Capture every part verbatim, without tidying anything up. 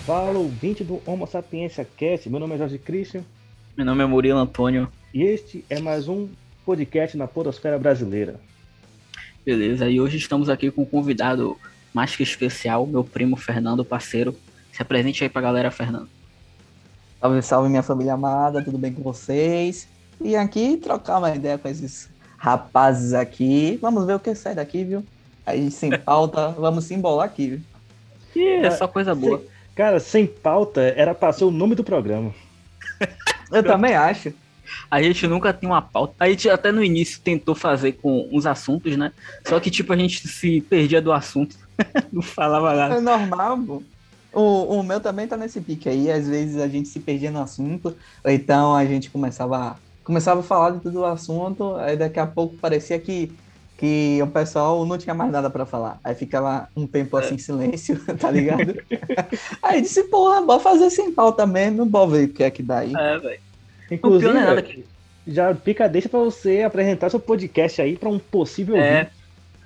Fala, ouvinte do Homo Sapiência Cast. Meu nome é Jorge Christian. Meu nome é Murilo Antônio. E este é mais um podcast na podosfera brasileira. Beleza, e hoje estamos aqui com um convidado mais que especial, meu primo Fernando, parceiro. Se apresente aí pra galera, Fernando. Salve, salve, minha família amada, tudo bem com vocês? E aqui trocar uma ideia com esses rapazes aqui. Vamos ver o que sai daqui, viu? Aí sem pauta, vamos se embolar aqui, viu? E é só coisa boa. Sem, cara, sem pauta era pra ser o nome do programa. Eu também acho. A gente nunca tem uma pauta. A gente até no início tentou fazer com uns assuntos, né? Só que tipo, a gente se perdia do assunto. Não falava nada. É normal, pô. O, o meu também tá nesse pique aí. Às vezes a gente se perdia no assunto, ou então a gente começava, começava a falar de todo o assunto, aí daqui a pouco parecia que, que o pessoal não tinha mais nada pra falar. Aí ficava um tempo assim em silêncio, tá ligado? Aí disse, porra, bora fazer sem pauta mesmo, bora ver o que é que dá aí. É, velho. Inclusive, O pior não é nada que... já fica deixa pra você apresentar seu podcast aí pra um possível É. ouvinte.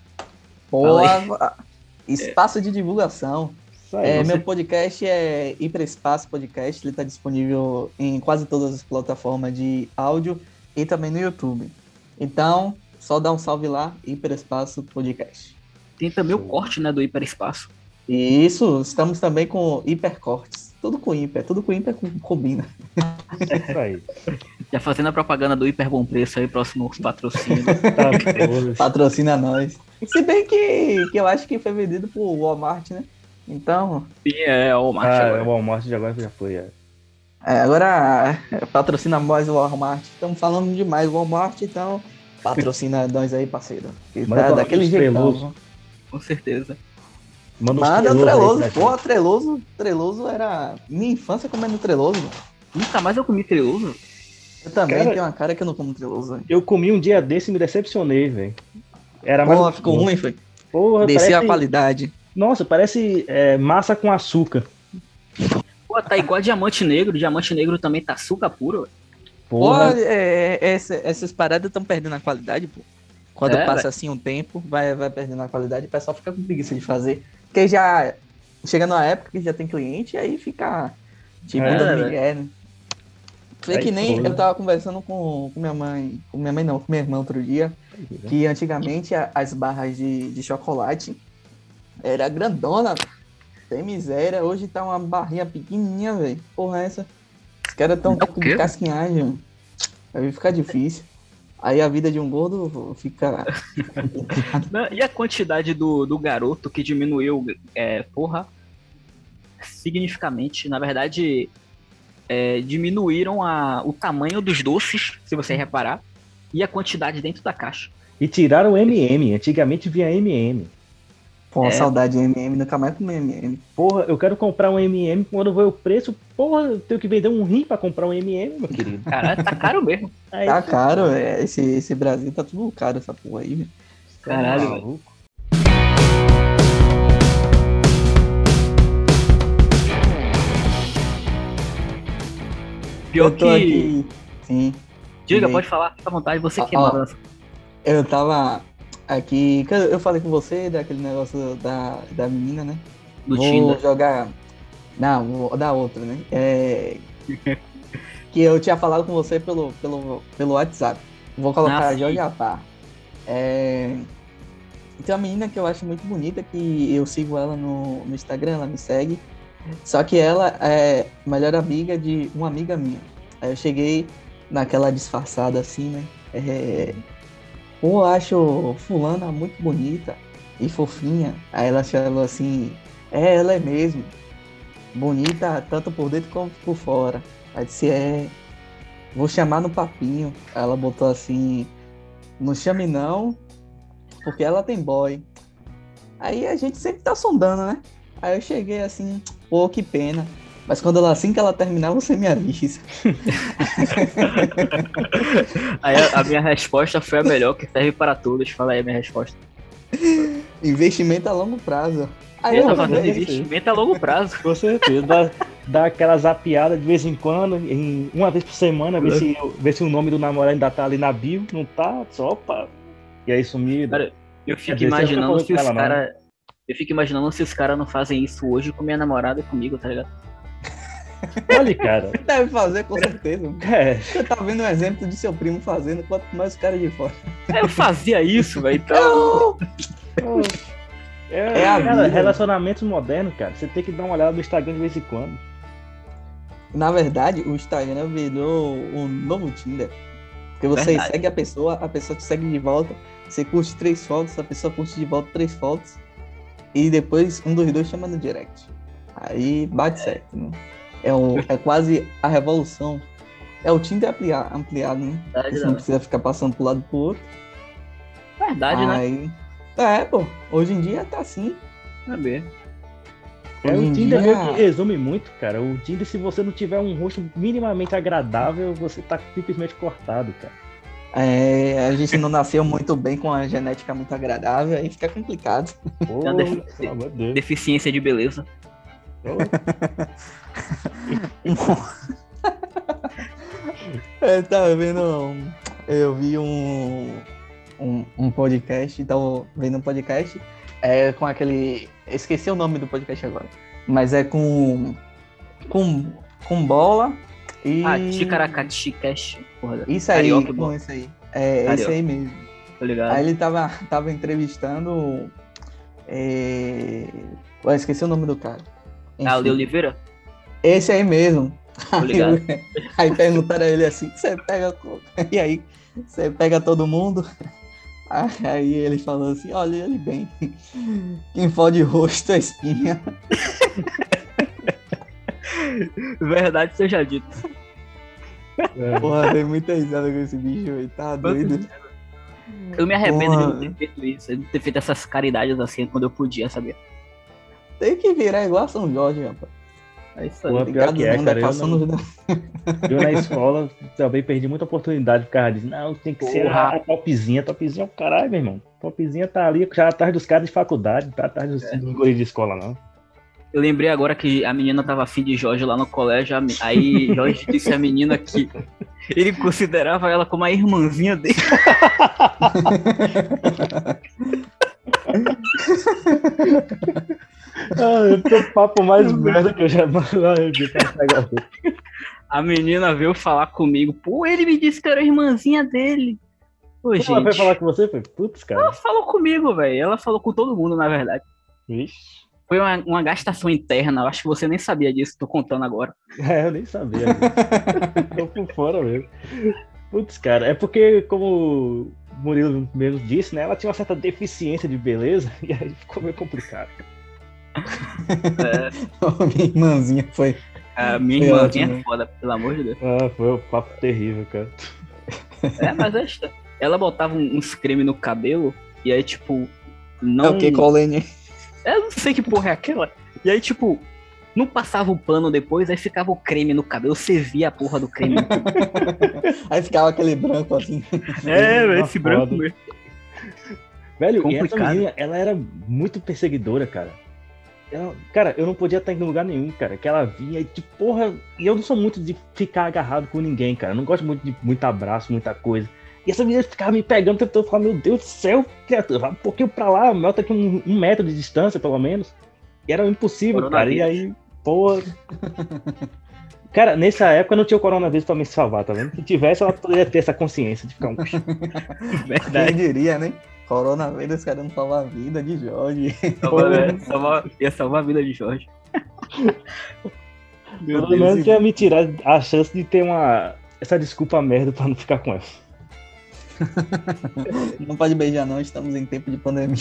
Porra, espaço de divulgação. Isso aí, É, você- meu podcast é Hiperespaço Podcast, ele está disponível em quase todas as plataformas de áudio e também no YouTube. Então, só dá um salve lá, Hiperespaço Podcast. Tem também o corte, né, do hiperespaço. E isso, estamos também com hipercortes. Tudo com hiper, tudo com hiper com- combina. é isso aí. Já fazendo a propaganda do hiper bom preço aí, próximo patrocínio. Tá bom. Patrocina nós. Se bem que, que eu acho que foi vendido por Walmart, né? Então, E é o Marte Ah, agora. o Walmart de agora já foi. É. é, agora é, patrocina nós o Walmart. Estamos falando demais do Walmart, então patrocina nós aí, parceiro. Que Manda tá pra daquele os jeitão. treloso. Com certeza. Manda os Manda o treloso aí treloso, pra pô, gente. treloso, treloso era minha infância comendo treloso. Nunca mais eu comi treloso. Eu também Cara- tenho uma cara que eu não como treloso. velho. Eu comi um dia desse e me decepcionei, velho. Era mais. Porra, ficou ruim, foi. Porra, Desci parece... a qualidade. Nossa, parece é, massa com açúcar. Pô, tá igual diamante negro. Diamante negro também tá açúcar puro. Velho. Porra, Porra. é, é, essa- essas paradas estão perdendo a qualidade, pô. Quando É, passa velho. assim um tempo, vai, vai perdendo a qualidade, o pessoal fica com preguiça de fazer. Porque já chega numa época que já tem cliente, aí fica tipo É, dando velho. migué, né? Foi Aí que nem foi. eu tava conversando com, com minha mãe, com minha mãe não, com minha irmã outro dia, que antigamente a- as barras de, de chocolate era grandona, tem miséria, hoje tá uma barrinha pequenininha, velho. Porra, essa. Os caras tão É o com quê? casquinhagem, aí fica difícil. Aí a vida de um gordo fica. Não, E a quantidade do, do garoto que diminuiu, é, porra, significativamente. Na verdade, é, diminuíram a, o tamanho dos doces, se você reparar, e a quantidade dentro da caixa. E tiraram o M M. Antigamente vinha M M. Pô, É. saudade de M M, nunca mais comi M M. Porra, eu quero comprar um M M. Quando vê o preço, porra, eu tenho que vender um rim pra comprar um M M, meu querido. Caralho, tá caro mesmo. Aí, Tá caro, é, esse, esse Brasil tá tudo caro, essa porra aí, velho. Caralho, velho. maluco. Pior Eu tô que. aqui. Sim. Diga, Sim. pode falar, fica à vontade, você Ó, que ó. manda. Eu tava aqui. que Eu eu falei com você daquele negócio da, da menina, né? Do Vou Tinder. jogar. Não, vou da outra, né? É... que eu tinha falado com você pelo, pelo, pelo WhatsApp. Vou colocar Ah, a sim. Jorge Apar. É... Tem uma menina que eu acho muito bonita, que eu sigo ela no, no Instagram, ela me segue. Só que ela é melhor amiga de uma amiga minha. Aí eu cheguei naquela disfarçada assim, né? É... Pô, eu acho fulana muito bonita e fofinha. Aí ela falou assim, é, ela é mesmo. Bonita tanto por dentro como por fora. Aí disse, é, vou chamar no papinho. Aí ela botou assim, não chame não, porque ela tem boy. Aí a gente sempre tá sondando, né? Aí eu cheguei assim, pô, que pena. Mas quando ela, assim que ela terminar, você me avisa. Aí a, a minha resposta foi a melhor, que serve para todos. Fala aí a minha resposta. Investimento a longo prazo. Aí Eu eu tô Porra, fazendo deve ser. investimento a longo prazo. Com certeza. Dá, dá aquela zapeada de vez em quando, em, uma vez por semana, ver se, ver se o nome do namorado ainda tá ali na bio. Não tá, só opa. E aí sumido. Cara, Eu fico Quer dizer, você não imaginando tá se os falando com ela, caras. Eu fico imaginando se os caras não fazem isso hoje com minha namorada e comigo, tá ligado? Olha, cara. Deve fazer, com certeza. É, Você tá vendo um exemplo de seu primo fazendo, quanto mais o cara de fora. Eu fazia isso, velho. Então. é, É a cara, vida. relacionamentos modernos, cara. Você tem que dar uma olhada no Instagram de vez em quando. Na verdade, o Instagram virou o novo Tinder. Porque você Verdade. segue a pessoa, a pessoa te segue de volta, você curte três fotos, a pessoa curte de volta três fotos, e depois um dos dois chama no direct. Aí bate certo, né? É, o, é quase a revolução. É o Tinder ampliar, ampliado, né? Verdade, Você não né? precisa ficar passando pro lado pro outro. Verdade, né? Aí, é, pô, hoje em dia tá assim. Saber. É, Hoje o em Tinder dia- meio que resume muito, cara. O Tinder, se você não tiver um rosto minimamente agradável, você tá simplesmente cortado, cara. É, a gente não nasceu muito bem com a genética muito agradável, aí fica complicado. Pô, Não, defi- pelo amor de Deus. Deficiência de beleza. Ô, Eu tava vendo. um- Eu vi um, um, um podcast, tava vendo um podcast é, com aquele. Esqueci o nome do podcast agora. Mas é com. Com, com bola e. Ah, Ticaracati Cash. Porra, Isso aí, Carioca, com boa. isso aí. É, Carioca. esse aí mesmo. Tô ligado. Aí ele tava, tava entrevistando. É... Eu esqueci o nome do cara. Ah, Enfim, Leo Oliveira? esse aí mesmo. Tô Aí, ligado. aí perguntaram a ele assim, você pega. co- E aí, você pega todo mundo? Aí ele falou assim, olha ele bem. Quem fode rosto é espinha. Verdade seja dito. é. Porra, tem muita risada com esse bicho aí, tá doido. Eu me arrependo Porra. de não ter feito isso, de não ter feito essas caridades assim quando eu podia, sabia? Tem que virar igual a São Jorge, rapaz. É isso aí. Pô, pior que é, não, cara. Eu, passando não- eu na escola também perdi muita oportunidade por causa disso. Não, tem que ser Porra. a, a topzinha. A topzinha é o caralho, meu irmão. Topzinha tá ali já atrás dos caras de faculdade, não tá atrás dos, É. dos guris de escola, não. Eu lembrei agora que a menina tava afim de Jorge lá no colégio, a me- aí Jorge disse à menina que ele considerava ela como a irmãzinha dele. Ah, eu tô papo mais merda que eu já vi pra pegar. A menina veio falar comigo, pô, ele me disse que era a irmãzinha dele. Pô, gente, Ela foi falar com você? Foi, putz, cara. ela falou comigo, velho. Ela falou com todo mundo, na verdade. Vixe. Foi uma, uma gastação interna, eu acho que você nem sabia disso, tô contando agora. É, eu nem sabia. Tô por fora mesmo. Putz, cara, é porque, como o Murilo mesmo disse, né? Ela tinha uma certa deficiência de beleza e aí ficou meio complicado. É, Minha irmãzinha foi. a minha Foi irmãzinha ótimo. é foda, pelo amor de Deus. Ah, foi um papo terrível, cara. É, mas é isso. Ela botava um- uns creme no cabelo e aí, tipo, É não. o que, Colene? Eu não sei que porra é aquela. E aí, tipo, não passava o pano depois, aí ficava o creme no cabelo, você via a porra do creme. Aí ficava aquele branco assim. É, Uma esse branco foda. mesmo. Velho, e essa Complicado. menina, ela era muito perseguidora, cara. Ela- cara, eu não podia estar em lugar nenhum, cara. Que ela vinha e, tipo, porra. E eu não sou muito de ficar agarrado com ninguém, cara. Eu não gosto muito de muito abraço, muita coisa. E essa menina ficava me pegando o tempo todo. Eu falava, meu Deus do céu, criatura, vai um pouquinho pra lá, melhor tá aqui um, um metro de distância, pelo menos. E era impossível, cara. E Coronavírus. aí, porra. Cara, nessa época não tinha o coronavírus pra me salvar, tá vendo? Se tivesse, ela poderia ter essa consciência de ficar um. Quem Verdade. diria, né? Coronavírus querendo salvar a vida de Jorge. Salvar, é, salvar- ia salvar a vida de Jorge. Meu Pelo Deus. menos ia me tirar a chance de ter uma. Essa desculpa merda pra não ficar com ela. Não pode beijar, não. Estamos em tempo de pandemia.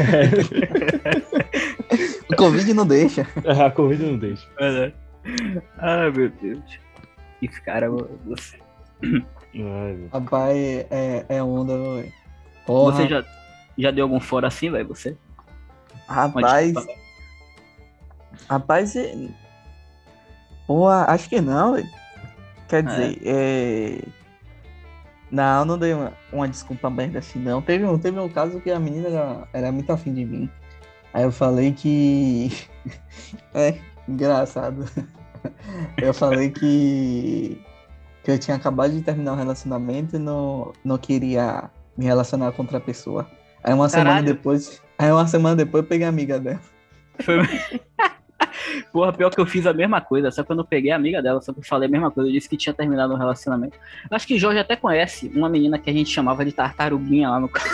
O Covid não deixa. A Covid não deixa. Verdade. Ai, meu Deus. Que cara, você. Ai, meu. Rapaz, é, é onda, velho. Porra. Você já, já deu algum fora assim, velho? Você? Rapaz. Uma desculpa. Rapaz, é... Porra, acho que não, velho. Quer É. dizer, é... Não, não dei uma, uma desculpa merda assim, não. Teve um, teve um caso que a menina era, era muito afim de mim. Aí eu falei que... É, engraçado. Eu falei que... Que eu tinha acabado de terminar um relacionamento e não, não queria me relacionar com outra pessoa. Aí uma semana Caralho. depois... Aí uma semana depois eu peguei a amiga dela. Foi... Porra, pior que eu fiz a mesma coisa, só que eu não peguei a amiga dela, só que eu falei a mesma coisa, eu disse que tinha terminado um relacionamento. Acho que Jorge até conhece uma menina que a gente chamava de tartaruguinha lá no carro.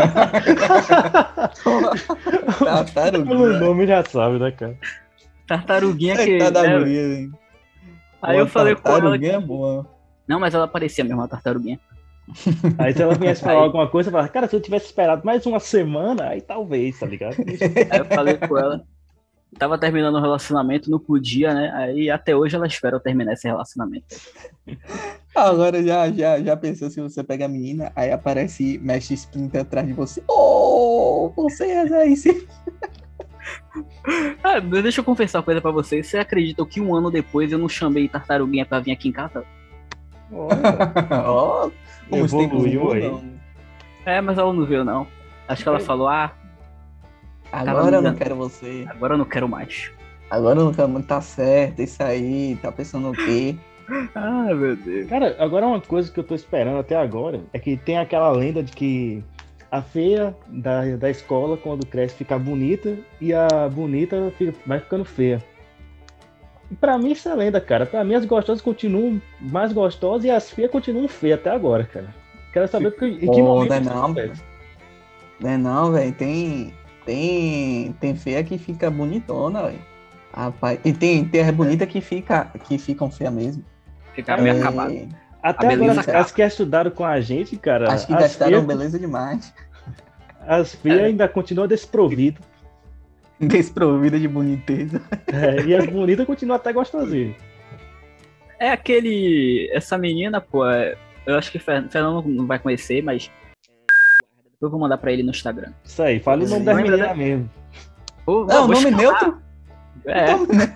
Tartaruguinha. Pelo nome já sabe, né, cara? Tartaruguinha que... Tá da né, guria, hein? Aí eu falei com ela... Tartaruguinha Que... é boa. Não, mas ela parecia mesmo uma tartaruguinha. Aí se ela viesse falar aí... alguma coisa, eu falava, cara, se eu tivesse esperado mais uma semana, aí talvez, tá ligado? Aí eu falei com ela, tava terminando o relacionamento, não podia, né? Aí até hoje ela espera eu terminar esse relacionamento. Agora já, já, já pensou se você pega a menina, aí aparece Mestre Splinter atrás de você. Oh, você é esse. Ah, deixa eu confessar uma coisa pra vocês. Você acredita que um ano depois eu não chamei tartaruguinha pra vir aqui em casa? Ó, como você tem Evoluiu aí. não. É, mas ela não veio, não. Acho que ela falou, ah, Agora eu não quero você. agora eu não quero mais. Agora eu não quero muito, tá certo, isso aí, tá pensando o quê? Ah, meu Deus. Cara, agora uma coisa que eu tô esperando até agora é que tem aquela lenda de que a feia da, da escola, quando cresce, fica bonita e a bonita fica, vai ficando feia. E pra mim isso é lenda, cara. Pra mim as gostosas continuam mais gostosas e as feias continuam feias até agora, cara. Quero saber que, em que Pô, momento não é isso não, acontece. Não é não, velho. Tem, tem, tem feia que fica bonitona, velho. Rapaz, e tem, tem as bonitas que, fica, que ficam feias mesmo. Ficar meio É, acabado. Até A agora, beleza as, acaba. as que estudaram com a gente, cara, Acho que as gastaram feias, beleza demais. as feias É. ainda continuam desprovidas. Desprovida de boniteza. É, e as bonitas continuam até gostosinhas. É aquele... Essa menina, pô, é- eu acho que o Fer- Fernando não vai conhecer, mas... Depois eu vou mandar pra ele no Instagram. Isso aí, fala o nome das Lembra, meninas mesmo. Vou- Não, vou nome chamar. neutro? É,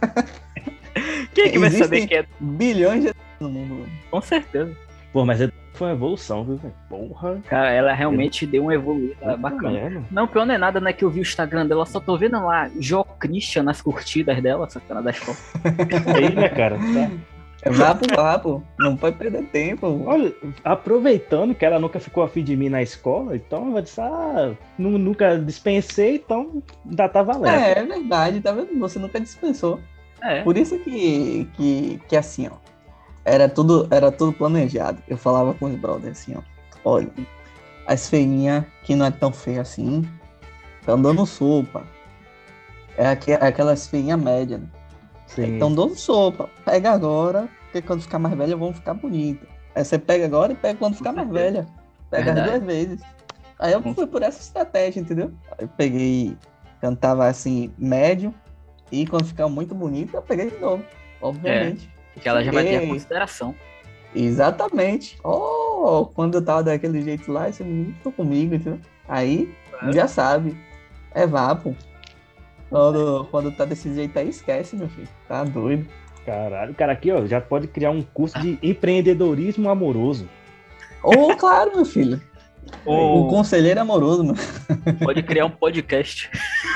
quem é que vai Existem saber que é? bilhões de no mundo. Com certeza. Pô, mas foi uma evolução, viu, velho? Porra. Cara, ela realmente deu uma evoluída bacana. Merda. Não, pior não é nada, né? Que eu vi o Instagram dela, só tô vendo lá Jo Christian nas curtidas dela, sacana da escola. Aí, né, cara? Tá. É vapo, vapo. Não pode perder tempo. Olha, aproveitando que ela nunca ficou afim de mim na escola, então eu disse, ah, nu- nunca dispensei, então ainda tá valendo. É, é verdade, tá vendo? Você nunca dispensou. É. Por isso que, que, que assim, ó. Era tudo, era tudo planejado. Eu falava com os brothers assim, ó. Olha, as feinhas que não é tão feia assim, estão dando sopa. É aqu- aquelas feinhas médias, né? Sim. Estão dando sopa. Pega agora, porque quando ficar mais velha vão ficar bonitas. Aí você pega agora e pega quando ficar mais velha. Pega Verdade. as duas vezes. Aí eu fui por essa estratégia, entendeu? Aí eu peguei, cantava assim, médio, e quando ficava muito bonita, eu peguei de novo, obviamente. Que ela já vai ter a Ei. consideração. Exatamente. Oh, quando eu tava daquele jeito lá, esse menino ficou comigo, entendeu? Aí, É. já sabe. É vapo. Quando, quando tá desse jeito aí, esquece, meu filho. Tá doido. Caralho, cara, aqui, ó, já pode criar um curso de empreendedorismo amoroso. Ô, claro, meu filho. O Ou conselheiro amoroso, mano. pode criar um podcast.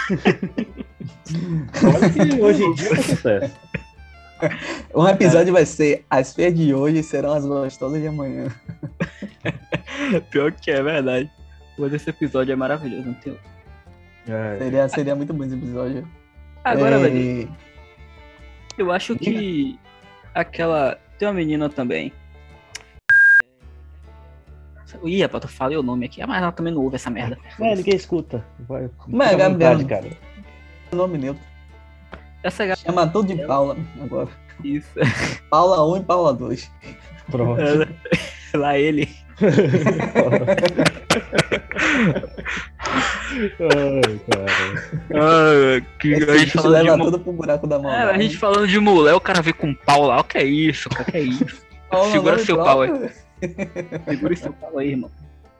Olha que hoje em dia é sucesso. Um episódio vai ser As feias de hoje serão as gostosas de amanhã. Pior que é verdade. Mas esse episódio é maravilhoso, não tem outro. É, Seria, seria muito bom esse episódio. Agora, É, velho, eu acho que aquela. Tem uma menina também. Ih, rapaz, eu falei o nome aqui, mas ela também não ouve essa merda. é, ninguém escuta. Vai, Mas, fica à Gabriel, vontade, cara. nome neutro. Essa gata. Chama tudo de Paula agora. Isso. Paula um e Paula dois. Pronto. Lá ele. Ai, cara. Ah, que Esse a gente bicho falando de leva mu- tudo pro buraco da mão. É, a gente falando de mulher, o cara vê com um pau lá. O que é isso? O que é isso? Segura seu pau aí. Segura seu pau aí, irmão.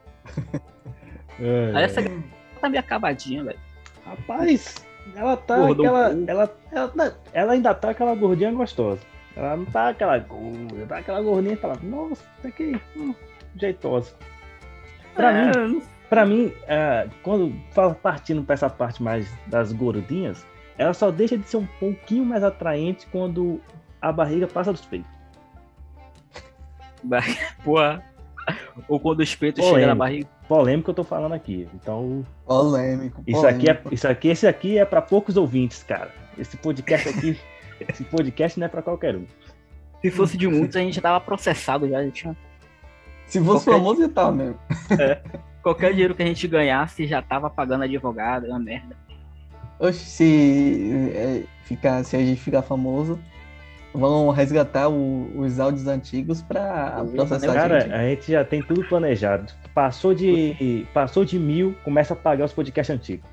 É, Aí essa gata tá meio acabadinha, velho. Rapaz, ela tá Gordou aquela. um pouco. Ela, ela, ela ainda tá aquela gordinha gostosa. Ela não tá aquela gorda, tá aquela gordinha que fala, nossa, isso aqui, hum, jeitosa. Pra É, mim, pra mim é, quando fala partindo pra essa parte mais das gordinhas, ela só deixa de ser um pouquinho mais atraente quando a barriga passa dos peitos. Porra. Ou quando os peitos Polêmico. chegam na barriga. polêmico que eu tô falando aqui. Então, Polêmico, isso aqui é, polêmico. isso aqui, esse aqui é para poucos ouvintes, cara. Esse podcast aqui, esse podcast não é para qualquer um. Se fosse de muitos, a gente tava processado já. A gente tinha... Se fosse Qualquer- famoso, ia estar mesmo. Qualquer dinheiro que a gente ganhasse já tava pagando advogado, é uma merda. Oxe, se, é, ficar, se a gente ficar famoso, vão resgatar o- os áudios antigos pra Porra, processar né, a Cara, gente. a gente já tem tudo planejado. Passou de, passou de mil, começa a pagar os podcasts antigos.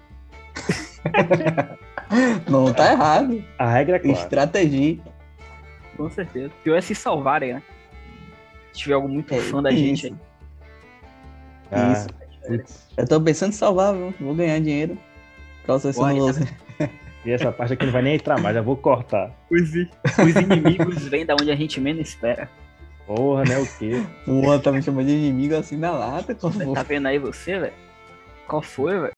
Não tá errado. A regra é clara. Estratégia. Com certeza. Pior é se salvarem, né? Se tiver algum muito É, fã da gente aí. isso. Ah, Isso. putz. Eu tô pensando em salvar, viu? Vou ganhar dinheiro. Processando Porra, você. E essa parte aqui não vai nem entrar mais, já vou cortar. Os, os inimigos vêm da onde a gente menos espera. Porra, né? O quê? O outro tá me chamando de inimigo assim na lata. Como... Tá vendo aí você, velho? Qual foi, velho?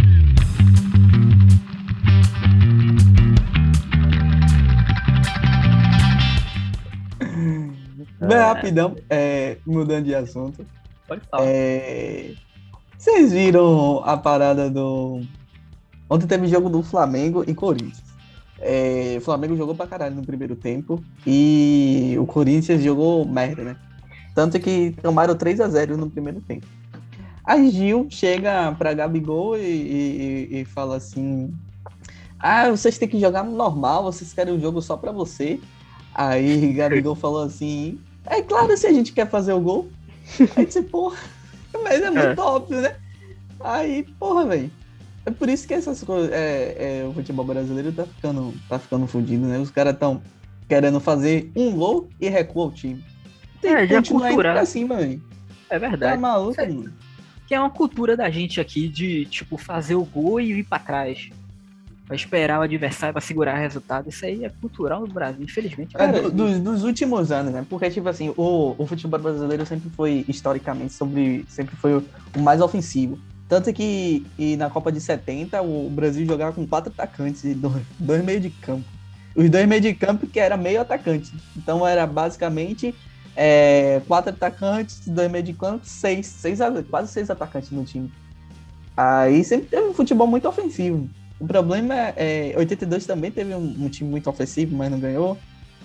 Bem rapidão, é, mudando de assunto. Pode falar. É, vocês viram a parada do. Ontem teve jogo do Flamengo e Corinthians. É, o Flamengo jogou pra caralho no primeiro tempo e o Corinthians jogou merda, né? Tanto que tomaram três a zero no primeiro tempo. Aí Gil chega pra Gabigol e, e- e fala assim: Ah, vocês têm que jogar normal, vocês querem um jogo só pra você. Aí Gabigol falou assim: É claro, se a gente quer fazer o gol. Aí disse, porra, mas é muito óbvio, né? Aí, porra, velho. É por isso que essas coisas. É, é, o futebol brasileiro tá ficando, tá ficando fudido, né? Os caras tão querendo fazer um gol e recua o time. Tem É, que já continuar indo cultural. pra cima, velho. É Tá verdade. maluco, Isso aí. mano. Que é uma cultura da gente aqui de, tipo, fazer o gol e ir pra trás. Pra esperar o adversário pra segurar o resultado. Isso aí é cultural no Brasil, infelizmente. É, do- dos, dos últimos anos, né? Porque, tipo assim, o, o futebol brasileiro sempre foi, historicamente, sobre, sempre foi o, o mais ofensivo. Tanto que e na Copa de setenta, o Brasil jogava com quatro atacantes e dois, dois meio de campo. Os dois meio de campo que era meio atacante. Então era basicamente é, quatro atacantes, dois meio de campo, seis, seis, quase seis atacantes no time. Aí sempre teve um futebol muito ofensivo. O problema é, é oitenta e dois também teve um, um time muito ofensivo, mas não ganhou.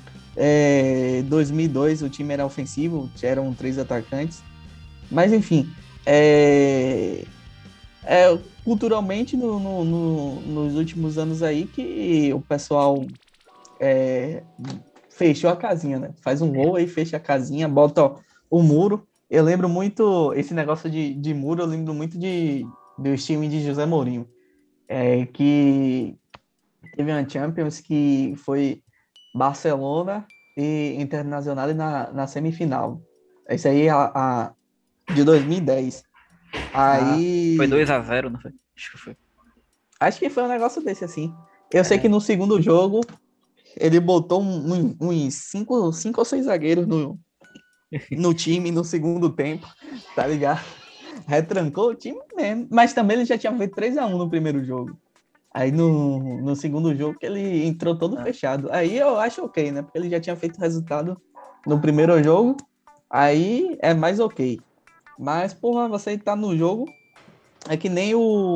É, dois mil e dois o time era ofensivo, eram três atacantes. Mas enfim, é, é, culturalmente no, no- no- nos últimos anos aí que o pessoal é, fechou a casinha, né? Faz um gol aí, fecha a casinha, bota ó, o muro. Eu lembro muito, esse negócio de, de muro, eu lembro muito de, dos times de José Mourinho. É, que teve uma Champions que foi Barcelona e Internacional na, na semifinal. Esse aí é a, a- de dois mil e dez. Aí. Foi dois a zero, não foi? Acho que foi. Acho que foi um negócio desse, assim. Eu sei que no segundo jogo ele botou um- um- uns cinco, cinco ou seis zagueiros no, no time no segundo tempo, tá ligado? Retrancou o time mesmo. Mas também ele já tinha feito três a um no primeiro jogo. Aí no, no segundo jogo que ele entrou todo fechado. Aí eu acho ok, né? Porque ele já tinha feito resultado no primeiro jogo. Aí é mais ok. Mas, porra, você tá no jogo. É que nem o,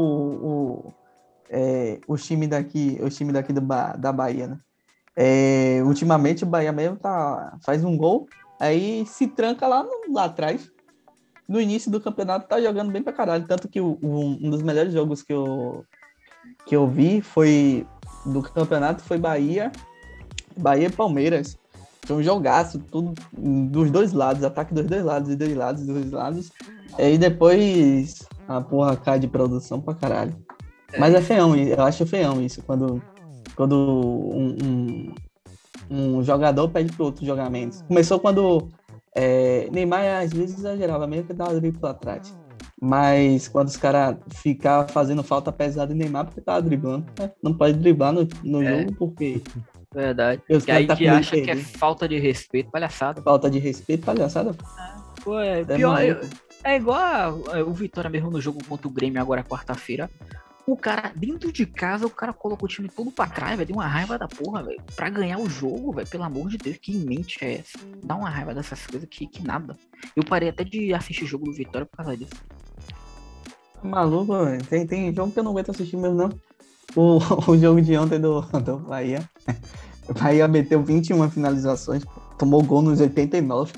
o, é, o time daqui, o time daqui do ba, da Bahia, né? É, ultimamente o Bahia mesmo tá, faz um gol, aí se tranca lá, no- lá atrás. No início do campeonato tá jogando bem pra caralho. Tanto que o- o- um dos melhores jogos que eu, que eu vi foi do campeonato foi Bahia, Bahia e Palmeiras. Foi um jogaço, tudo dos dois lados, ataque dos dois lados, dos dois lados, dos dois lados. E depois a porra cai de produção pra caralho. Mas é feião, eu acho feião isso, quando, quando um, um, um jogador pede pro outro jogar menos. Começou quando é, Neymar às vezes exagerava, mesmo que dava drible pra trás. Mas quando os caras ficavam fazendo falta pesada em Neymar porque tava driblando, né? Não pode driblar no, no É. jogo porque Verdade. os E aí caras tá que com medo acha de que é perder. falta de respeito, palhaçada. Falta de respeito, palhaçada. Pô, é, É pior, é, maluco. é igual a- o Vitória mesmo no jogo contra o Grêmio agora quarta-feira. O cara, dentro de casa, o cara colocou o time todo pra trás, velho. Deu uma raiva da porra, velho. Pra ganhar o jogo, velho. Pelo amor de Deus, que mente é essa? Dá uma raiva dessas coisas que, que nada. Eu parei até de assistir jogo do Vitória por causa disso. Maluco, velho. tem, tem jogo que eu não aguento assistir mesmo, não. O, o jogo de ontem do, do Bahia. O Bahia meteu vinte e uma finalizações, pô. Tomou gol nos oitenta e nove.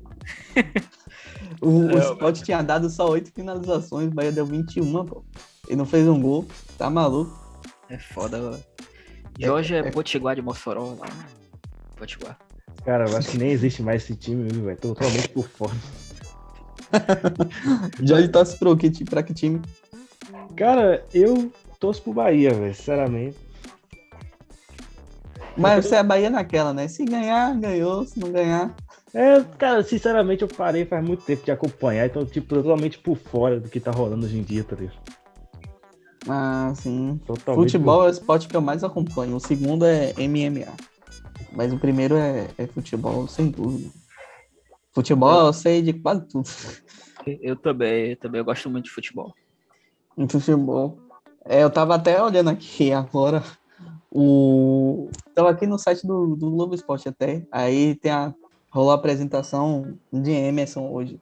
O, o É, Sport tinha dado só oito finalizações, o Bahia deu vinte e uma, pô. Ele não fez um gol, tá maluco. É foda, velho. Jorge é, é- Potiguar de Mossoró lá. Potiguar. Cara, eu acho que nem existe mais esse time, viu, velho? Tô totalmente por fora. Jorge torce pro que, ti- pra que time? Cara, eu torço pro Bahia, velho, sinceramente. Mas você é Bahia naquela, né? Se ganhar, ganhou. Se não ganhar... É, cara, sinceramente eu parei faz muito tempo de acompanhar, então, tipo, totalmente por fora do que tá rolando hoje em dia, tá ligado? Ah, sim. Totalmente Futebol é o esporte que eu mais acompanho. O segundo é M M A. Mas o primeiro é, é futebol, sem dúvida. Futebol eu sei de quase tudo. Eu também, eu também eu gosto muito de futebol. Em futebol. É, eu tava até olhando aqui agora. O... Tava aqui no site do, do Globo Esporte até. Aí tem a... rolou a apresentação de Emerson hoje.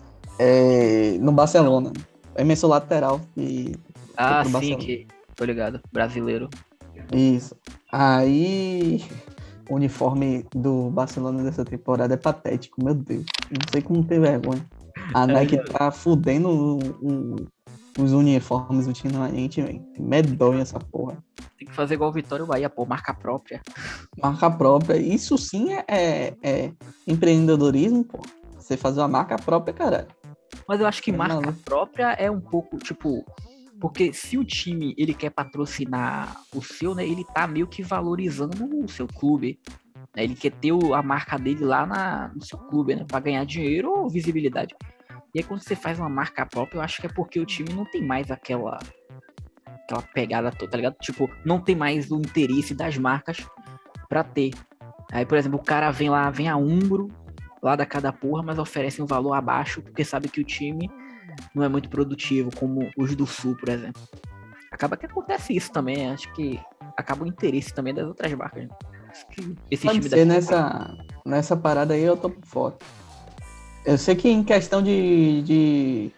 É, no Barcelona. Emerson lateral. E foi Ah, pro sim, Barcelona. que. Tô ligado. Brasileiro. Isso. Aí, o uniforme do Barcelona dessa temporada é patético, meu Deus. Não sei como ter vergonha. A Nike tá fudendo o- o- os uniformes ultimamente, velho. Medonha essa porra. Tem que fazer igual o Vitória e o Bahia, pô, marca própria. Marca própria. Isso sim é, é- é empreendedorismo, pô. Você fazer uma marca própria, cara. Mas eu acho que É marca maluco. própria é um pouco, tipo, porque se o time ele quer patrocinar o seu, né, ele tá meio que valorizando o seu clube. Né? Ele quer ter o- a marca dele lá na, no seu clube, né, pra ganhar dinheiro ou visibilidade. E aí quando você faz uma marca própria, eu acho que é porque o time não tem mais aquela aquela pegada toda, tá ligado? Tipo, não tem mais o interesse das marcas pra ter. Aí, por exemplo, o cara vem lá, vem a Umbro, lá da cada porra, mas oferece um valor abaixo, porque sabe que o time não é muito produtivo, como os do Sul, por exemplo. Acaba que acontece isso também, acho que acaba o interesse também das outras marcas. Né? Acho que esse Pode time ser, daqui... nessa, nessa parada aí eu tô por fora. Eu sei que em questão de, de,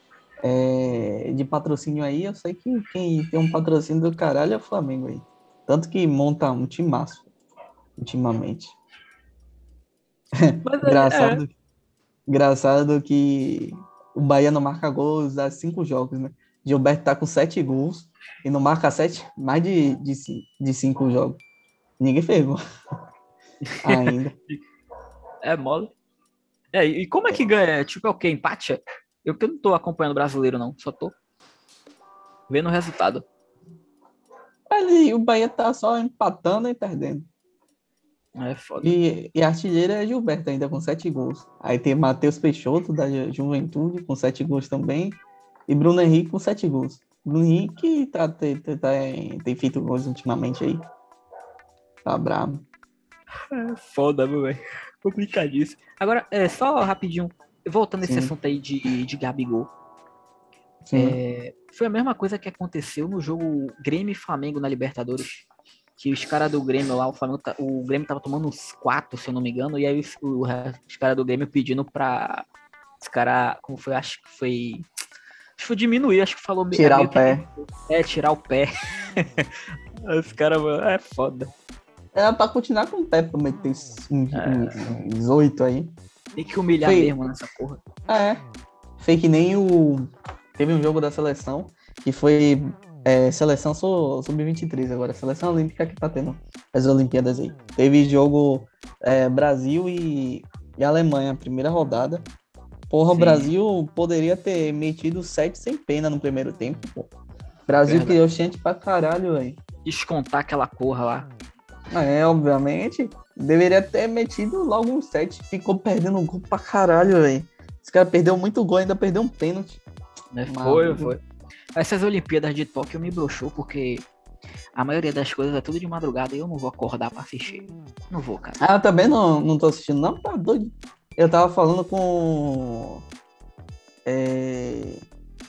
é, de patrocínio aí, eu sei que quem tem um patrocínio do caralho é o Flamengo aí. Tanto que monta um timaço ultimamente. Mas é, é. Engraçado, engraçado que o Bahia não marca gols há cinco jogos, né? Gilberto tá com sete gols e não marca sete, mais de, de, ci- de cinco jogos. Ninguém fez gol ainda. É mole. É, e como é que ganha? Tipo, é o quê? Empate? Eu que não tô acompanhando o brasileiro, não. Só tô vendo o resultado. Mas o Bahia tá só empatando e perdendo. É foda. E, e a artilheira é Gilberto ainda com sete gols. Aí tem Matheus Peixoto da Ju- Juventude com sete gols também. E Bruno Henrique com sete gols. Bruno Henrique tá, tem, tem, tem- tem feito gols ultimamente aí. Tá brabo. É foda, meu velho. Complicadíssimo. Agora, é, só rapidinho, voltando nesse Sim. assunto aí de, de Gabigol. Sim. É, foi a mesma coisa que aconteceu no jogo Grêmio e Flamengo na Libertadores. Que os caras do Grêmio lá, o, Flamengo tá- o Grêmio tava tomando uns quatro, se eu não me engano, e aí os, o- os caras do Grêmio pedindo pra. Os caras. Como foi? Acho que foi. Acho que foi diminuir, acho que falou me- Tirar meio o pé. que- É, tirar o pé. Os caras, mano, é foda. Era pra continuar com o pé pra meter uns, uns, uns oito aí. Tem que humilhar Foi- mesmo nessa porra. É. Foi que nem o. Teve um jogo da seleção que foi é, seleção sub vinte e três agora, seleção olímpica que tá tendo as Olimpíadas aí. Teve jogo é, Brasil e, e Alemanha, primeira rodada. Porra, o Sim. Brasil poderia ter metido sete sem pena no primeiro tempo, pô. Brasil Verdade. criou gente pra caralho, velho. Descontar aquela porra lá. É, obviamente. Deveria ter metido logo um sete. Ficou perdendo gol pra caralho, velho. Esse cara perdeu muito gol, ainda perdeu um pênalti. Né? Foi, Maluco. foi. Essas Olimpíadas de Tóquio me broxou porque a maioria das coisas é tudo de madrugada e eu não vou acordar pra assistir. Não vou, cara. Ah, eu também não, não tô assistindo, não. Tá doido. Eu tava falando com. É...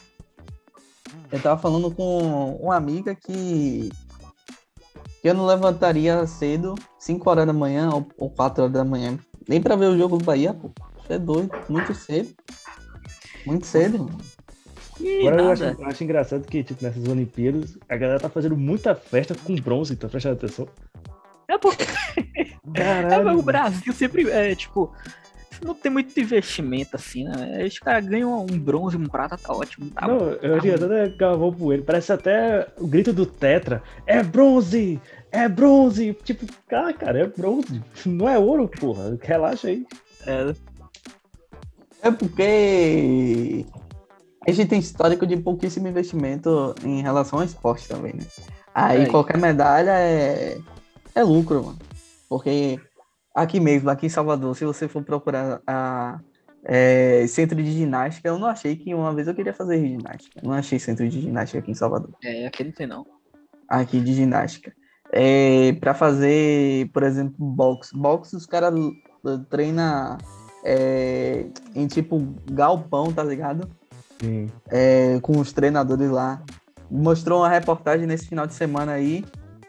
Eu tava falando com uma amiga que. que eu não levantaria cedo, cinco horas da manhã ou, ou quatro horas da manhã. Nem pra ver o jogo do Bahia, pô. Você é doido. Muito cedo. Muito cedo. E Agora eu acho, nada. eu acho engraçado que, tipo, nessas Olimpíadas, a galera tá fazendo muita festa com bronze, tá prestando atenção? É porque é, mas o Caralho, velho. Brasil sempre é tipo. Não tem muito investimento assim, né? Os caras ganham um bronze, um prata, tá ótimo. Tá, Não, eu tá acho que ruim. até cavou poeira. Parece até o grito do Tetra. É bronze! É bronze! Tipo, cara, cara, é bronze. Não é ouro, porra. Relaxa aí. É, É porque a gente tem histórico de pouquíssimo investimento em relação ao esporte também, né? Aí é, qualquer medalha é, é lucro, mano. Porque aqui mesmo, aqui em Salvador, se você for procurar a é, centro de ginástica, eu não achei que uma vez eu queria fazer ginástica. Não achei centro de ginástica aqui em Salvador. é, aqui não tem não. Aqui de ginástica. É, para fazer, por exemplo, boxe. Boxe, os caras treinam é, em tipo galpão, tá ligado? Sim. É, com os treinadores lá. Mostrou uma reportagem nesse final de semana aí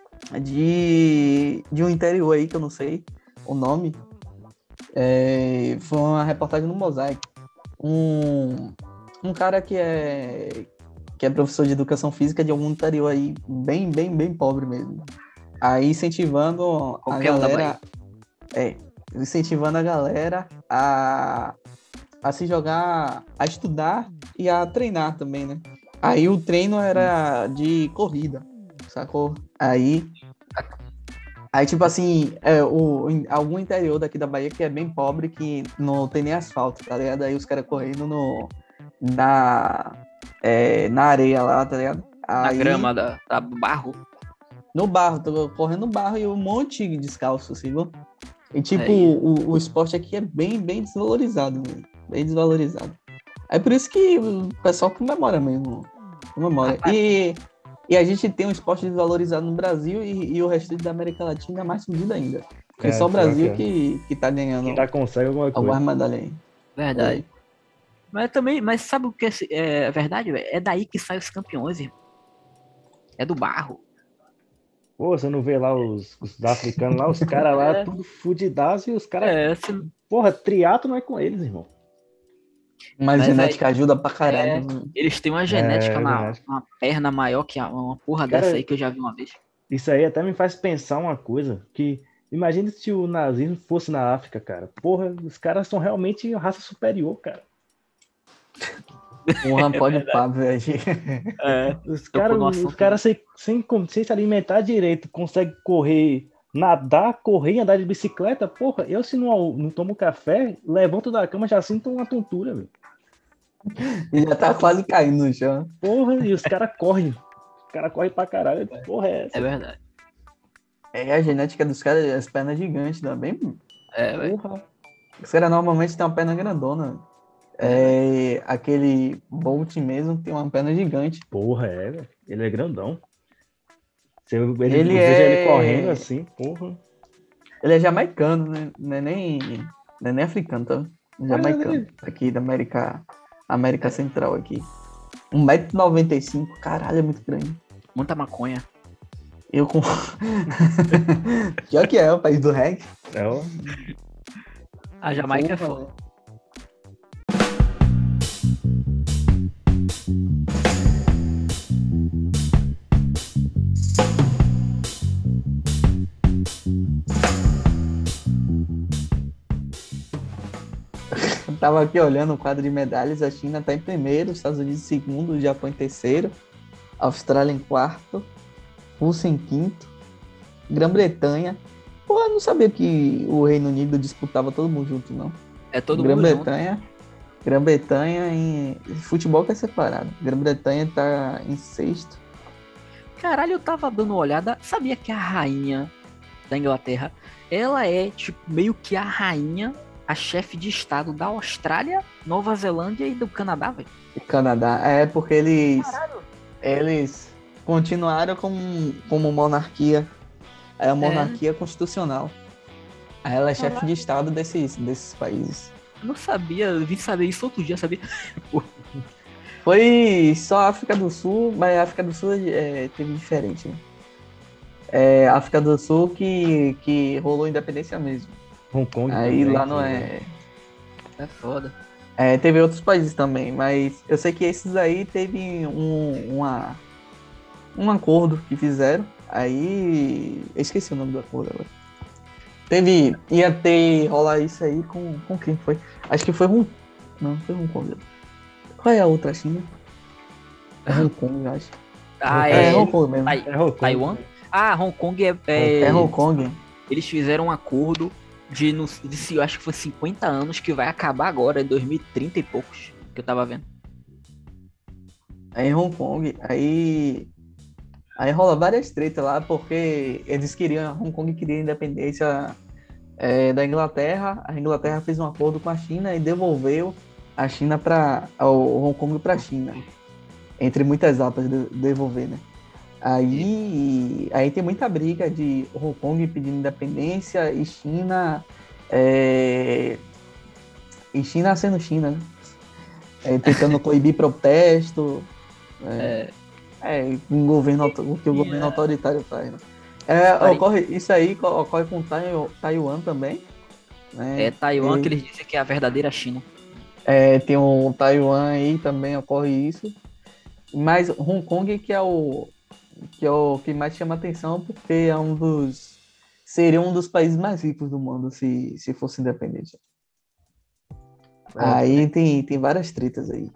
de, de um interior aí, que eu não sei o nome. É, foi uma reportagem no Mosaico. Um, um cara que é, que é professor de educação física de algum interior aí, bem, bem, bem pobre mesmo. Aí incentivando a Qualquer um da galera. É, incentivando a galera a, a se jogar, a estudar e a treinar também, né? Aí o treino era de corrida, sacou? Aí. Aí, tipo assim, é, o, em algum interior daqui da Bahia que é bem pobre, que não tem nem asfalto, tá ligado? Aí os caras correndo no, na, é, na areia lá, tá ligado? Na Aí, grama da, da barro. no barro, tô correndo no barro e um monte de descalço, assim, viu? E tipo, Aí. o, o esporte aqui é bem, bem desvalorizado, né? Bem desvalorizado. Aí por isso que o pessoal comemora mesmo. Comemora. Rapaz, E, e a gente tem um esporte desvalorizado no Brasil e, e o resto da América Latina é mais fudido ainda. Porque É, só o pior Brasil que é. que, que tá ganhando Quem já consegue alguma algumas coisa. medalhas aí. verdade. Mas também, mas sabe o que é, é verdade, velho? É daí que saem os campeões, irmão. É do barro. Pô, você não vê lá os, os africanos lá, os caras lá, É. tudo fudidaço e os caras. É, se- Porra, triato não é com eles, irmão. Mas Mas, genética ajuda pra caralho. é, né? eles têm uma genética É, na genética. uma perna maior que a- uma porra dessa Cara, aí que eu já vi uma vez. isso aí até me faz pensar uma coisa, que imagina se o nazismo fosse na África, cara. Porra, os caras são realmente raça superior, cara. Porra, pode pá, velho. É, Os tocou caras no os assunto. cara sem, sem, sem se alimentar direito, conseguem correr, nadar, correr e andar de bicicleta. Porra, eu se não, não tomo café, levanto da cama, já sinto uma tontura, velho. E já tá quase caindo no chão. Porra, e os caras correm. Os caras correm pra caralho. Porra, é essa? É verdade. É a genética dos caras, as pernas gigantes também. É, velho. Porra. Os caras normalmente têm uma perna grandona. É, aquele Bolt mesmo tem uma perna gigante. Porra, é, velho. Ele é grandão. Se eu, ele, Ele eu vejo ele é- correndo assim, porra. Ele é jamaicano, né? Não é nem, não é nem africano, tá? Jamaicano. Olha Aqui da América, América Central aqui. um metro e noventa e cinco, caralho, é muito grande. Muita maconha. Eu com. Pior que é, o país do reggae. É, ó. A Jamaica é Porra, foda. velho. Eu tava aqui olhando o quadro de medalhas, a China tá em primeiro, os Estados Unidos em segundo, o Japão em terceiro, a Austrália em quarto, Rússia em quinto, Grã-Bretanha. Pô, eu não sabia que o Reino Unido disputava todo mundo junto, não. É todo mundo junto. Grã-Bretanha, Grã-Bretanha em futebol que é separado. Grã-Bretanha tá em sexto. Caralho, eu tava dando uma olhada. Sabia que a rainha da Inglaterra, ela é tipo meio que a rainha, a chefe de estado da Austrália, Nova Zelândia e do Canadá, velho. O Canadá. É porque eles, Caralho. eles continuaram como, como monarquia. É a monarquia constitucional. Aí ela é chefe Caralho. de estado desses, desses países. Eu não sabia, eu vim saber isso outro dia, sabia? Foi só a África do Sul, mas a África do Sul é, teve diferente, né? É a África do Sul que, que rolou independência mesmo. Hong Kong. Aí também, lá não que- é. É foda. É, teve outros países também, mas eu sei que esses aí teve um, uma, um acordo que fizeram. Aí. Eu esqueci o nome do acordo agora. Teve. Ia ter rolar isso aí com, com quem foi? Acho que foi Hong. Não, foi Hong Kong. Qual é a outra China? É Hong Kong, eu acho. Ah, É, é. Hong Kong mesmo. Tai- É Hong Kong. Taiwan? Ah, Hong Kong é. é- É Hong Kong. Eles fizeram um acordo de, no- de se- eu acho que foi cinquenta anos que vai acabar agora, em dois mil e trinta e poucos, que eu tava vendo. Aí em Hong Kong, aí. Aí rola várias tretas lá, porque eles queriam, Hong Kong queria independência é, da Inglaterra. A Inglaterra fez um acordo com a China e devolveu a China para o Hong Kong para a China. Entre muitas aspas, de, devolver, né? Aí, aí tem muita briga de Hong Kong pedindo independência e China. É, e China sendo China, né? É, tentando coibir protesto. É, é um governo, o que o governo autoritário faz, né? É, ocorre, isso aí ocorre com Tai- Taiwan também. Né? É Taiwan E, que eles dizem que é a verdadeira China. é, tem o Taiwan aí também ocorre isso. Mas Hong Kong que é o que é o que mais chama atenção, porque é um dos seria um dos países mais ricos do mundo se, se fosse independente. É, Aí tem, tem várias tretas aí.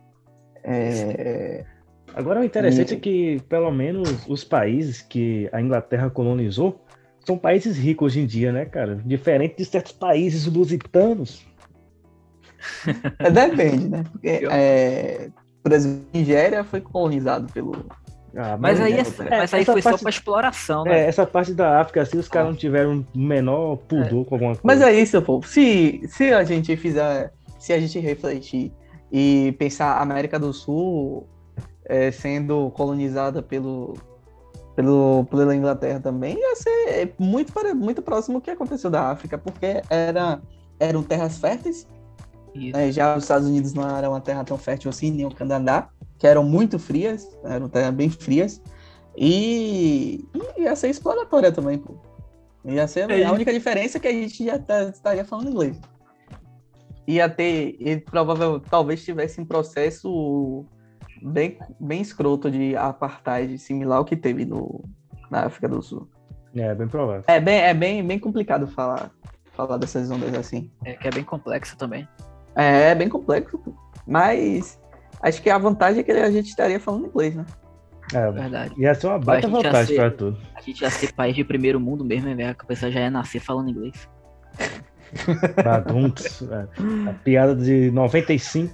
É, Agora o interessante E- é que, pelo menos, os países que a Inglaterra colonizou são países ricos hoje em dia, né, cara? Diferente de certos países lusitanos. é, depende, né? Porque, Eu- é, por exemplo, Nigéria foi colonizado pelo. Ah, Mas aí, é, essa- é, mas aí essa foi parte- só pra exploração, É, né? essa parte da África, assim, os caras Ah. não tiveram o menor pudor com alguma coisa. Mas é isso, pô. Se, se a gente fizer, se a gente refletir e pensar a América do Sul é, sendo colonizada pelo, pelo, pela Inglaterra também, ia ser muito, pare- muito próximo do que aconteceu da África, porque era, eram terras férteis. Isso. É, já os Estados Unidos não era uma terra tão fértil assim, nem o Canadá, que eram muito frias, eram terras bem frias, e, e ia ser exploratória também, pô. Ia ser É, a e- única diferença é que a gente já tá- estaria falando inglês. Ia ter, e provavelmente, talvez tivesse um processo bem, bem escroto de apartheid, similar ao que teve no, na África do Sul. É, bem provável. É bem, é bem, bem complicado falar, falar dessas ondas assim. É que é bem complexo também. É bem complexo, pô. Mas acho que a vantagem é que a gente estaria falando inglês, né? É, Verdade. ia ser uma baita A gente ia vantagem ser- pra tudo. A gente ia ser país de primeiro mundo mesmo, né? A pessoa já ia nascer falando inglês. Badunks, é. A piada de noventa e cinco.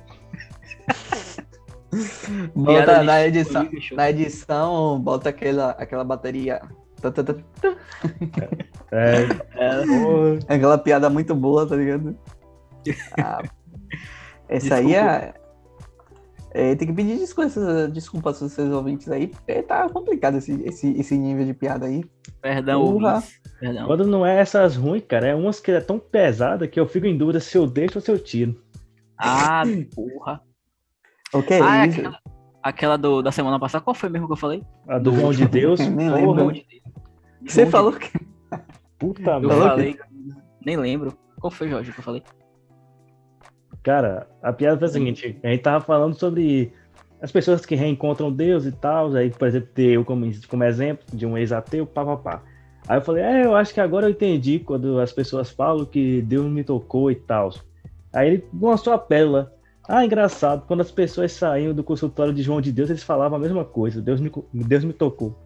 Bota Piada na de edição, show, show. na edição, bota aquela, aquela bateria. Tá, tá, tá, tá. É, É, porra. Aquela piada muito boa, tá ligado? Ah, essa aí é, é, tem que pedir desculpas, desculpas aos seus ouvintes aí, porque tá complicado esse, esse, esse nível de piada aí. Perdão, Porra. ouvintes. Perdão. Quando não é essas ruins, cara, é umas que é tão pesada que eu fico em dúvida se eu deixo ou se eu tiro. Ah, porra. O que é Ah, é isso? aquela, aquela do, da semana passada. Qual foi mesmo que eu falei? A do João de Deus, Nem porra, lembro. João de Deus. Você João de falou que. puta Eu merda. falei. Nem lembro. Qual foi, Jorge, que eu falei? Cara, a piada foi a seguinte, a gente tava falando sobre as pessoas que reencontram Deus e tal, aí, por exemplo, ter eu como, como exemplo de um ex-ateu, pá, pá, pá. Aí eu falei, é, eu acho que agora eu entendi quando as pessoas falam que Deus me tocou e tal. Aí ele lançou a pérola. Ah, engraçado, quando as pessoas saíam do consultório de João de Deus, eles falavam a mesma coisa, Deus me, Deus me tocou.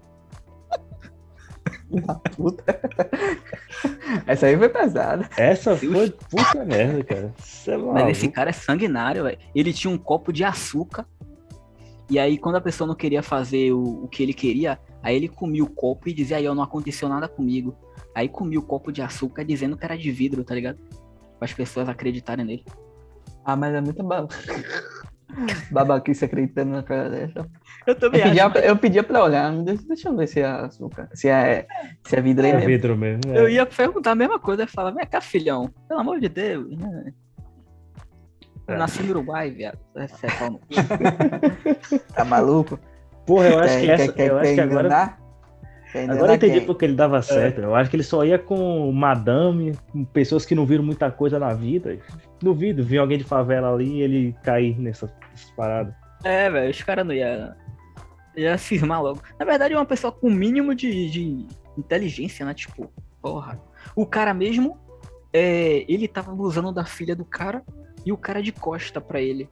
Puta. Essa aí foi pesada. Essa Deus. foi puta merda, cara. Cê é Mas maluco. esse cara é sanguinário, velho. Ele tinha um copo de açúcar. E aí, quando a pessoa não queria fazer o, o que ele queria, aí ele comia o copo e dizia, aí, ó, não aconteceu nada comigo. Aí comia o copo de açúcar dizendo que era de vidro, tá ligado? Para as pessoas acreditarem nele. Ah, mas é muito baba. Babaquice acreditando na cara dessa. Eu Eu também pedia, acho. eu pedia pra olhar, deixa, deixa eu ver se é açúcar. Se é, se é vidro aí É mesmo. vidro mesmo. é. Eu ia perguntar a mesma coisa, eu ia falar, vem cá, filhão, pelo amor de Deus, né? Eu É. nasci no Uruguai, viado. Esse é pau no cu. Tá maluco? Porra, eu acho Quer- que essa. quer- eu quer acho que agora. enganar? Agora eu entendi porque ele dava certo. É. Eu acho que ele só ia com madame, com pessoas que não viram muita coisa na vida. Duvido, vi alguém de favela ali e ele cair nessas, nessas paradas. É, velho, os caras não iam ia cismar logo. Na verdade, é uma pessoa com o mínimo de, de inteligência, né? Tipo, porra. O cara mesmo, é, ele tava abusando da filha do cara e o cara de costa pra ele.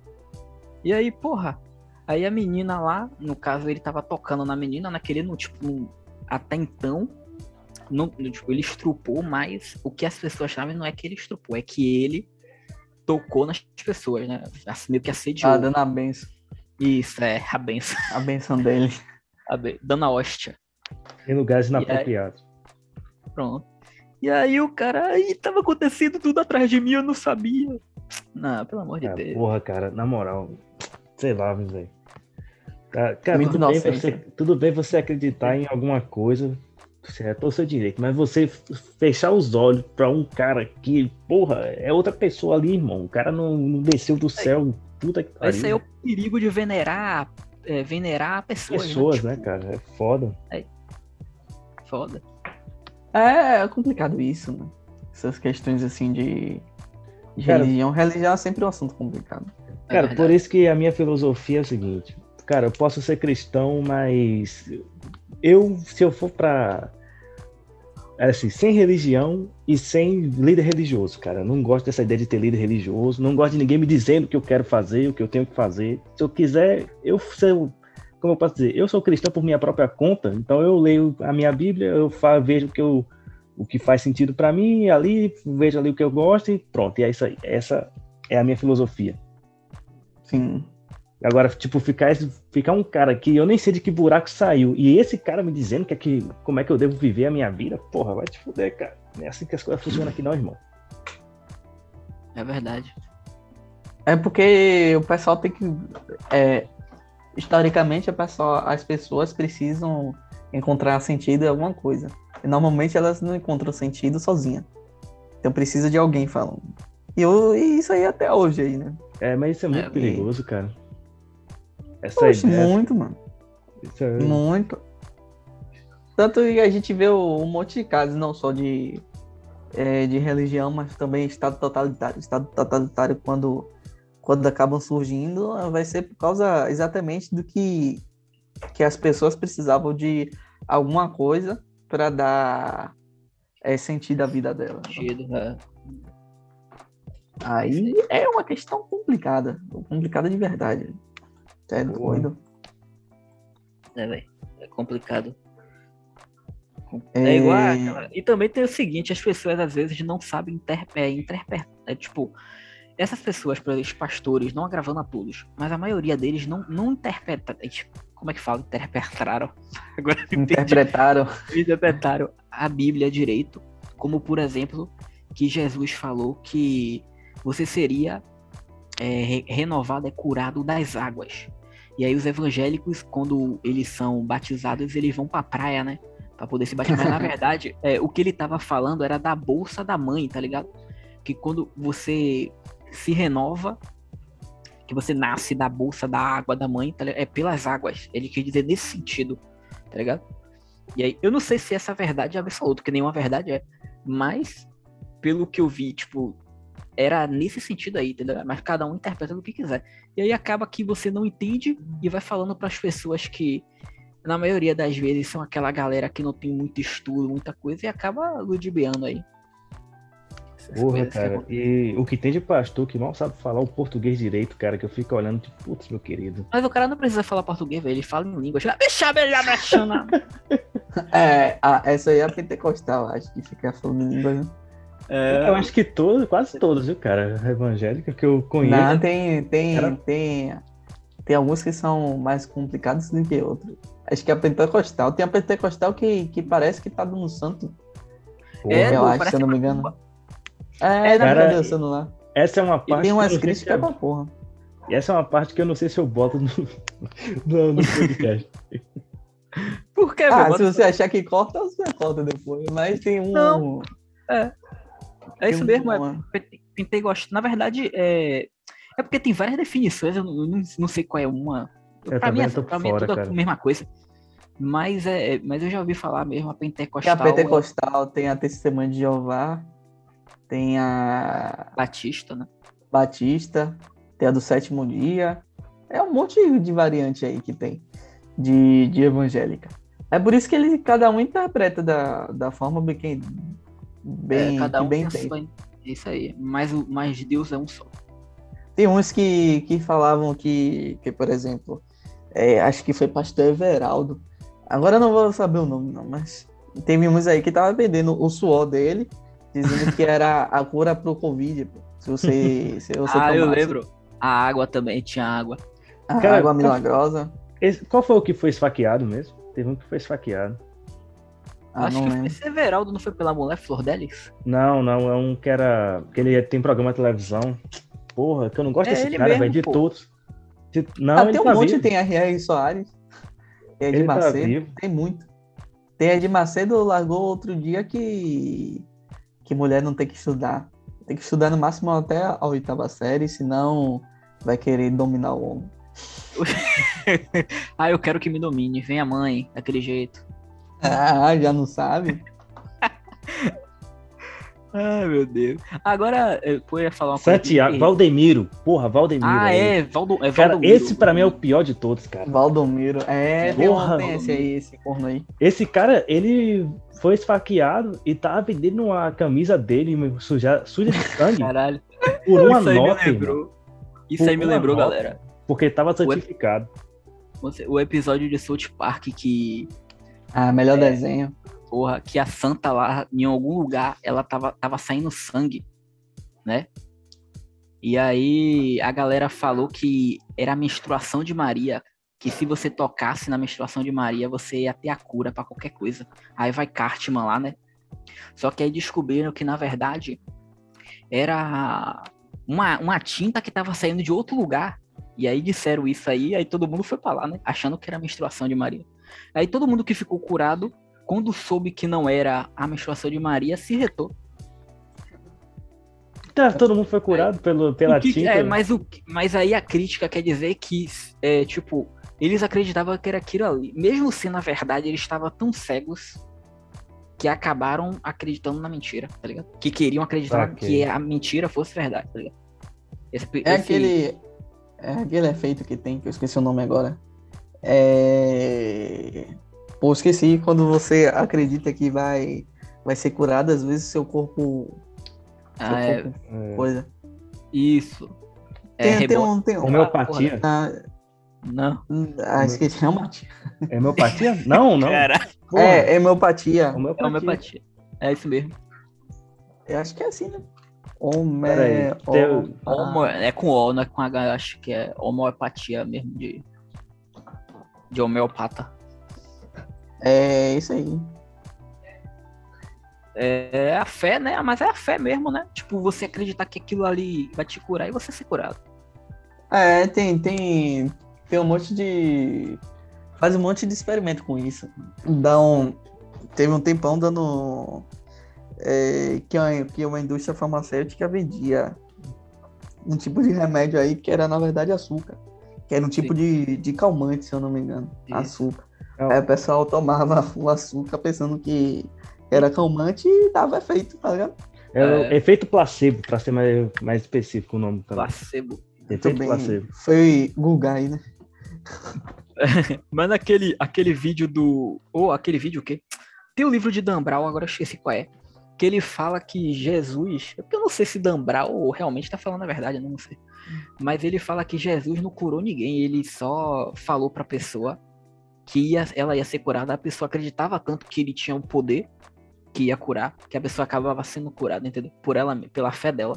E aí, porra, aí a menina lá, no caso, ele tava tocando na menina, naquele, no, tipo, até então, não, tipo, ele estrupou, mas o que as pessoas sabem não é que ele estrupou, é que ele tocou nas pessoas, né? Assim, meio que assediou. Ah, dando a benção. Isso, é, a benção. A benção dele. A ben... Dando a hóstia. Em lugares inapropriados. Aí... Pronto. E aí o cara, aí tava acontecendo tudo atrás de mim, eu não sabia. Não, pelo amor de ah, Deus. Porra, cara, na moral, sei lá, velho. Cara, Muito tudo, bem você, tudo bem você acreditar em alguma coisa, certo, é o seu direito, mas você fechar os olhos pra um cara que, porra, é outra pessoa ali, irmão. O cara não, não desceu do céu, puta que pariu. Esse aí é o perigo de venerar, é, venerar pessoas, Pessoas, né? né, Tipo, cara? É foda. É foda. É, é complicado isso, né? Essas questões assim de, de cara, religião. Religião é sempre um assunto complicado. Cara, é por isso que a minha filosofia é o seguinte. Cara, eu posso ser cristão, mas eu, se eu for pra... Assim, sem religião e sem líder religioso, cara. Eu não gosto dessa ideia de ter líder religioso. Não gosto de ninguém me dizendo o que eu quero fazer, o que eu tenho que fazer. Se eu quiser, eu sou... Como eu posso dizer? Eu sou cristão por minha própria conta. Então eu leio a minha Bíblia, eu faço, vejo o que, eu, o que faz sentido pra mim, e ali, vejo ali o que eu gosto e pronto. E é isso aí. Essa é a minha filosofia. Sim. Agora, tipo, ficar, ficar um cara que eu nem sei de que buraco saiu, e esse cara me dizendo que é que, como é que eu devo viver a minha vida, porra, vai te fuder, cara. Não é assim que as coisas funcionam aqui não, irmão. É verdade. É porque o pessoal tem que... É, historicamente, a pessoa, as pessoas precisam encontrar sentido em alguma coisa. E normalmente elas não encontram sentido sozinha. Então precisa de alguém falando. E, eu, e isso aí até hoje aí, né? É, mas isso é muito É, perigoso, cara. Essa Poxa, ideia... muito, mano. Isso é... Muito. Tanto que a gente vê um monte de casos, não só de, é, de religião, mas também Estado totalitário. Estado totalitário, quando, quando acabam surgindo, vai ser por causa exatamente do que, que as pessoas precisavam de alguma coisa para dar é, sentido à vida delas. Sentido, né? Aí é uma questão complicada. Complicada de verdade. É doido. É, velho. É complicado. É... É igual aquela... E também tem o seguinte, as pessoas às vezes não sabem interpretar. Interpre... É, tipo, essas pessoas, por exemplo, os pastores, não agravando a todos, mas a maioria deles não, não interpreta. Como é que fala? Interpretaram. Agora Interpretaram. Interpretaram a Bíblia direito. Como, por exemplo, que Jesus falou que você seria é, re- renovado, é curado das águas. E aí os evangélicos, quando eles são batizados, eles vão pra praia, né? Pra poder se batizar. Mas na verdade, é, o que ele tava falando era da bolsa da mãe, tá ligado? Que quando você se renova, que você nasce da bolsa da água da mãe, tá ligado? É pelas águas. Ele quer dizer nesse sentido, tá ligado? E aí, eu não sei se essa verdade é absoluta, que nenhuma verdade é. Mas, pelo que eu vi, tipo, era nesse sentido aí, entendeu? Mas cada um interpreta do que quiser. E aí acaba que você não entende e vai falando pras pessoas que, na maioria das vezes, são aquela galera que não tem muito estudo, muita coisa, e acaba ludibriando aí. Essas Porra, coisas que cara. acontecem. E o que tem de pastor que mal sabe falar o português direito, cara, que eu fico olhando, tipo, putz, meu querido. Mas o cara não precisa falar português, velho. Ele fala em língua. É, a, essa aí é a pentecostal, acho que fica falando em língua, né? Eu acho que todos, quase todos, viu, cara, evangélica que eu conheço. Não, tem, tem, Era- tem, tem alguns que são mais complicados do que outros. Acho que a pentecostal, tem a pentecostal que, que parece que tá dando santo, Porra, É, eu pô, acho, parece se eu não me uma engano. tumba. É, Cara, cara, dançando lá. essa é uma E parte tem que umas eu não sei críticas se pra eu- porra. E essa é uma parte que eu não sei se eu boto no, no, no podcast. Por que, Ah, velho? se você achar que corta, você corta depois. Mas tem um... Não. É tem isso um- mesmo, é uma- pentecostal. Na verdade, é... é porque tem várias definições, eu não, eu não, não sei qual é uma. Eu Pra mim, também é, tô pra por mim é fora, tudo cara. a mesma coisa. Mas, é, mas eu já ouvi falar mesmo, a Tem a pentecostal, Pentecostal, tem a Testemunha de Jeová, tem a é batista, né? Batista, tem a do Sétimo Dia. É um monte de variante aí que tem de, de evangélica. É por isso que ele, cada um interpreta da, da forma bem, que- É, bem, cada que um bem tem a tem. sua. É isso aí. Mas, o- mas Deus é um só. Tem uns que, que falavam que, que, por exemplo, é, acho que foi pastor Everaldo. Agora eu não vou saber o nome, não, mas teve uns aí que tava vendendo o suor dele, dizendo que era a cura pro Covid, pô, se você, se você Ah, eu tomasse lembro. A água também, tinha água. a Cara, água qual- milagrosa. Esse- qual foi o que foi esfaqueado mesmo? Teve um que foi esfaqueado. Ah, Acho não que lembro. esse Everaldo não foi pela mulher Flor Delis? Não, não, é um que era. Que ele tem programa de televisão. Porra, que eu não gosto É desse ele cara, mesmo, velho, de pô. todos. De- Não, Ah, ele tem um tá monte, vivo. tem a R R Soares, tem a de Ele tá Macedo, vivo. tem muito. Tem a de Macedo, largou outro dia que, que mulher não tem que estudar. Tem que estudar no máximo até a oitava série, senão vai querer dominar o homem. Ah, eu quero que me domine. Vem a mãe, daquele jeito. Ah, já não sabe? Ai, meu Deus. Agora, eu ia falar uma coisa. Santiago, que- Valdemiro. Porra, Valdemiro. Ah, é é, esse. Valdo, é Cara, Valdomiro. esse pra mim é o pior de todos, cara. Valdomiro. É, tem, um, Porra, tem esse aí, esse corno aí. Esse cara, ele foi esfaqueado e tava vendendo a camisa dele suja, suja de sangue Caralho. por uma Isso aí me nota, irmão. lembrou. Isso Por aí me uma lembrou, nota. galera. Porque tava certificado. Você- O episódio de South Park que, Ah, melhor desenho. porra, que a Santa lá, em algum lugar, ela tava, tava saindo sangue, né? E aí a galera falou que era a menstruação de Maria, que se você tocasse na menstruação de Maria, você ia ter a cura pra qualquer coisa. Aí vai Cartman lá, né? Só que aí descobriram que, na verdade, era uma, uma tinta que tava saindo de outro lugar. E aí disseram isso aí, aí todo mundo foi pra lá, né? Achando que era a menstruação de Maria. Aí todo mundo que ficou curado, quando soube que não era a menstruação de Maria, se retou. Tá, todo mundo foi curado pelo, pela O que- tinta. é, mas, o, mas aí a crítica quer dizer que, é, tipo, eles acreditavam que era aquilo ali. Mesmo se, na verdade, eles estavam tão cegos que acabaram acreditando na mentira, tá ligado? Que queriam acreditar Ok. que a mentira fosse verdade, tá ligado? Esse, É esse- aquele. É aquele efeito que tem, que eu esqueci o nome agora. É. Pô, esqueci. Quando você acredita que vai, vai ser curado, às vezes seu corpo. Seu Ah, é, corpo É, coisa. isso. É, Tem, tem rebote. um. Tem um homeopatia. ah, Não. ah, esqueci. Homeopatia. É homeopatia? Não, não. Cara, Porra, É, hemeopatia. é homeopatia. homeopatia. É isso mesmo. Eu acho que é assim, né? Home... Peraí, tem- Homo, é com O, não é com H, eu acho que é homeopatia mesmo, de, de homeopata. É isso aí. É a fé, né? Mas é a fé mesmo, né? Tipo, você acreditar que aquilo ali vai te curar e você ser curado. É, tem, tem, tem um monte de. Faz um monte de experimento com isso. Dá um, teve um tempão dando. É, que, a, que uma indústria farmacêutica vendia um tipo de remédio aí que era, na verdade, açúcar. Que era um tipo de, de calmante, se eu não me engano. Isso. Açúcar. Não. Aí o pessoal tomava o açúcar pensando que era calmante e dava efeito, tá ligado? É o É. efeito placebo, pra ser mais, mais específico o nome também. Placebo. Muito Efeito bem. placebo. Foi Google aí, né? Mas aquele, aquele vídeo do... Ou aquele vídeo o quê? Tem o livro de Dan Brown, agora eu esqueci qual é. Que ele fala que Jesus... Porque eu não sei se Dan Brown realmente tá falando a verdade, eu não sei. Mas ele fala que Jesus não curou ninguém. Ele só falou pra pessoa que ia, ela ia ser curada. A pessoa acreditava tanto que ele tinha o poder que ia curar, que a pessoa acabava sendo curada, entendeu? Por ela, pela fé dela.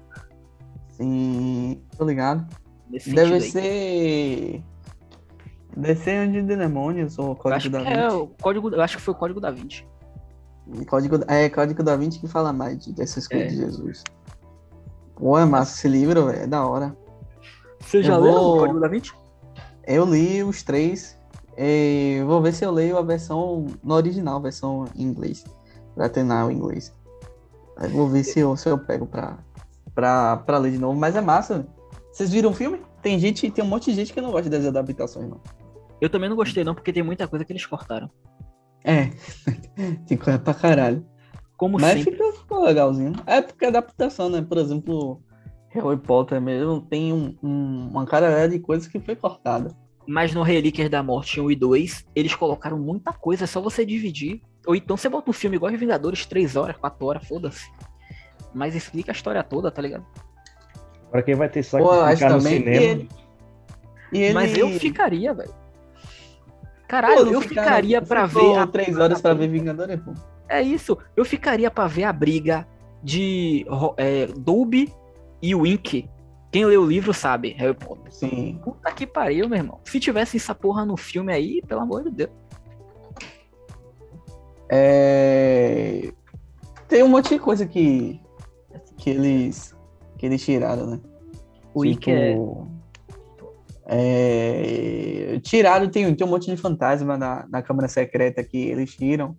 Sim, tô ligado. Nesse Deve sentido aí. ser. Deve ser de demônios ou Eu Código acho, da que é, Vinci. o código, eu acho que foi o Código da Vinci. Código, é Código da Vinci que fala mais de- dessas coisas É. de Jesus. Pô, é massa esse livro, velho, é da hora. Você já Eu leu vou- o Código da Vinci? Eu li os três. E vou ver se eu leio a versão no original, a versão em inglês. Pra treinar o inglês. Aí vou ver se eu, se eu pego pra, pra, pra ler de novo. Mas é massa. Vocês viram o filme? Tem gente, tem um monte de gente que não gosta das adaptações, não. Eu também não gostei não, porque tem muita coisa que eles cortaram. É, tem coisa pra caralho. Como Mas sempre. ficou, ficou legalzinho. É porque é adaptação, né? Por exemplo, Harry Potter mesmo tem um, um, uma caralhada de coisas que foi cortada. Mas no Relíquias da Morte um e dois, eles colocaram muita coisa, é só você dividir. Ou então você bota um filme igual de Vingadores, três horas, quatro horas, foda-se. Mas explica a história toda, tá ligado? Pra quem vai ter só Pô, que eu acho ficar no também cinema. que ele- E ele... Mas eu ficaria, velho. Caralho, Pô, não eu ficar- ficaria não pra ficou ver. A... três horas pra ver Vingadores, pô. É isso, eu ficaria pra ver a briga de Ro- é, Dobby e Wink. Quem lê o livro sabe, Harry Potter. Sim. Puta que pariu, meu irmão. Se tivesse essa porra no filme aí, pelo amor de Deus. É... Tem um monte de coisa que, que, eles, que eles tiraram, né? O Wink é. é... Tiraram, tem, tem um monte de fantasma na, na Câmara Secreta que eles tiram.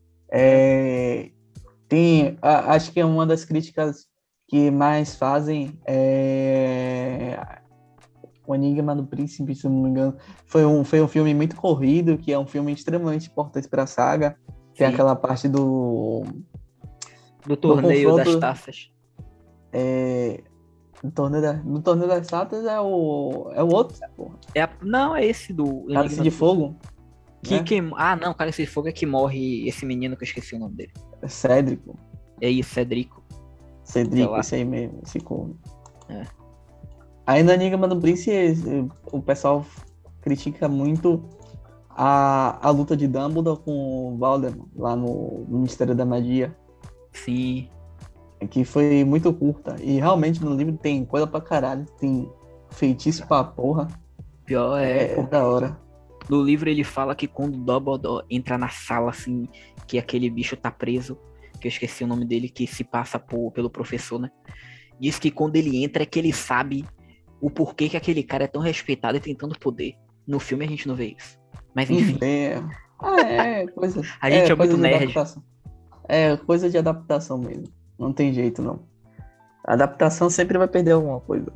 É... Tem, a, acho que é uma das críticas que mais fazem é... O Enigma do Príncipe, se não me engano. Foi um, foi um filme muito corrido, que é um filme extremamente importante para a saga. Tem Sim. aquela parte do... Do torneio confronto- das taças. É... No torneio, da, no torneio das Satas é o, é o outro, porra. É a- Não, é esse do. Cálice Enigma de do- Fogo. Que, né? que... Ah, não, Cálice de Fogo é que morre esse menino que eu esqueci o nome dele. É Cédrico. É isso, Cedrico. Sei Cedrico, lá. esse aí mesmo, esse corno. É. Aí no Enigma do Príncipe, o pessoal critica muito a, a luta de Dumbledore com o Voldemort, lá no Ministério da Magia, Sim. que foi muito curta. E realmente no livro tem coisa pra caralho, tem feitiço pra porra. Pior É, é. da hora. No livro ele fala que quando o Dumbledore entra na sala, assim, que aquele bicho tá preso, que eu esqueci o nome dele, que se passa por, pelo professor, né? Diz que quando ele entra é que ele sabe o porquê que aquele cara é tão respeitado e tem tanto poder. No filme a gente não vê isso. Mas enfim, É, ah, é coisa. a gente é, coisa muito de nerd. adaptação. É coisa de adaptação mesmo. Não tem jeito, não. A adaptação sempre vai perder alguma coisa.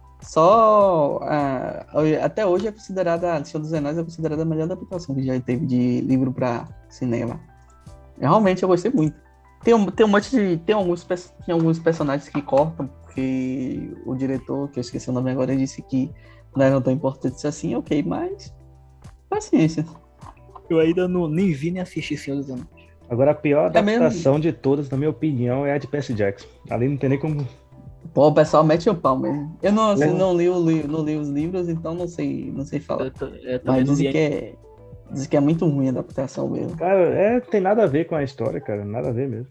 Só. ah, até hoje é considerada. Senhor dos Anéis é considerada a melhor adaptação que já teve de livro pra cinema. Realmente eu gostei muito. Tem um, tem um monte de. Tem alguns, pers- tem alguns personagens que cortam, porque o diretor, que eu esqueci o nome agora, disse que não eram tão importantes assim, ok, mas. Paciência. Eu ainda não, nem vi nem assisti Senhor dos Anéis. Agora, a pior É mesmo? adaptação de todas, na minha opinião, é a de Percy Jackson. Ali não tem nem como. Pô, o pessoal mete o pau mesmo. Eu não, assim, É. não, li, o li- não li os livros, então não sei, não sei falar. Eu, tô- eu também Mas não dizem vi. que, é, dizem que é muito ruim a adaptação mesmo. Cara, é, tem nada a ver com a história, cara. Nada a ver mesmo.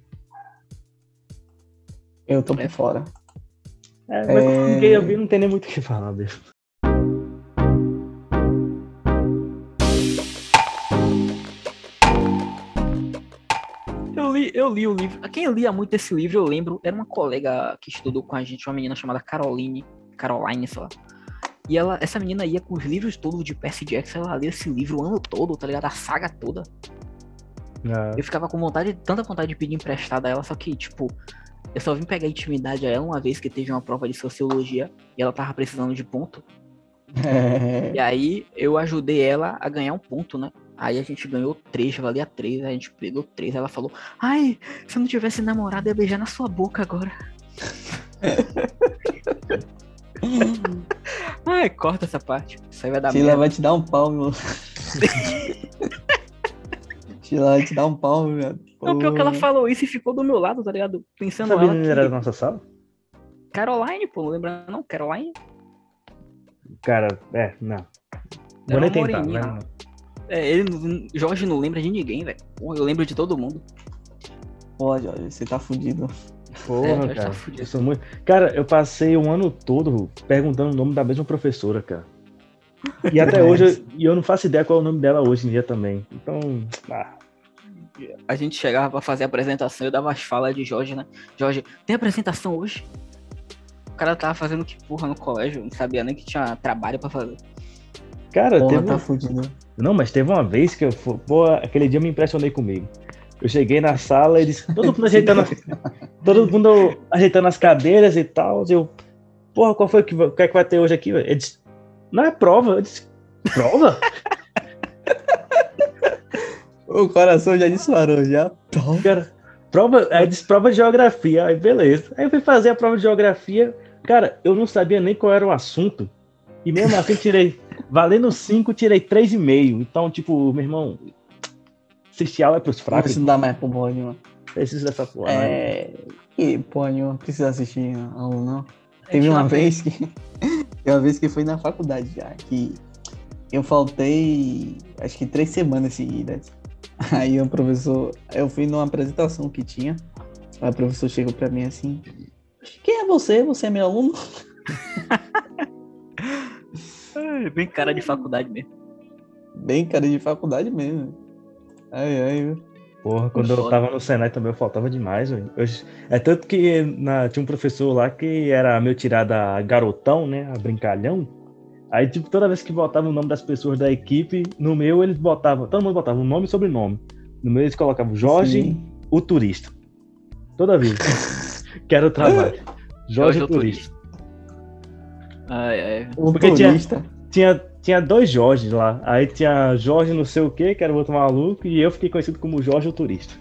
Eu tô por É. fora. É, mas É. como ninguém eu vi, não tem nem muito o que falar mesmo. Eu li, eu li o livro. Quem lia muito esse livro, eu lembro, era uma colega que estudou com a gente, uma menina chamada Caroline, Caroline, sei lá. E ela, essa menina ia com os livros todos de Percy Jackson, ela lia esse livro o ano todo, tá ligado? A saga toda. Ah, Eu ficava com vontade, tanta vontade de pedir emprestada a ela, só que, tipo, eu só vim pegar intimidade a ela uma vez que teve uma prova de sociologia e ela tava precisando de ponto. É, E aí eu ajudei ela a ganhar um ponto, né? Aí a gente ganhou três, valia três, a gente pegou três. Ela falou, ai, se eu não tivesse namorado, eu ia beijar na sua boca agora. Ai, corta essa parte. Isso aí vai dar Sheila merda. vai te dar um pau, meu. Sheila vai te dar um pau, meu. Não, pior que ela falou isso e ficou do meu lado, tá ligado? Pensando essa ela menina era da que... nossa sala? Caroline, pô, não lembra não? Caroline? Cara, é, não. Era Vou nem uma tentar, moreninha. né? É, ele, não- Jorge não lembra de ninguém, velho. Pô, eu lembro de todo mundo. Pô, Jorge, você tá fudido. Porra, É, já cara. tá fudido. Eu sou muito... Cara, eu passei um ano todo perguntando o nome da mesma professora, cara. E até hoje, eu, e eu não faço ideia qual é o nome dela hoje em dia também. Então, ah, A gente chegava pra fazer a apresentação e eu dava as falas de Jorge, né? Jorge, tem apresentação hoje? O cara tava fazendo que porra no colégio, não sabia nem que tinha trabalho pra fazer. cara, Porra, teve... tá fudido. Não, mas teve uma vez que eu fui... Pô, aquele dia eu me impressionei comigo. Eu cheguei na sala e eles... todo mundo ajeitando as... todo mundo ajeitando as cadeiras e tal. Eu, porra, qual foi que, o que é que vai ter hoje aqui? Velho? Ele disse, não é prova. Eu disse, prova? O coração já disparou, já. Cara, prova, aí disse prova de geografia, aí beleza. Aí eu fui fazer a prova de geografia, cara, eu não sabia nem qual era o assunto. E mesmo assim tirei, valendo cinco, tirei três e meio. Então, tipo, meu irmão, assistir aula é pros fracos. Não dá mais pro porra nenhuma. Preciso dessa porra, né? É... Que porra nenhuma, precisa assistir aula, não. É, Teve tira uma a- vez que... Teve uma vez que foi na faculdade já, que eu faltei, acho que três semanas seguidas. Aí o professor... Eu fui numa apresentação que tinha. Aí o professor chegou pra mim assim... Quem é você? Você é meu aluno? É bem cara de faculdade mesmo. Bem cara de faculdade mesmo. Ai, ai, viu? Porra, quando eu Foda. tava no Senai também eu faltava demais, velho. Eu- É tanto que na- tinha um professor lá que era meu tirada garotão, né? A brincalhão. Aí, tipo, toda vez que botava o nome das pessoas da equipe, no meu eles botavam, todo mundo botava o nome e sobrenome. No meu eles colocavam Jorge, Sim. o turista. Toda vez. Que era o trabalho. Jorge, Jorge o turista. Ai, ai. O Porque tinha- turista. Tinha, tinha dois Jorges lá. Aí tinha Jorge não sei o que, que era o outro maluco, e eu fiquei conhecido como Jorge o turista.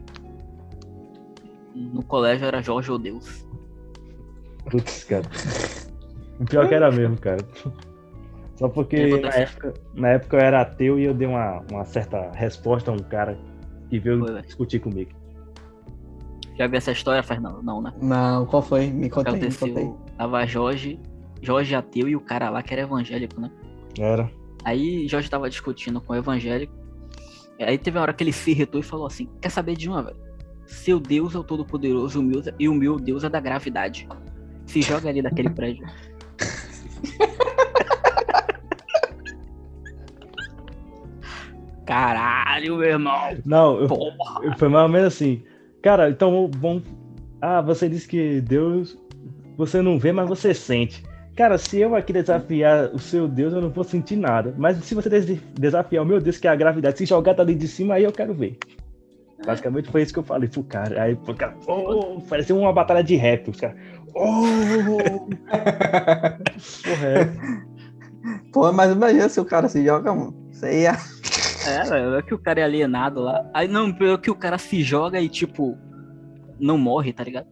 No colégio era Jorge ou Deus. Putz, cara. O pior que era mesmo, cara. Só porque Eu vou na deixar. época, na época eu era ateu e eu dei uma, uma certa resposta a um cara que veio Foi, velho. discutir comigo. Já viu essa história, Fernando? Não, né? Não, qual foi? Me O que contei, me contei. aconteceu? Tava Jorge, Jorge ateu e o cara lá que era evangélico, né? Era. Aí Jorge tava discutindo com o evangélico. Aí teve uma hora que ele se irritou e falou assim: quer saber de uma, velho? Seu Deus é o Todo-Poderoso o meu- e o meu Deus é da gravidade. Se joga ali daquele prédio. Caralho, meu irmão. Não, eu, Porra. foi mais ou menos assim. Cara, então vamos. Ah, você disse que Deus. Você não vê, mas você sente. Cara, se eu aqui desafiar o seu Deus, eu não vou sentir nada. Mas se você des- desafiar o meu Deus, que é a gravidade, se jogar dali de cima, aí eu quero ver. Basicamente foi isso que eu falei pro cara. Aí o cara, oh, parecia uma batalha de rap. Os caras, oh! Porra, é. Pô, mas imagina se o cara se joga, mano. Isso aí é... É, velho, é que o cara é alienado lá. Aí não, pior que o cara se joga e tipo, não morre, tá ligado?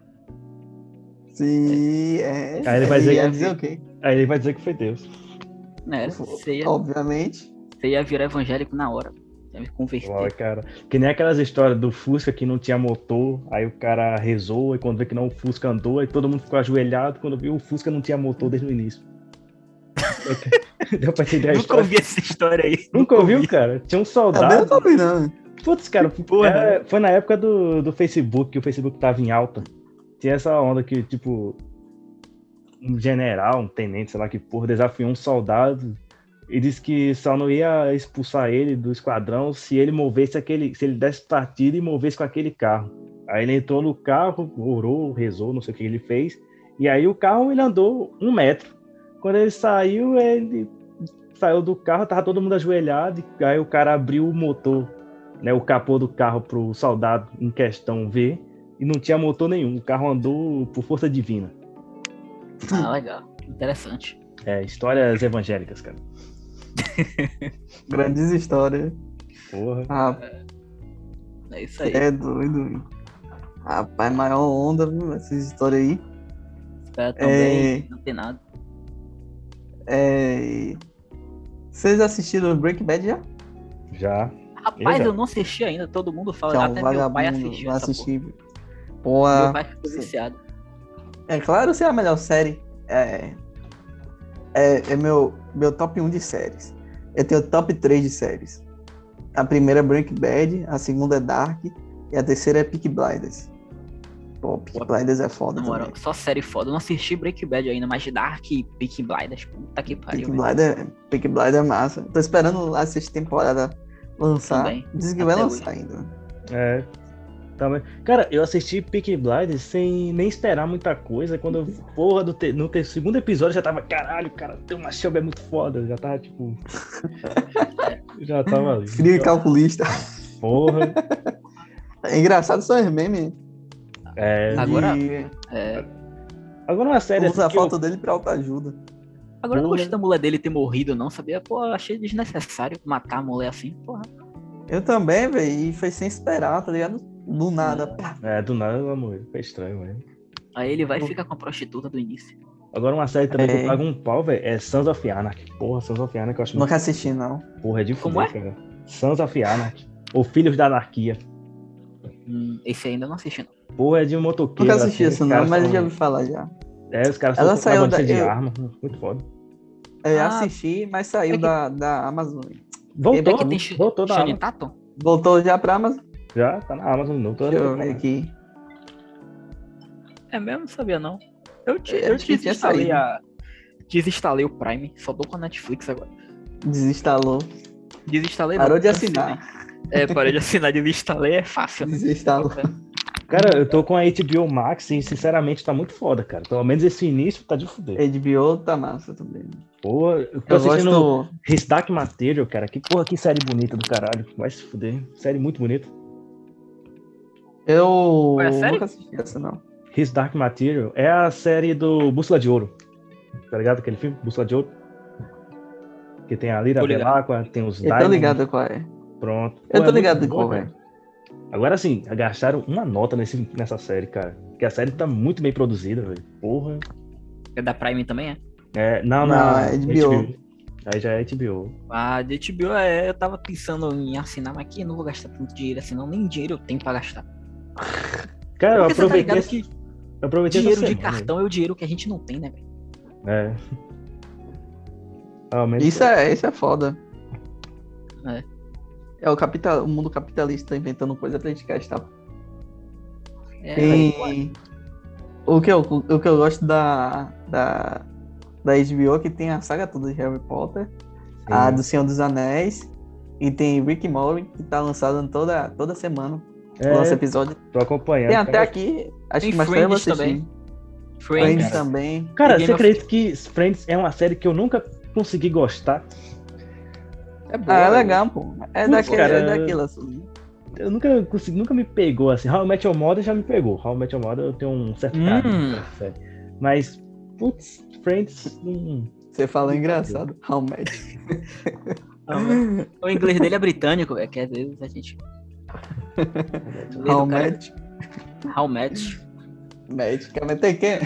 Sim, é... Aí ele vai dizer ia que- dizer o quê? Aí ele vai dizer que foi Deus. É, você ia, Obviamente. você ia virar evangélico na hora. Ia me Olha, converter. cara. Que nem aquelas histórias do Fusca que não tinha motor, aí o cara rezou, e quando vê que não, o Fusca andou, aí todo mundo ficou ajoelhado, quando viu o Fusca não tinha motor desde o início. Deu pra entender a Nunca história? ouvi essa história aí. Nunca ouviu, cara? Tinha um Também não soldado. tô opinando. Putz, cara, Porra. é, foi na época do, do Facebook, que o Facebook tava em alta. Tinha essa onda que, tipo, um general, um tenente, sei lá que porra, desafiou um soldado e disse que só não ia expulsar ele do esquadrão se ele movesse aquele, se ele desse partida e movesse com aquele carro. Aí ele entrou no carro, orou, rezou, não sei o que ele fez, e aí o carro ele andou um metro. Quando ele saiu, ele saiu do carro, tava todo mundo ajoelhado, e aí o cara abriu o motor, né, o capô do carro pro soldado em questão ver, e não tinha motor nenhum, o carro andou por força divina. Ah, legal. Interessante. É, histórias evangélicas, cara. Grandes histórias. Porra. Ah, É isso aí. é doido. Rapaz, maior onda, viu? Essas histórias aí. Os caras também É. não tem nada. É... Vocês assistiram Breaking Bad já? Já. Rapaz, já. eu não assisti ainda. Todo mundo fala. Já, Até um meu pai vagabundo, assistiu vai essa assistir. porra. Porra. Meu pai ficou viciado. É claro, se é a melhor série. É, é, é meu, meu top um de séries. Eu tenho top três de séries. A primeira é Breaking Bad, a segunda é Dark e a terceira é Peaky Blinders. Pô, Peaky Pô, Blinders é foda Na moral, também. só série foda. Eu não assisti Breaking Bad ainda, mas Dark e Peaky Blinders. Puta que pariu. Peaky velho. Blinders, Peaky Blinders é massa. Tô esperando a sexta temporada lançar. Também, Diz que vai até lançar ainda. É. Também. Cara, eu assisti Peaky Blinders sem nem esperar muita coisa. Quando eu, porra, do te- no te- segundo episódio já tava, caralho, cara, tem uma chave é muito foda. Já tava, tipo. já tava ali. Frio e calculista. Porra. É engraçado são os memes. É. Agora- de- É, Agora uma série usa a assim que eu- foto dele pra autoajuda. agora eu não Porra. gostei da mulher dele ter morrido, não, sabia? Pô, eu achei desnecessário matar a mulher assim, porra. Eu também, velho, e foi sem esperar, tá ligado? Do nada, pá. É, do nada ela morreu. Foi estranho, velho. Aí ele vai e fica com a prostituta do início. Agora uma série também que É. eu pago um pau, velho, é Sons of Anarchy. Porra, Sons of Anarchy eu acho Nunca assisti, não. muito... Porra, é de Como fuder, cara. Sons of Anarchy. Ou Filhos da Anarquia. Hum, esse ainda não assisti, não. Porra, é de um motoqueiro. Nunca assisti assim, isso, os não, caras mas são- já ouvi falar já. É, os caras Ela são saiu da- contrabandistas de eu- arma. Muito foda. Eu Ah. assisti, mas saiu É que- da, da Amazon. Voltou, É que tem Sh- voltou da Channing Amazon. Tatum? Voltou já pra Amazon? Já tá na Amazon, não tô Deixa eu ver aqui. É mesmo? Não sabia, não. Eu, te, É, eu acho que tinha desinstalei saído. a... Desinstalei o Prime, só tô com a Netflix agora. Desinstalou. Desinstalei Parou não, de cancelei. assinar. É, parei de assinar, desinstalei, é fácil. né? Desinstalou. Cara, eu tô com a H B O Max e sinceramente tá muito foda, cara. Pelo menos esse início tá de fuder. H B O tá massa também. Porra, eu tô Eu assistindo gosto. His Dark Material, cara. Que porra, que série bonita do caralho. Vai se fuder. Série muito bonita. Eu Qual é a série? nunca assisti essa, não. His Dark Material é a série do Bússola de Ouro. Tá ligado aquele filme? Bússola de Ouro? Que tem a Lira Tô ligado. Belacqua, tem os Eu tô Diamond. ligado qual é. Pronto. Eu Pô, tô é ligado muito de qual, boa, velho. cara. Agora sim, gastaram uma nota nesse, nessa série, cara. Porque a série tá muito bem produzida, velho. Porra. É da Prime também, é? É, não, Não, não. é H B O. Aí já é H B O. A de H B O, é, eu tava pensando em assinar, mas aqui eu não vou gastar tanto dinheiro assim, não. Nem dinheiro eu tenho pra gastar. Cara, eu Porque você tá aproveitei, ligado que eu aproveitei dinheiro essa de semana. cartão é o dinheiro que a gente não tem, né, velho? É. Realmente. Isso é, isso é foda. É. É o, capital, o mundo capitalista inventando coisa pra gente gastar. É, velho, pô, Tem... O que, eu, o que eu gosto da, da, da H B O é que tem a saga toda de Harry Potter, a do Senhor dos Anéis, e tem Rick and Morty, que tá lançado toda, toda semana. É, Lança episódio. tô acompanhando. Tem até cara. aqui, acho Tem que mais tarde eu vou Friends assistir. também. Friends Friends. cara. também. Cara, E Game você of- acredita que Friends é uma série que eu nunca consegui gostar? É boa, Ah, é velho. legal, pô. É, Putz, daquele, cara, é daquilo assim. Eu nunca consegui, nunca me pegou assim. How I Met Your Mother já me pegou. How I Met Your Mother eu tenho um certo Hum. carinho pela série. Mas, putz, Friends. Hum, Você fala engraçado. How much? O inglês dele é britânico, velho, que às vezes a gente... How do cara- much? How much? Médica, mas tem que.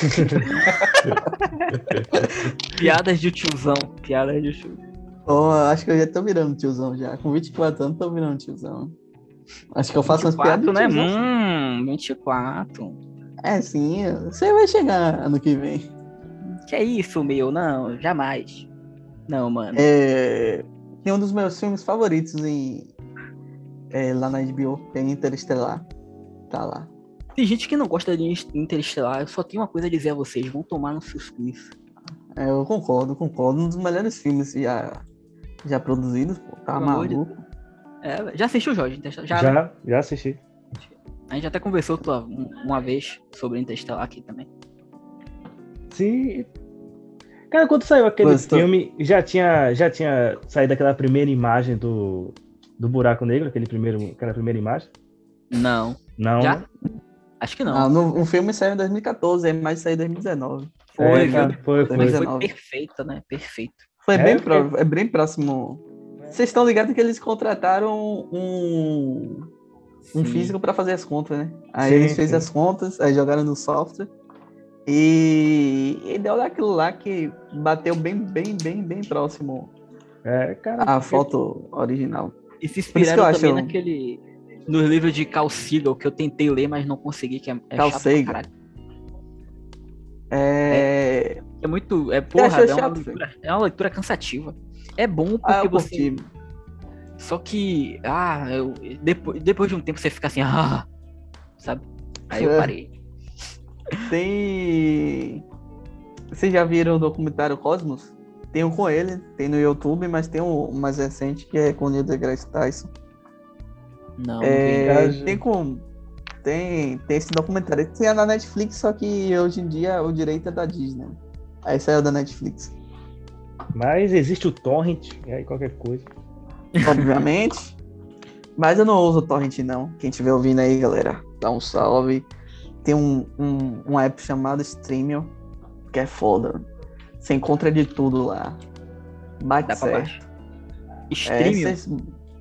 Piadas de tiozão. Piadas de tiozão. Oh, acho que eu já tô virando tiozão já. Com vinte e quatro anos, tô virando tiozão. Acho que eu faço umas piadas de né? tiozão. Hum, vinte e quatro. É, sim. Você vai chegar ano que vem. Que é isso, meu? Não, jamais. Não, mano. É, tem um dos meus filmes favoritos em, é, lá na H B O, que é Interestelar. Tá lá. Tem gente que não gosta de Interestelar. Eu só tenho uma coisa a dizer a vocês. Vão tomar nos seus quiz. É, eu concordo, concordo. Um dos melhores filmes já, já produzidos, pô. Tá Pelo amor de maluco. É, já assistiu, Jorge? Interestelar? Já, já, né? já assisti. A gente até conversou tua- um- uma vez sobre Interestelar aqui também. Sim. Cara, quando saiu aquele Gostou? filme, já tinha, já tinha saído aquela primeira imagem do, do buraco negro, aquele primeiro, aquela primeira imagem? Não. Não. Já? Acho que não. Ah, no, o filme saiu em dois mil e catorze, mas saiu em dois mil e dezenove. Foi, É, viu? cara, foi, foi. Mas foi dezenove. perfeita, né? Perfeito. Foi É, bem, porque- pró- é bem próximo. Vocês estão ligados que eles contrataram um, um Sim. físico para fazer as contas, né? Aí Sim, eles fez sim. as contas, aí jogaram no software e, e deu aquilo lá que bateu bem, bem, bem, bem próximo É, cara. à porque- foto original. E se Por isso que inspiraram eu também acho- naquele... Nos livros de Carl Sagan, que eu tentei ler, mas não consegui, que é, é Carl chato pra Sagan. caralho. É... É muito... É, porra, achou é uma, chato, leitura, é uma leitura cansativa. É bom porque Ah, eu você... curti. Só que... Ah, eu, depois, depois de um tempo você fica assim... Ah, sabe? Aí eu É. parei. Tem. Vocês já viram o documentário Cosmos? Tem um com ele, tem no YouTube, mas tem um mais recente que é com o Neil deGrasse Tyson. Não, É, não vi. tem com. Tem, tem esse documentário. Tem na Netflix, só que hoje em dia o direito é da Disney. Aí saiu da Netflix. Mas existe o Torrent, e aí qualquer coisa. Obviamente. Mas eu não uso torrent, não. Quem estiver ouvindo aí, galera, dá um salve. Tem um, um, um app chamado Streamio, que é foda. Você encontra de tudo lá. Bate dá pra certo. baixo. É, Streamio? cês-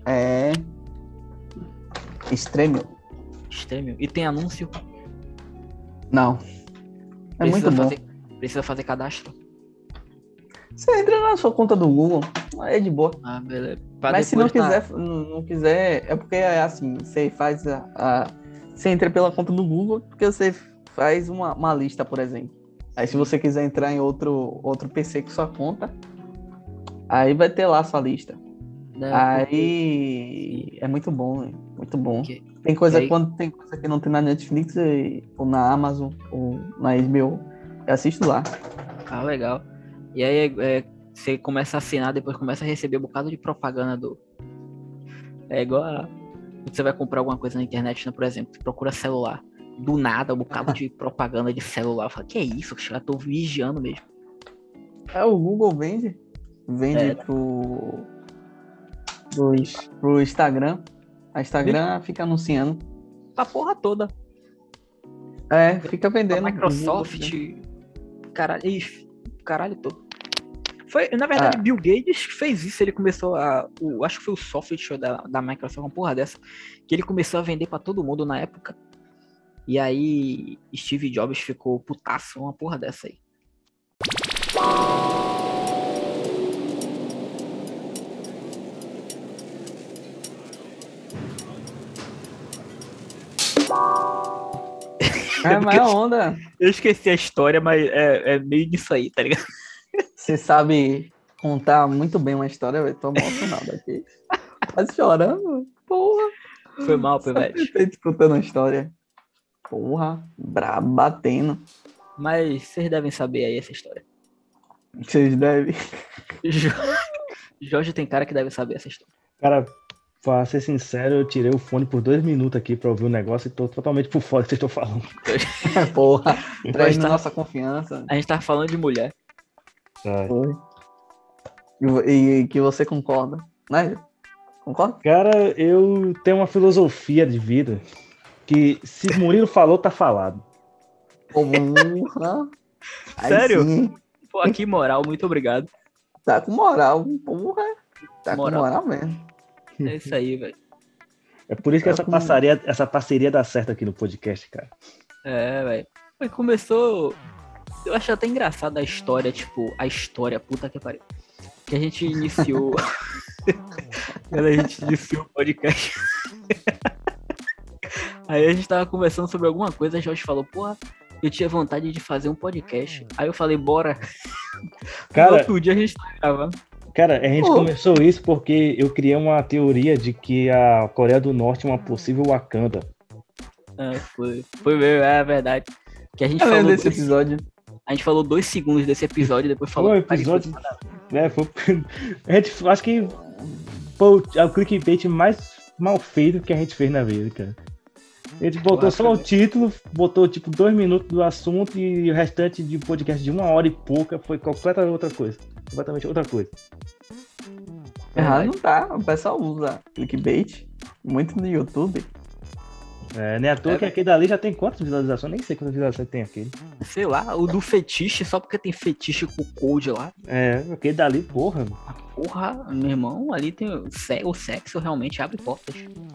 É. Extremo. Extremo. E tem anúncio? Não. É Precisa muito bom. fazer, precisa fazer cadastro? Você entra na sua conta do Google, é de boa. Ah, beleza. Pra Mas se não depois tá- quiser, não, não quiser, é porque é assim, você faz a, a- Você entra pela conta do Google, porque você faz uma, uma lista, por exemplo. Aí se você quiser entrar em outro, outro P C com sua conta, aí vai ter lá a sua lista. né, Aí é muito bom, né? Muito bom. porque- Tem coisa, e aí- quando tem coisa que não tem na Netflix, e- ou na Amazon, ou na H B O, eu assisto lá. Ah, legal. E aí é, você começa a assinar, depois começa a receber um bocado de propaganda do. É igual a. Você vai comprar alguma coisa na internet, né? Por exemplo, você procura celular. Do nada, um bocado de propaganda de celular. Fala, que é isso? Eu já tô vigiando mesmo. É, o Google vende. Vende É. pro, pro, pro Instagram. A Instagram fica anunciando. A porra toda. É, fica A vendendo. Microsoft. Caralho, ixi, caralho todo. Foi, na verdade, Ah. Bill Gates fez isso. Ele começou a. O, acho que foi o software da, da Microsoft, uma porra dessa. Que ele começou a vender pra todo mundo na época. E aí, Steve Jobs ficou putaço, uma porra dessa aí. É, mas a onda. Eu esqueci a história, mas é, é meio disso aí, tá ligado? Você sabe contar muito bem uma história, eu tô emocionado aqui. Quase chorando. Porra. Foi mal, Só Pivete. tentei escutando a história. Porra, brabo, batendo. Mas vocês devem saber aí essa história. Vocês devem. Jo- Jorge tem cara que deve saber essa história. Cara, pra ser sincero, eu tirei o fone por dois minutos aqui pra ouvir o negócio e tô totalmente por fora do que vocês estão falando. Porra, traz tá- nossa confiança. A gente tava falando de mulher. Tá. Foi. E, vo- e que você concorda, né? Concorda? Cara, eu tenho uma filosofia de vida que se Murilo falou, tá falado. Porra. Aí Sério? sim, Pô, aqui moral, muito obrigado. tá com moral, porra. Tá Moral. com moral mesmo. É isso aí, velho. É por isso que Tá essa com- parceria, essa parceria dá certo aqui no podcast, cara. É, velho. Mas começou. Eu acho até engraçado a história, tipo, a história, puta que pariu. Que a gente iniciou. Quando a gente iniciou o podcast. Aí a gente tava conversando sobre alguma coisa, a Jorge falou, porra, eu tinha vontade de fazer um podcast. Aí eu falei, bora. Cara- No outro dia a gente tá gravando. Cara, a gente Pô. começou isso porque eu criei uma teoria de que a Coreia do Norte é uma possível Wakanda. É, foi. Foi mesmo, é verdade. Que a gente Eu lembro falou. desse dois- episódio. A gente falou dois segundos desse episódio e depois falou. Foi um episódio. É, foi. A gente, acho que foi o, é o clickbait mais mal feito que a gente fez na vida, cara. A gente botou só o título, botou tipo dois minutos do assunto e o restante de podcast de uma hora e pouca foi completamente outra coisa. Completamente outra coisa. Errado não tá. O pessoal usa clickbait muito no YouTube. É, nem à toa É, que aquele dali já tem quantas visualizações? Nem sei quantas visualizações tem aquele. Sei lá, o do fetiche, só porque tem fetiche com code lá. É, aquele dali, porra. Porra, meu irmão, ali tem o se- o sexo realmente abre portas.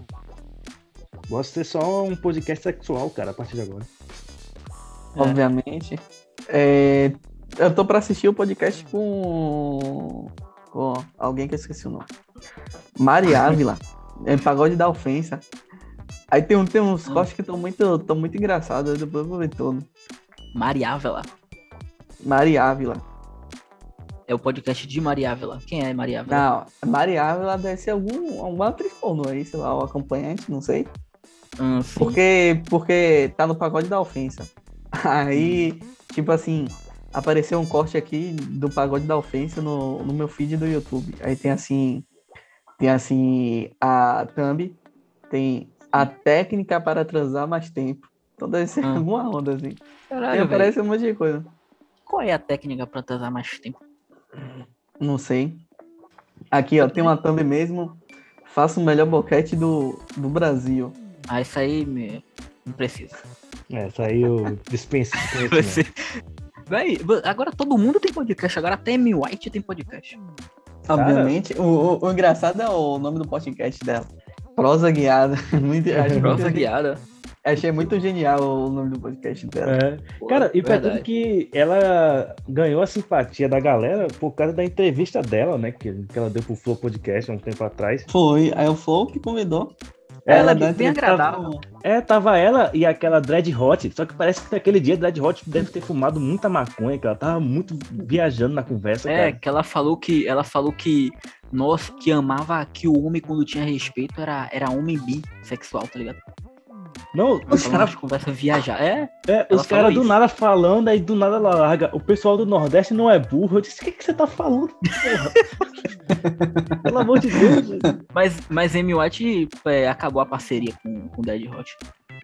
Gosto de ser só um podcast sexual, cara, a partir de agora. É. Obviamente. É, eu tô pra assistir o podcast com, com alguém que eu esqueci o nome. Mari Ávila. É Pagode da Ofensa. Aí tem, um, tem uns Ah. cortes que estão muito, tão muito engraçados. Depois eu vou ver todo. Mariávela. Mari Ávila. É o podcast de Mariávela. Quem é Mariávela? Não, Mari Ávila deve ser algum, alguma atriz pornô aí, sei lá, o acompanhante, não sei. Hum, sim. Porque, porque tá no Pagode da Ofensa. Aí, tipo assim, apareceu um corte aqui do Pagode da Ofensa no, no meu feed do YouTube. Aí tem assim, tem assim, a thumb, tem a técnica para transar mais tempo. Então deve ser Ah. alguma onda assim. Aí Caralho, velho. aparece um monte de coisa. Qual é a técnica pra transar mais tempo? Não sei. Aqui, ó, tem uma thumb mesmo. Faça o melhor boquete do, do Brasil. Ah, isso aí me... não precisa. É, isso aí eu dispenso. dispenso, Você... Véi, agora todo mundo tem podcast, agora até Amy White tem podcast. Obviamente. O, o, o engraçado é o nome do podcast dela. Prosa Guiada. Muito, acho Prosa muito, guiada. achei muito genial o nome do podcast dela. É. Pô, Cara, e pra verdade. tudo que ela ganhou a simpatia da galera por causa da entrevista dela, né? Que, que ela deu pro Flow Podcast há um tempo atrás. Foi. Aí o Flow que convidou. Ela é dá bem entrevista agradável. com- É, tava ela e aquela Dread Hot. Só que parece que naquele dia a Dread Hot deve ter fumado muita maconha, que ela tava muito viajando na conversa, É, cara. que ela falou que ela falou que nós que amava que o homem quando tinha respeito era, era homem bissexual, tá ligado? Não, Ela os falou caras umas conversas viajar. É, é, ela os falou cara do isso. nada falando, aí do nada ela larga. O pessoal do Nordeste não é burro. Eu disse, o que, que você tá falando, porra? Pelo amor de Deus. gente. mas, mas Amy White é, acabou a parceria com com o Dead Hot.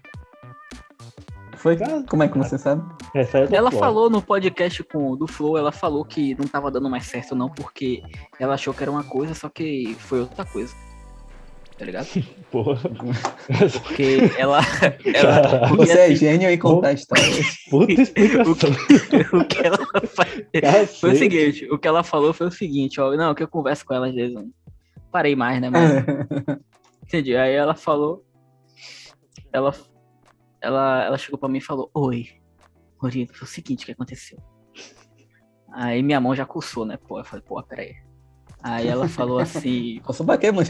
Foi? Cara, Como é que você sabe? Essa é Ela foda. falou no podcast com, do Flow, ela falou que não tava dando mais certo não, porque ela achou que era uma coisa, só que foi outra coisa. Tá ligado? Porra. Porque ela... ela Caralho. porque, Você é assim, gênio em contar histórias. Puta explicação. o que ela faz... Cacete. Foi o seguinte, o que ela falou foi o seguinte, ó, não, que eu converso com ela às vezes, não parei mais, né, mas entendi, aí ela falou, ela, ela, ela chegou pra mim e falou, oi, Rodrigo, foi o seguinte que aconteceu. Aí minha mão já coçou, né, pô, eu falei, pô, peraí. Aí ela falou assim, Posso bater, mano?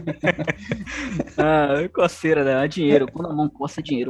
ah, coceira, né, é dinheiro, quando a mão coça é dinheiro.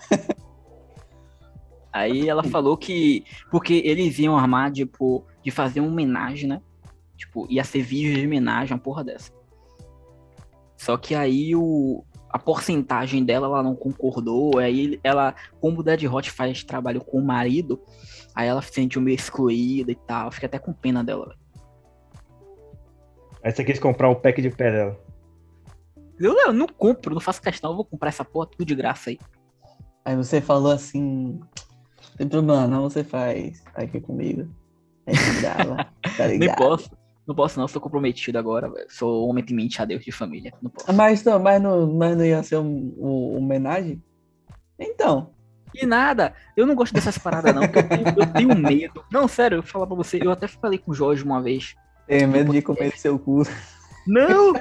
Aí ela falou que, porque eles iam armar, tipo, de fazer uma homenagem, né? Tipo, ia ser vídeo de homenagem, uma porra dessa. Só que aí o, a porcentagem dela, ela não concordou. Aí ela, como o Dead Hot faz trabalho com o marido, aí ela se sentiu meio excluída e tal. Fiquei até com pena dela, velho. Aí você quis comprar um pack de pé dela. Eu, eu não compro, não faço questão, eu vou comprar essa porra tudo de graça aí. Aí você falou assim, não tem problema não, você faz aqui comigo. Aí você grava, tá Nem ligado? posso, não posso não, sou comprometido agora, velho. Sou homem de mente a Deus de família, não posso. Mas não, mas não, mas não ia ser um, um, homenagem? Então, E nada, eu não gosto dessas paradas não, porque eu tenho, eu tenho medo. Não, sério, eu vou falar pra você, eu até falei com o Jorge uma vez. tenho medo de comer seu cu. Não!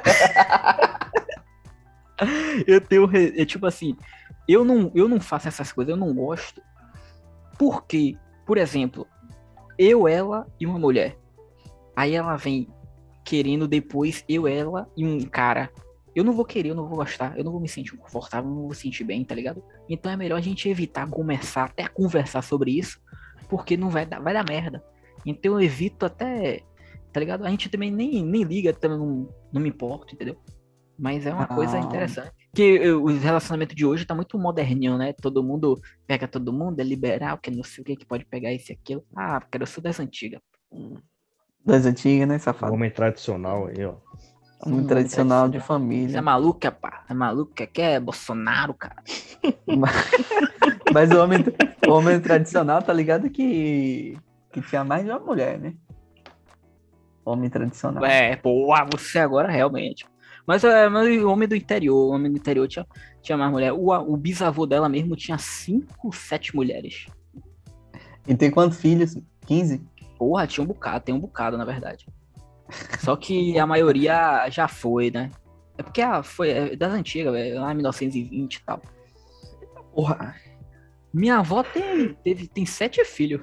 eu tenho, re- é tipo assim, eu não, eu não faço essas coisas, eu não gosto. Porque, por exemplo, eu, ela e uma mulher. Aí ela vem querendo depois eu, ela e um cara. Eu não vou querer, eu não vou gostar, eu não vou me sentir confortável, eu não vou me sentir bem, tá ligado? Então é melhor a gente evitar começar, até conversar sobre isso, porque não vai dar, vai dar merda. Então eu evito até, tá ligado? A gente também nem, nem liga, também não, não me importo, entendeu? Mas é uma Ah. coisa interessante. Que eu- o relacionamento de hoje tá muito moderninho, né? Todo mundo pega todo mundo, é liberal, que não sei o que, que pode pegar isso e aquilo. Ah, cara, eu sou das antigas. Das antigas, né, O safado? homem tradicional aí, ó. Muito tradicional de família. Você é maluco, pá? É maluco, que quer Bolsonaro, cara? Mas o homem, o homem tradicional, tá ligado que, que tinha mais de uma mulher, né? Homem tradicional. É, pô, você agora realmente. Mas, é, mas o homem do interior, o homem do interior tinha, tinha mais mulher. O, o bisavô dela mesmo tinha cinco, sete mulheres. E tem quantos filhos? quinze? Porra, tinha um bocado, tem um bocado, na verdade. Só que a maioria já foi, né? É porque a, foi é das antigas, velho, lá em mil novecentos e vinte e tal. Porra. Minha avó tem, teve, tem sete filhos.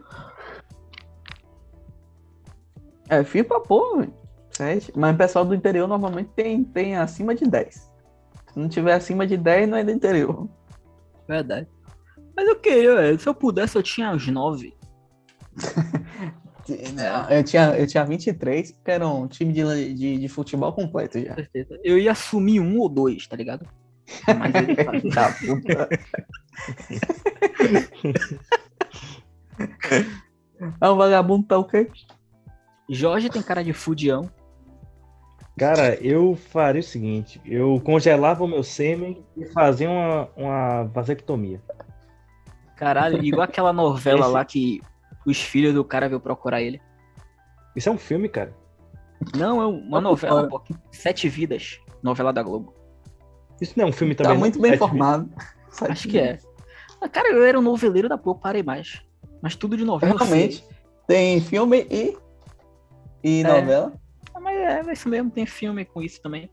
É, filho pra porra, velho. Sete. Mas o pessoal do interior normalmente tem, tem acima de dez. Se não tiver acima de dez, não é do interior. Verdade. Mas eu queria, velho, se eu pudesse, eu tinha uns nove. Não, eu tinha, eu tinha vinte e três, que era um time de, de, de futebol completo já. Com certeza. Eu ia assumir um ou dois, tá ligado? Mas ele faz. Tá, puta. Ah, o vagabundo tá o quê? Jorge tem cara de fudião. Cara, eu faria o seguinte: eu congelava o meu sêmen e fazia uma, uma vasectomia. Caralho, igual aquela novela Esse- lá que os filhos do cara veio procurar ele. Isso é um filme, cara. Não, é uma novela, pô. Sete Vidas. Novela da Globo. Isso não é um filme Tá também. não? muito bem Sete formado. Acho que é. Ah, cara, eu era um noveleiro da porra, parei mais. Mas tudo de novela. eu Realmente. Tem filme e, e É. novela. sei. A maioria É, é isso mesmo, tem filme com isso também.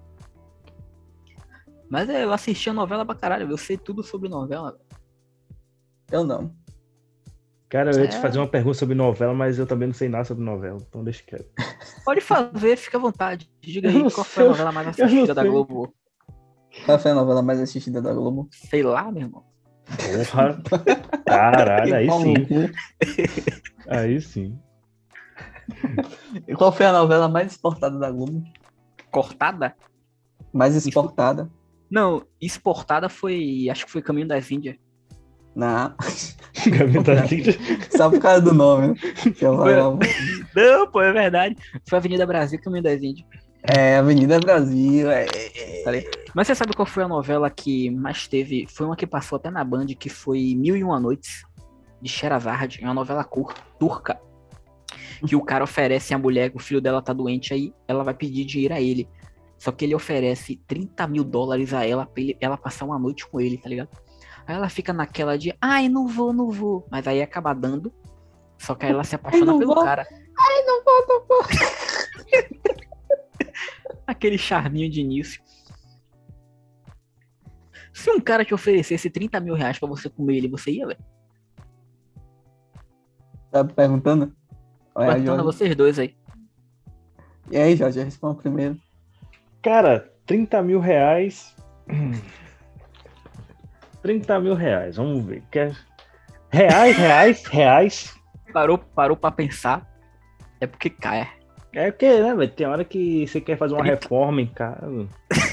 Mas é, eu assisti a novela pra caralho, eu sei tudo sobre novela. Eu não. Cara, eu ia te É. fazer uma pergunta sobre novela, mas eu também não sei nada sobre novela, então deixa quieto. Pode fazer, fica à vontade. Diga Eu aí, não qual sei, foi a novela mais eu não assistida da sei. Globo? Qual foi a novela mais assistida da Globo? Sei lá, meu irmão. Porra! Caralho, aí Pau no sim. cu. Aí sim. E qual foi a novela mais exportada da Globo? Cortada? Mais exportada? Não, exportada foi, acho que foi Caminho das Índias. Não. Caminho das Índias. Só por causa do nome, né? Que eu Foi- falava. Não, pô, é verdade. Foi Avenida Brasil, Caminho das Índias. É, Avenida Brasil. É, é, Tá ligado? Mas você sabe qual foi a novela que mais teve? Foi uma que passou até na Band, que foi Mil e Uma Noites, de Sherazade. É uma novela cur- turca. Que o cara oferece a mulher, que o filho dela tá doente, aí ela vai pedir dinheiro a ele. Só que ele oferece trinta mil dólares a ela pra ele- ela passar uma noite com ele, tá ligado? Aí ela fica naquela de, ai, não vou, não vou. Mas aí acaba dando. Só que aí ela se apaixona não pelo vou. cara. Ai, não vou, não vou. Aquele charminho de início. Se um cara te oferecesse trinta mil reais pra você comer ele, você ia, velho? Tá perguntando? Olha, Perguntando a Jorge. vocês dois aí. E aí, Jorge, responda primeiro. Cara, trinta mil reais. trinta mil reais, vamos ver. Quer... Reais, reais, reais. Parou, parou pra pensar. É porque cai. É porque, né, velho? Tem hora que você quer fazer uma trinta. reforma em casa.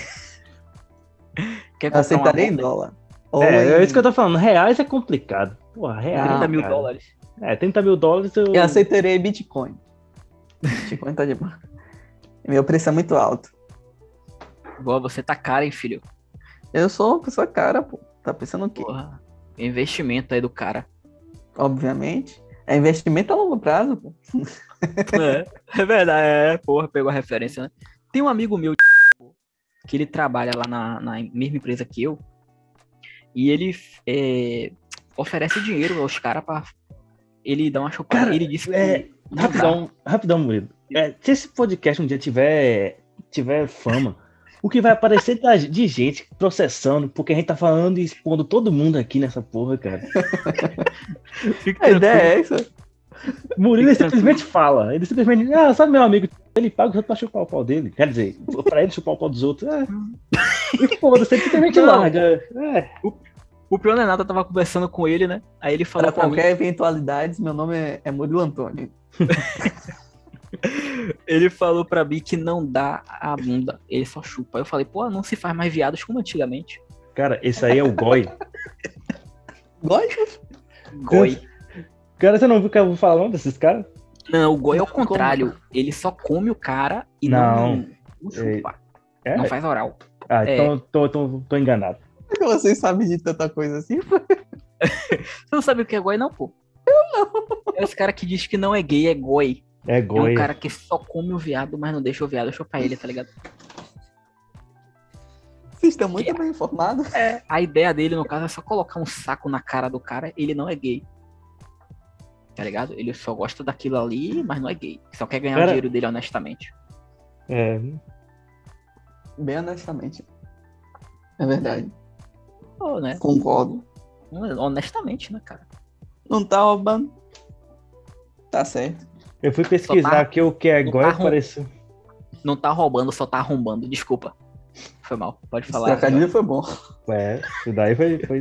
Quer Eu comprar uma aceitaria em moto? dólar. Ou É, em- é isso que eu tô falando. Reais é complicado. Porra, reais. trinta mil cara. dólares. É, trinta mil dólares eu. Eu aceitaria Bitcoin. Bitcoin tá de boa. Meu preço é muito alto. Boa, você tá caro, hein, filho? Eu sou uma pessoa cara, pô. Tá pensando o quê? Porra. Investimento aí do cara. Obviamente. É investimento a longo prazo, pô. É, é verdade, é, porra, pegou a referência, né? Tem um amigo meu que ele trabalha lá na, na mesma empresa que eu e ele é, oferece dinheiro aos caras pra ele dar uma chupada. Cara, Ele disse que é, não dá. Rapidão, rapidão, Murilo. É, se esse podcast um dia tiver, tiver fama, o que vai aparecer da- de gente processando, porque a gente tá falando e expondo todo mundo aqui nessa porra, cara. Fica A ideia tranquilo. é essa. Murilo ele Fica simplesmente fala. Ele simplesmente, ah, sabe meu amigo, ele paga os outros pra chupar o pau dele. Quer dizer, pra ele chupar o pau dos outros. É. E foda-se, ele simplesmente Não. larga. É. O pior não é nada, eu tava conversando com ele, né? Aí ele falou Para pra mim, qualquer eventualidade, meu nome é, é Murilo Antônio. ele falou pra mim que não dá a bunda, ele só chupa. Aí eu falei, pô, não se faz mais viados como antigamente. Cara, esse aí é o Goi. Gosto? Goi. Cara, você não viu o que eu vou falando desses caras? Não, o goi é o Como? contrário. Ele só come o cara e Não. não, não chupa. É? Não faz oral. Ah, É. então tô, tô, tô enganado. Por que vocês sabem de tanta coisa assim? Você não sabe o que é goi, não, pô? Eu não. É os caras que diz que não é gay, é goi. É É um Goi. cara que só come o viado, mas não deixa o viado chupar ele, tá ligado? Vocês estão muito bem informados. É. A ideia dele, no caso, é só colocar um saco na cara do cara, ele não é gay. Tá ligado? Ele só gosta daquilo ali, mas não é gay. Só quer ganhar Cara- o dinheiro dele honestamente. É. Bem honestamente. É verdade. Pô, né? Concordo. Honestamente, né, cara? Não tá roubando. Tá certo. Eu fui pesquisar Só tá- aqui o que é não Goi tá e rum- apareceu. Não tá roubando, só tá arrombando. Desculpa. Foi mal. Pode Esse falar. trocadilho foi bom. É, isso daí foi. foi...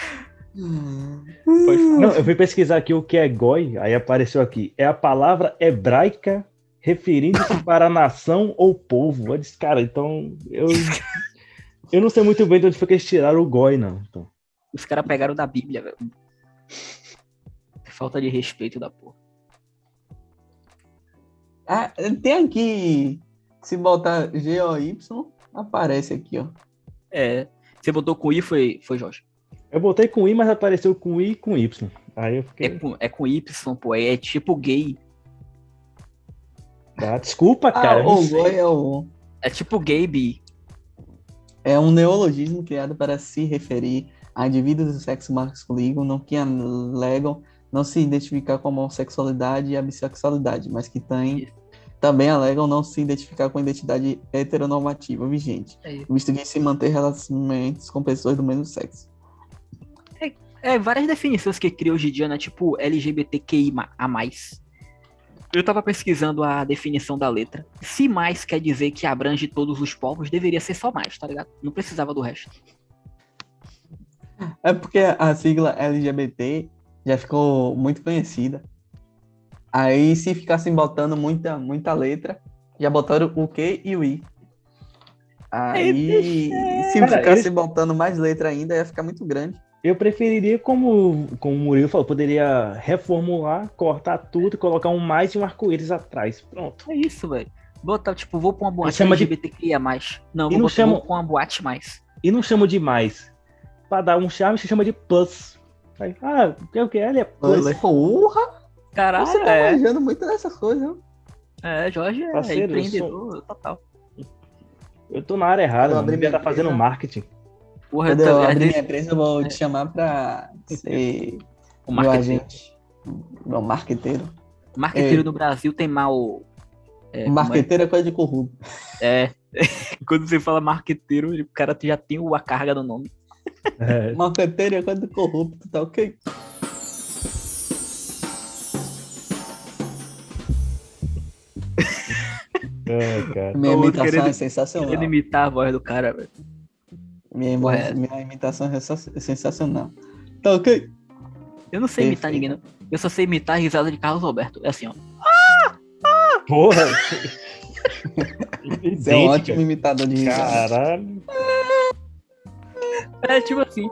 Pode falar. Não, eu fui pesquisar aqui o que é Goi, aí apareceu aqui. É a palavra hebraica referindo-se para a nação ou povo. Eu disse, cara, então eu. Eu não sei muito bem de onde foi que eles tiraram o Goi, não. Então. Os caras pegaram da Bíblia, velho. Falta de respeito da porra. Ah, tem aqui. Se botar G O Y, aparece aqui, ó. É. Você botou com I, foi, foi Jorge? Eu botei com I, mas apareceu com I e com Y. Aí eu É fiquei. com, é com Y, pô. É tipo gay. Ah, desculpa, Ah, cara. eu não o sei. goi é o. É tipo gay, bi. É um neologismo criado para se referir a indivíduos do sexo masculino não que alegam não se identificar com a homossexualidade e a bissexualidade, mas que têm também alegam não se identificar com a identidade heteronormativa vigente, É, visto que se manter relacionamentos com pessoas do mesmo sexo. é, várias definições que cria hoje em dia, né? Tipo L G B T Q I a mais. Eu tava pesquisando a definição da letra. Se mais quer dizer que abrange todos os povos, deveria ser só mais, tá ligado? Não precisava do resto. É porque a sigla L G B T já ficou muito conhecida. Aí, se ficassem botando muita, muita letra, já botaram o Q e o I. Aí, se Cara, ficasse eles- botando mais letra ainda, ia ficar muito grande. Eu preferiria, como, como o Murilo falou, poderia reformular, cortar tudo e colocar um mais e um arco-íris atrás. Pronto. É isso, velho. Botar, tipo, vou pra uma boate chama de- L G B T Q I a mais. Não, E vou, não botar, chama- vou pra uma boate mais. E não chamo de mais. Pra dar um charme, se chama de plus. Aí, ah, o que é o que? Ele é plus. Porra! Caralho, Você tá é. manjando muito dessas coisas, viu? É, Jorge é Parceiro, eu empreendedor total. Eu tô na área errada, Eu mano. abri Devia minha estar fazendo empresa. marketing. Porra, Quando eu eu também, às abrir vezes, minha empresa, eu vou te chamar pra ser o meu marqueteiro. agente. Meu marqueteiro. Marqueteiro É. no Brasil tem mal. É, como Marqueteiro é coisa de corrupto. é? É. Quando você fala marqueteiro, o cara já tem a carga no nome. É. Marqueteiro é coisa de corrupto, tá ok? É, cara. Minha Ô, imitação querendo- é sensacional. Querendo imitar a voz do cara, velho. Minha, imo- Correto. minha imitação é sensa- é sensacional. Tá ok? Eu não sei imitar Perfeito. ninguém, não. Eu só sei imitar a risada de Carlos Alberto. É assim, ó. Porra! Você é um Idêntica. ótimo imitador de risada. Caralho. É tipo assim.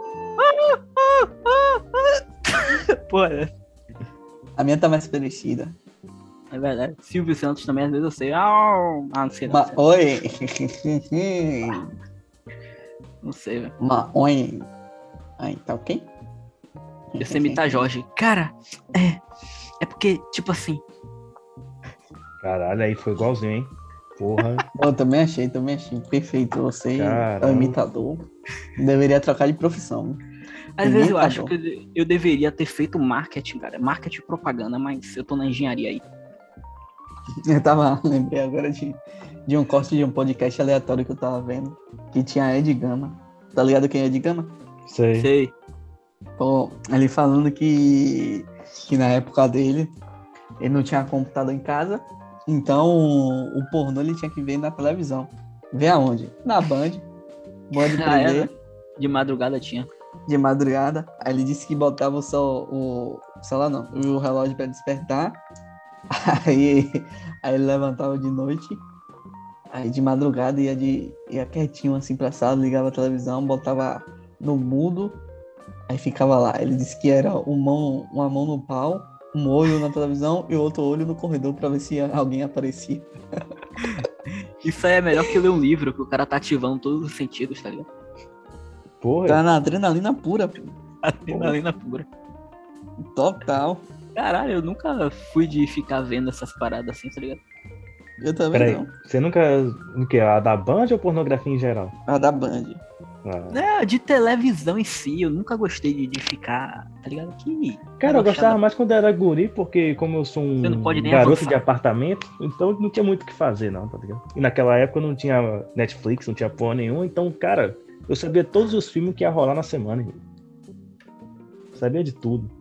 Pô, é, A minha tá mais parecida. é verdade. Silvio Santos também, às vezes eu sei. Ah, não sei, não Ma sei. oi. Não sei, velho. Ma oi. Aí, tá ok? Eu sei imitar Jorge. Cara, é. É porque, tipo assim. Caralho, aí foi igualzinho, hein? Porra. Eu também achei, também achei. Perfeito. Você é Caramba. um imitador. Deveria trocar de profissão. Às Ninguém vezes eu tá acho bom. que eu, eu deveria ter feito marketing, cara. Marketing e propaganda, mas eu tô na engenharia aí. Eu tava, lembrei agora de, de um corte de um podcast aleatório que eu tava vendo. Que tinha Ed Gama. Tá ligado quem é Ed Gama? Sei. Sei. Pô, ele falando que, que na época dele, ele não tinha computador em casa, então o pornô ele tinha que ver na televisão. Ver aonde? Na Band. Band Ah, é, prender, né? De madrugada tinha. de madrugada. Aí ele disse que botava o sol, o celular não, o relógio pra despertar. Aí, aí ele levantava de noite. Aí de madrugada ia, de, ia quietinho assim pra sala, ligava a televisão, botava no mudo. Aí ficava lá. Ele disse que era uma mão, uma mão no pau, um olho na televisão e outro olho no corredor pra ver se alguém aparecia. Isso aí é melhor que ler um livro, que o cara tá ativando todos os sentidos, tá ligado? Porra. Tá na adrenalina pura, pô. Adrenalina pura. Total. Caralho, eu nunca fui de ficar vendo essas paradas assim, tá ligado? Eu também Peraí, não. você nunca. O que? A da Band ou pornografia em geral? A da Band. Ah. É, de televisão em si, eu nunca gostei de, de ficar, tá ligado? Que. Cara, eu Relaxado. gostava mais quando era guri, porque como eu sou um Você não pode nem garoto avançar. de apartamento, então não tinha muito o que fazer, não, tá ligado? E naquela época não tinha Netflix, não tinha porra nenhuma, então, cara, eu sabia todos os filmes que ia rolar na semana, irmão. Sabia de tudo.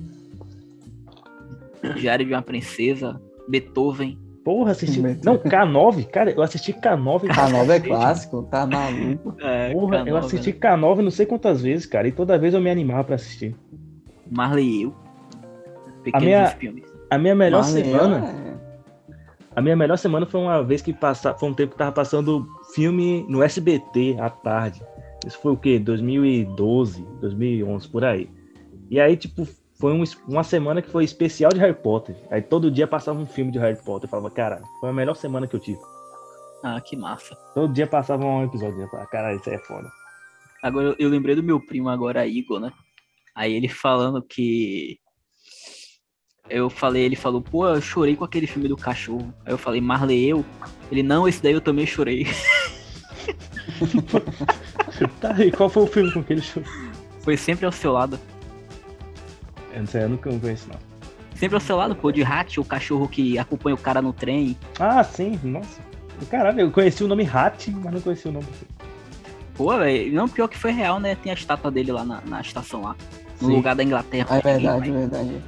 Diário de uma Princesa, Beethoven. Porra, assisti. Muito. Não, K nove, cara, eu assisti K nove. K nove é cacete, clássico, tá maluco. É, Porra, eu assisti K nove não sei quantas vezes, cara, e toda vez eu me animava pra assistir. Marley e eu. Pequenos minha- filmes. A minha melhor Marley, semana. é. A minha melhor semana foi uma vez que passa, foi um tempo que tava passando filme no S B T à tarde. Isso foi o quê? dois mil e doze, dois mil e onze, por aí. E aí, tipo, foi um- uma semana que foi especial de Harry Potter. Aí todo dia passava um filme de Harry Potter. Eu falava, cara, foi a melhor semana que eu tive. Ah, que massa. Todo dia passava um episódio. Eu falava, cara, isso aí é foda. Agora eu, eu lembrei do meu primo agora, Igor, né? Aí ele falando que. Eu falei, ele falou, pô, eu chorei com aquele filme do cachorro. Aí eu falei, Marley e eu. Ele, não, esse daí eu também chorei. Tá, e qual foi o filme com que ele chorou? Foi sempre ao seu lado. Eu não sei, eu nunca conheço, não. Sempre ao seu lado, pô, de Hat, o cachorro que acompanha o cara no trem. Ah, sim, nossa. Caralho, eu conheci o nome Hat, mas não conheci o nome. Pô, velho, não, pior que foi real, né? Tem a estátua dele lá na, na estação lá. No Sim. lugar da Inglaterra. Ah, é verdade, é Véi. verdade.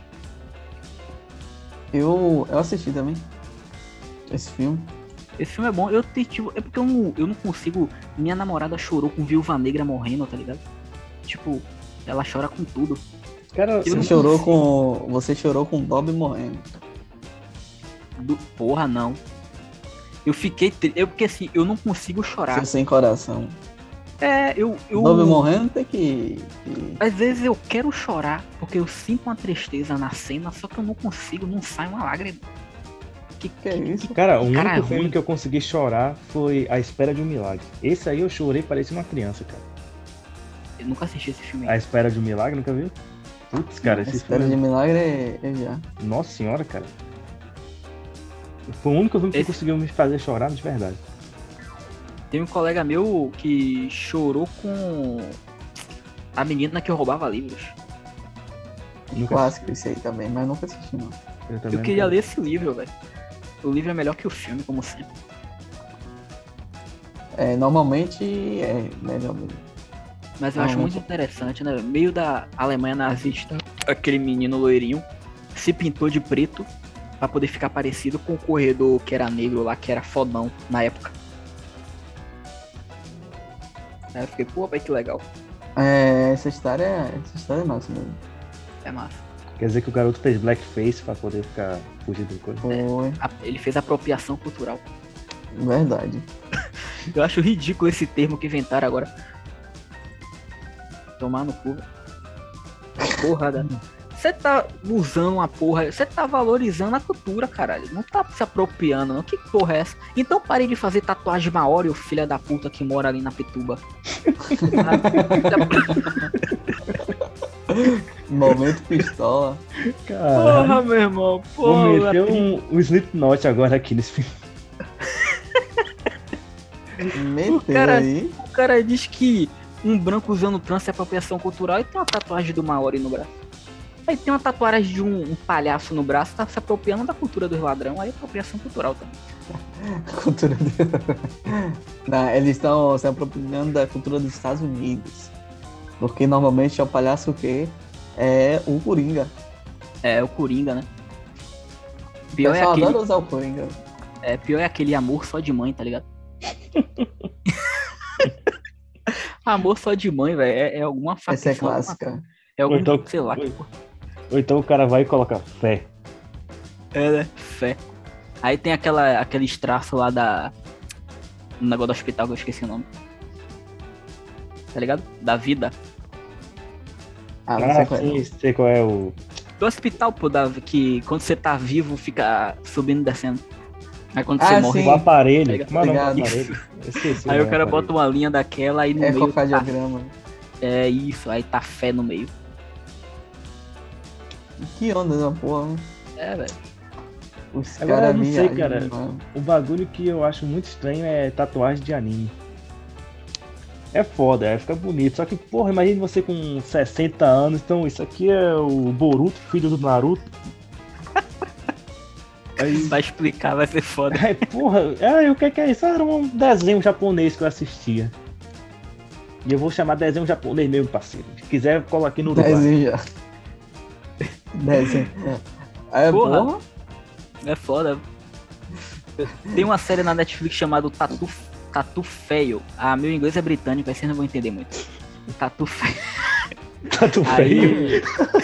Eu, eu assisti também esse filme. Esse filme é bom. Eu te- tipo, é porque eu não, eu não consigo. Minha namorada chorou com Viúva Negra morrendo, tá ligado? Tipo, ela chora com tudo. Cara, Eu Você não chorou consigo. com. Você chorou com o Bob morrendo. Do- porra, não. Eu fiquei. tri- Eu, porque assim, eu não consigo chorar. Seu sem coração. É, eu. eu Bob morrendo tem que. que- Às vezes eu quero chorar porque eu sinto uma tristeza na cena, só que eu não consigo, não sai uma lágrima. Que, Que é isso? Cara, o Cara, único é filme ruim. que eu consegui chorar foi A Espera de um Milagre. Esse aí eu chorei, parecia uma criança, cara. Eu nunca assisti esse filme. A Espera de um Milagre, nunca viu? Putz, cara, esse Espera filme... de milagre é, é já. Nossa senhora, cara. Foi o único filme que Esse- conseguiu me fazer chorar de verdade. Tem um colega meu que chorou com a menina que roubava livros. Nunca Clássico esse aí também, mas nunca assisti não. Eu, também Eu queria nunca- ler esse livro, velho. O livro é melhor que o filme, como sempre. É, normalmente é melhor mesmo. Mas eu Ah, acho não. muito interessante, né? Meio da Alemanha nazista, aquele menino loirinho se pintou de preto pra poder ficar parecido com o corredor que era negro lá, que era fodão na época. Aí eu fiquei, pô, pai, que legal. É, essa história é. Essa história é massa mesmo. É massa. Quer dizer que o garoto fez blackface pra poder ficar fugindo do coisa. Foi. A- Ele fez apropriação cultural. Verdade. Eu acho ridículo esse termo que inventaram agora. Tomar no cu. velho. Porra, da... Você tá usando uma porra. Você tá valorizando a cultura, caralho. Não tá se apropriando, não. Que porra é essa? Então parei de fazer tatuagem maori, o filho da puta que mora ali na Petuba. Momento pistola. Cara, Porra, meu irmão. vou Porra, meter um, um Slipknot agora aqui nesse filme. Meteu cara- aí. O cara diz que um branco usando trança é apropriação cultural e tem uma tatuagem do Maori no braço. Aí tem uma tatuagem de um, um palhaço no braço, tá se apropriando da cultura dos ladrão, aí é apropriação cultural também. Cultura do... Não, eles estão se apropriando da cultura dos Estados Unidos. Porque normalmente é o palhaço que é o Coringa. É, o Coringa, né? O Pior é, pessoal aquele, adora usar o Coringa. é, pior é aquele amor só de mãe, tá ligado? Amor só de mãe, velho, é, é alguma facção. Essa é clássica. É algum, Ou então- sei lá, que Ou então o cara vai e coloca fé. é, né? Fé. Aí tem aquela, aqueles traços lá da... No negócio do hospital que eu esqueci o nome. Tá ligado? Da vida. Ah, não sei Ah, qual é. sim, sei qual é o... Do hospital, pô, da, que quando você tá vivo fica subindo e descendo. Aí quando você Ah, morre, sim. O aparelho. Ligado? Como é o nome do Ligado. aparelho? Eu esqueci. aí nome o cara do bota uma linha daquela aí no É meio. Tá, Ecocardiograma. é isso, aí tá fé no meio. Que onda da porra, né? É, velho. Os Agora, caras eu não sei, viajam, cara. mano. O bagulho que eu acho muito estranho é tatuagem de anime. É foda, é, fica bonito. Só que, porra, imagina você com sessenta anos. Então, isso aqui é o Boruto, filho do Naruto. Aí, Vai explicar, vai ser foda. aí, porra, ah, o que que é isso? Ah, era um desenho japonês que eu assistia. E eu vou chamar desenho japonês mesmo, parceiro. Se quiser, cola aqui no Uruguai. Desenho já. Desenho. É, é Porra. porra. É foda. Tem uma série na Netflix chamada Tatu, Tatu Fail. Ah, meu inglês é britânico, aí vocês não vão entender muito. Tatu Fail. Tatu feio. Aí,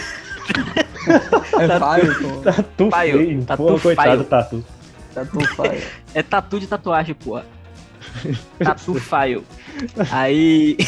É paio, pô. Tatu Paio, feio. tatu Porra, coitado faio. do Tatu. Tatu paio. é tatu de tatuagem, porra. Tatu Fail. Aí.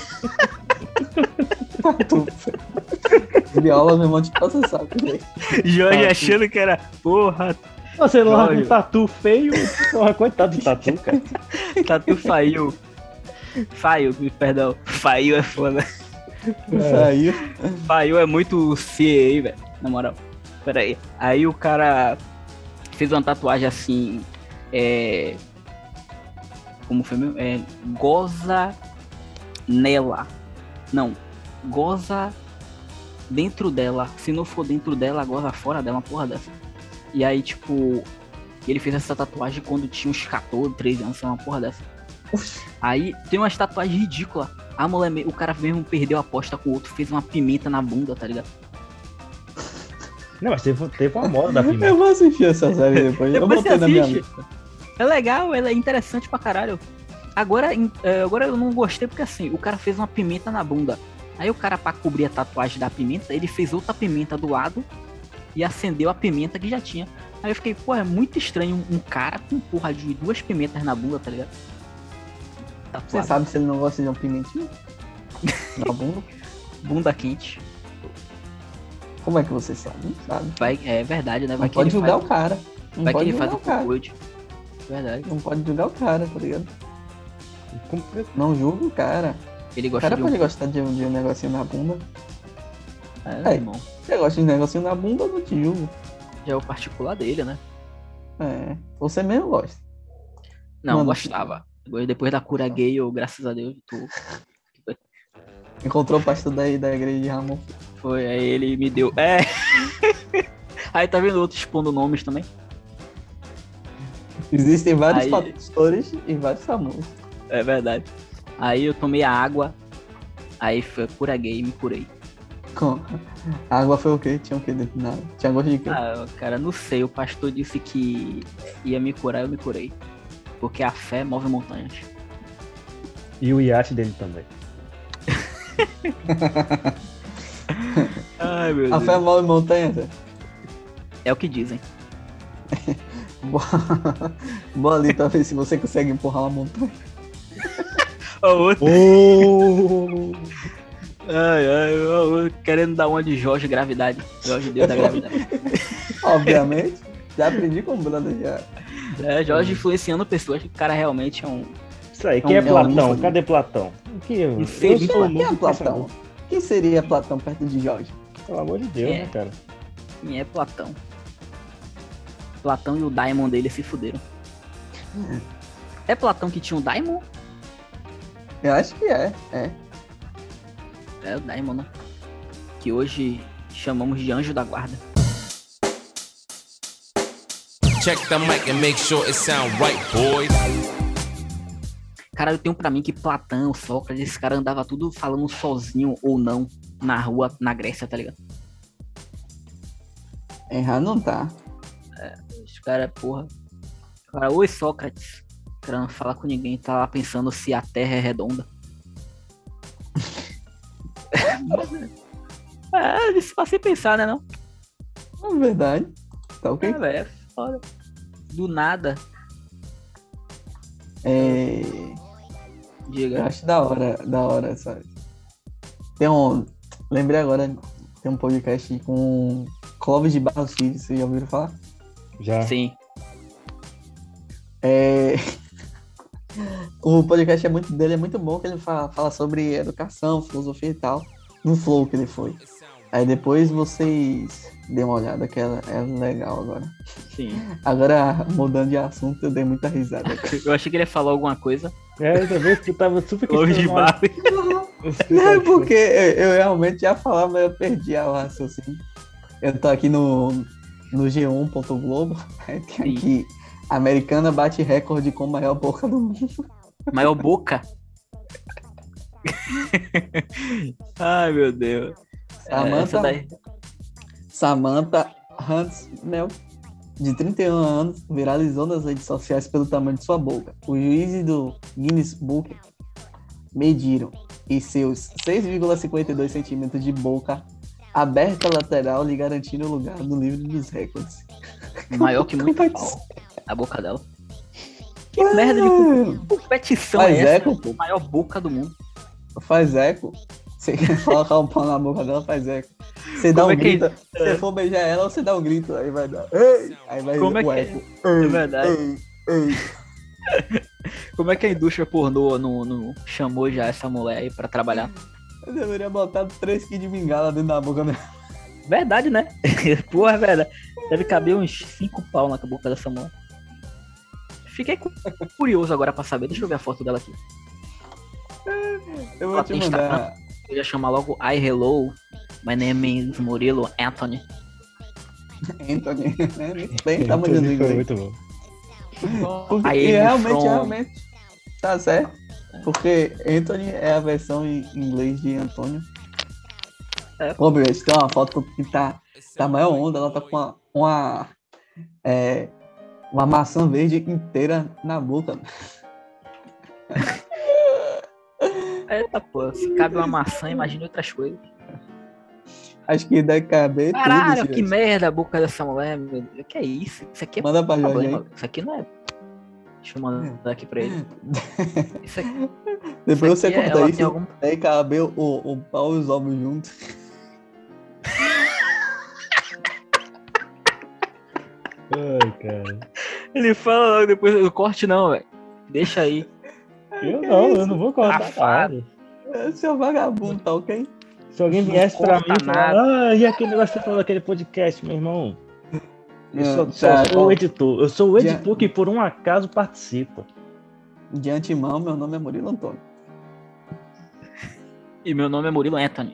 Tatu viola, meu irmão, de processar. Jorge Tatu. achando que era. Porra, Você não larga Olha. um tatu feio? Porra, coitado do tatu, cara. Tatu Fail. Fail, me perdão. Fail é foda. Saiu. Fail é muito C aí, velho. Na moral. Pera aí. Aí o cara fez uma tatuagem assim. É. Como foi mesmo? É. Goza Nela. Não. Goza dentro dela. Se não for dentro dela, goza fora dela, uma porra dessa. E aí, tipo, ele fez essa tatuagem quando tinha uns catorze, treze anos, uma porra dessa. Aí tem umas tatuagens ridículas. A mulher, o cara mesmo perdeu a aposta com o outro, fez uma pimenta na bunda, tá ligado? Não, mas teve, teve uma moda da pimenta. Eu vou assistir essa série depois. Eu Depois você botei na minha assiste. lista. É legal, ela é interessante pra caralho. Agora, em- é, agora eu não gostei porque assim, o cara fez uma pimenta na bunda. Aí o cara, pra cobrir a tatuagem da pimenta, ele fez outra pimenta do lado e acendeu a pimenta que já tinha. Aí eu fiquei, pô, é muito estranho um cara com porra de duas pimentas na bunda, tá ligado? Você Tatuado. sabe se ele não gosta de um pimentinho? Na bunda? Bunda quente. Como é que você sabe? Não sabe. Vai, é verdade, né? Vai Não que pode ele julgar faz, o cara. Não vai que pode ele julgar faz o o cara. cuckold. Verdade. Não pode julgar o cara, tá ligado? Como- Não julga o cara. Ele O gosta cara de pode um... gostar de um, de um negocinho na bunda. É, É. irmão. Você gosta de um negocinho na bunda, eu não te julgo. Já é o particular dele, né? É. Você mesmo gosta. Não, Mano, gostava. Depois da cura gay, eu, graças a Deus, tô... Encontrou o pastor da, da igreja de Ramon. Foi, aí ele me deu. É! Aí tá vendo outros expondo nomes também? Existem vários Aí- pastores e vários famosos. É verdade. Aí eu tomei a água, aí foi cura gay e me curei. Com- A água foi o quê? Tinha o quê dentro da água? Tinha gosto de quê? Ah, cara, não sei, o pastor disse que ia me curar, eu me curei. Porque a fé move montanhas. E o iate dele também. Ai, meu A fé move montanha, Zé. É o que dizem. Boa- Boa ali pra ver se você consegue empurrar uma montanha. Ó, outro. Oh! Ai, ai, ó, ó, querendo dar uma de Jorge Gravidade. Jorge Deus da Gravidade. Obviamente. Já aprendi com o Branda já. É, Jorge influenciando pessoas, que o cara realmente é um. Isso aí, quem é, É um- é um Platão? ícone. Cadê Platão? Que, eu sei, sou quem é muito Platão? pensador. Quem seria Platão perto de Jorge? Pelo amor de Deus, É. né, cara? Quem é Platão? Platão e o Daimon dele se fuderam. É Platão que tinha um Daimon? Eu acho que é. É. É o Daimon, né? Que hoje chamamos de anjo da guarda. Check the mic and make sure it sound right, boys. Cara, eu tenho pra mim que Platão, Sócrates, esse cara andava tudo falando sozinho ou não na rua, na Grécia, tá ligado? Errar não tá. Esse cara, porra. Cara, oi Sócrates. O cara não fala com ninguém, tá lá pensando se a Terra é redonda. É, isso pra se pensar, né, não? É verdade. Tá ok. É, velho, é foda. Do nada, É... Eu diga. acho da hora, da hora, sabe? Tem um... Lembrei agora, tem um podcast com Clóvis de Barros Filho, vocês já ouviram falar? Já. Sim. É... O podcast é muito, dele é muito bom, que ele fala, fala sobre educação, filosofia e tal, no flow que ele foi. Aí depois vocês dêem uma olhada, que é, é legal agora. Sim. Agora, mudando de assunto, eu dei muita risada. Eu achei que ele ia falar alguma coisa. É, talvez que eu tava super Clóvis de questionando- Barros. É porque eu, eu realmente ia falar, mas eu perdi a raciocínio. Eu tô aqui no, no G um ponto globo, aí tem Sim. aqui, Americana bate recorde com maior boca do mundo. Maior boca. Ai, meu Deus. É, essa Samantha, daí. Samantha Huntsmel, de trinta e um anos, viralizou nas redes sociais pelo tamanho de sua boca. Os juízes do Guinness Book mediram e seus seis vírgula cinquenta e dois centímetros de boca aberta lateral lhe garantiram lugar no livro dos recordes. Maior que muito Como pau. A boca dela. Que merda de competição Faz é essa? eco, pô. Maior boca do mundo. Faz eco. Você colocar um pau na boca dela, faz eco. Você dá Como um é que- grito. Se você for beijar ela, você dá um grito. Aí vai dar. Ei! Aí vai Como é o que é? eco. É Ei, verdade. ei, ei. Como é que a indústria pornô não, não chamou já essa mulher aí pra trabalhar? Eu deveria botar três quilos de mingala dentro da boca dela. Verdade, né? Porra, é verdade. Deve caber uns cinco pau na boca dessa mulher. Fiquei cu- curioso agora pra saber. Deixa eu ver a foto dela aqui. Eu vou Ela te tem mandar. Eu ia chamar logo I Hello. My name is Murilo Anthony. Anthony. Muito bem, tá mandando Foi inglês. muito bom. Porque, I e am realmente, from- realmente. Tá certo. Porque Anthony é a versão em inglês de Antônio. É. Ô, Brett, tem uma foto que tá, tá maior onda. Ela tá com uma, uma, é, uma maçã verde inteira na boca. Eita, pô, se cabe uma maçã, imagine outras coisas. Acho que deve caber Caralho, tudo. que Esse. merda a boca dessa mulher, meu Deus. Que é isso? Isso aqui é Manda pra Jorge problema. aí. Isso aqui não é. Deixa eu mandar aqui pra ele. Isso aqui, Depois isso você aqui é- corta ela isso. tem algum. Aí caber o, o pau e os ovos juntos. Ai, cara. Ele fala logo depois do corte, não, velho. Deixa aí. Eu não, eu não vou cortar Safado. nada. Seu vagabundo, tá ok? Se alguém viesse pra mim corta e falar, nada. ah, e aquele negócio que você falou daquele podcast, meu irmão? Eu só, Não, só tá, sou o ó, editor. Eu sou o de- editor que por um acaso participa. De antemão, meu nome é Murilo Antônio. E meu nome é Murilo Anthony.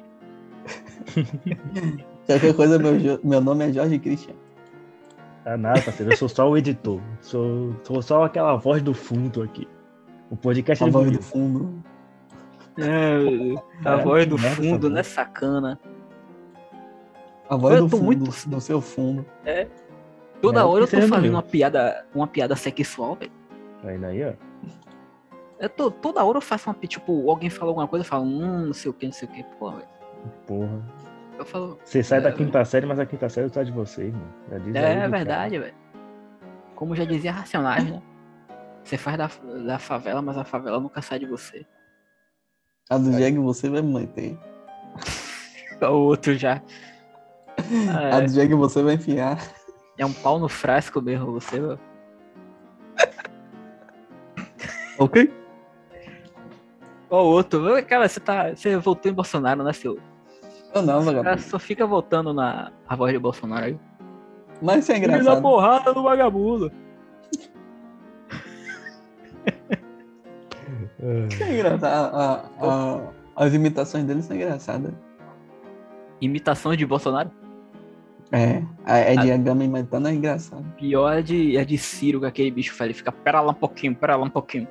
Qualquer coisa, meu, jo- meu nome é Jorge Christian. Ah, nada, parceiro. Eu sou só o editor. Sou, sou só aquela voz do fundo aqui. O podcast A é voz do bonito. fundo. É, a Caralho, voz que do merda essa fundo, né, voz. sacana. A voz Eu do tô fundo, muito- do seu fundo. Toda É, hora eu que tô seja no fazendo meu. uma piada, uma piada sexual, velho. Aí daí, ó. Eu tô, toda hora eu faço uma pi- tipo, alguém fala alguma coisa, eu falo, hum, não sei o que, não sei o que, pô, velho. Porra. Eu falo, Você sai É, da quinta série, mas a quinta série tá de você, irmão. Já diz aí é, do cara. verdade, velho. Como já dizia Racionais, né? Você faz da, da favela, mas a favela nunca sai de você. A do Jeg você vai manter. O outro já. A É, do Jeg você vai enfiar. é um pau no frasco mesmo, você, velho. Ok? Ó, o outro, cara, você tá. Você voltou em Bolsonaro, né, seu? Eu não, O cara vagabundo. só fica voltando na a voz de Bolsonaro aí. Mas isso é Filho da engraçado. porrada do vagabundo. É. Isso é engraçado. A- a- a- as imitações dele são engraçadas. Imitações de Bolsonaro? É, a- é de Ah. Agama imitando é engraçado. Pior é de, é de Ciro, que aquele bicho faz. Ele fica, pera lá um pouquinho, pera lá um pouquinho.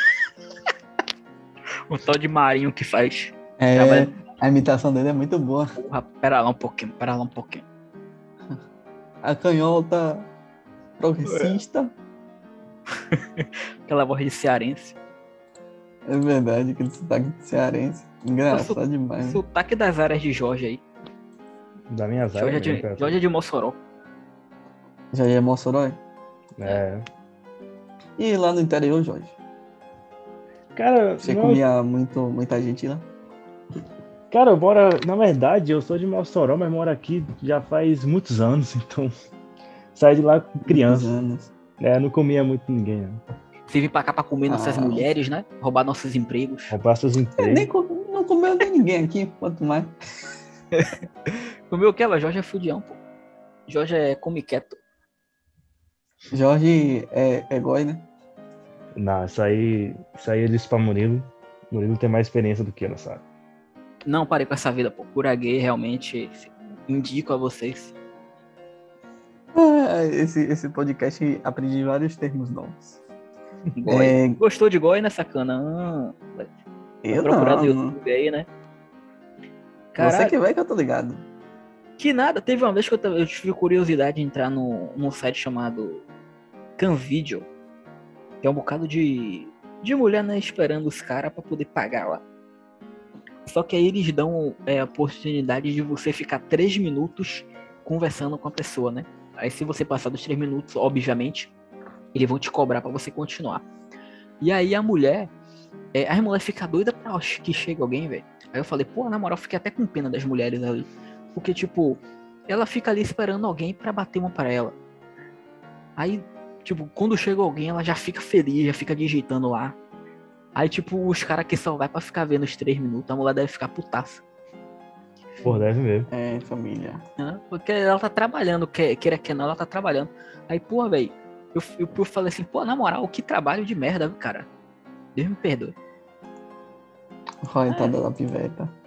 O tal de Marinho que faz. É, Trabalha- a imitação dele é muito boa. Porra, pera lá um pouquinho, pera lá um pouquinho. A canhota progressista. Aquela voz de cearense. É verdade, aquele sotaque cearense. Engraçado demais. Sotaque das áreas de Jorge aí. Da minha Jorge é área. de, Jorge é de Mossoró. Já é Mossoró? É. E lá no interior, Jorge? Cara, Você não- comia muito, muita gente lá? cara, eu moro. Na verdade, eu sou de Mossoró, mas moro aqui já faz muitos anos, então. Saí de lá com criança. Muitos anos. É, não comia muito ninguém, não. Você vem pra cá pra comer nossas Ah. mulheres, né? Roubar nossos empregos. Roubar seus É, empregos. nem com- não comeu nem ninguém aqui, quanto mais. Comeu o que, ela? Jorge é fudião, pô. Jorge é come quieto. Jorge é, é goi, né? Não, isso aí. Isso aí eu disse pra Murilo. Murilo tem mais experiência do que ela, sabe? Não parei com essa vida, pô. Cura gay, realmente, indico a vocês. Ah, esse, esse podcast aprendi vários termos novos. Goi. É, Gostou de goi, né, sacana? Ah, vai eu procurar no não, não. YouTube aí, né? Você Caralho, que vai que eu tô ligado. que nada. Teve uma vez que eu, tava- eu tive curiosidade de entrar no, num site chamado Canvideo. Que é um bocado de, de mulher, né, esperando os caras pra poder pagar lá. Só que aí eles dão é, a oportunidade de você ficar três minutos conversando com a pessoa, né? Aí se você passar dos três minutos, obviamente, eles vão te cobrar pra você continuar. E aí a mulher, é, a mulher fica doida pra que chegue alguém, velho. Aí eu falei, pô, na moral, fiquei até com pena das mulheres ali. Porque, tipo, ela fica ali esperando alguém pra bater uma pra ela. Aí, tipo, quando chega alguém, ela já fica feliz, já fica digitando lá. Aí, tipo, os caras que só vai pra ficar vendo os três minutos, a mulher deve ficar putaça. Pô, deve mesmo. É, família. Né? Porque ela tá trabalhando, quer, queira que não, ela tá trabalhando. Aí, pô, velho, eu, eu, eu falei assim, pô, na moral, que trabalho de merda, viu, cara? Deus me perdoe. Roitada da piveta. É,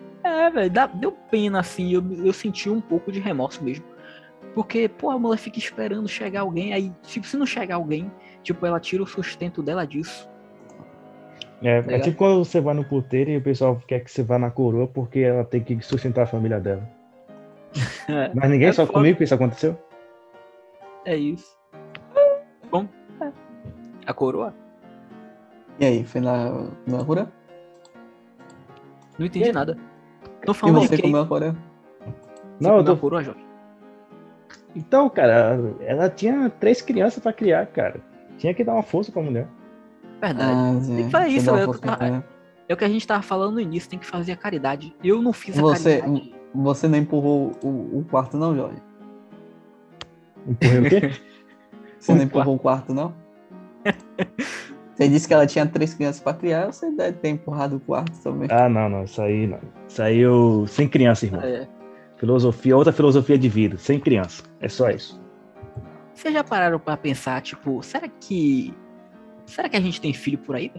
É, velho, dá- deu pena, assim, eu, eu senti um pouco de remorso mesmo. Porque, pô, a mulher fica esperando chegar alguém, aí, tipo, se não chegar alguém, tipo, ela tira o sustento dela disso, É, tá é ligado? tipo quando você vai no puteiro e o pessoal quer que você vá na coroa porque ela tem que sustentar a família dela. Mas ninguém É só foda, comigo que isso aconteceu? é isso. Bom, é. A coroa? E aí, foi na, na Rura? Não entendi E- nada. Tô E falando de você quê? comeu a Coroa? Você Não, eu comeu a tô... coroa, Jorge? Então, cara, ela tinha três crianças pra criar, cara. Tinha que dar uma força pra mulher. Verdade. Ah, Tem que Zé, fazer você isso, dá uma velho. força pra mulher. É o que a gente tava falando no início, tem que fazer a caridade. Eu não fiz a Você, caridade. você não empurrou o, o quarto, não, Jorge? Empurrei o quê? Você O não empurrou o quarto, não? Você disse que ela tinha três crianças pra criar, você deve ter empurrado o quarto também. Ah, não, não. Isso aí não. Isso aí eu. Sem criança, irmão. É. Filosofia, outra filosofia de vida. Sem criança. É só isso. Vocês já pararam pra pensar, tipo, será que. Será que a gente tem filho por aí, velho?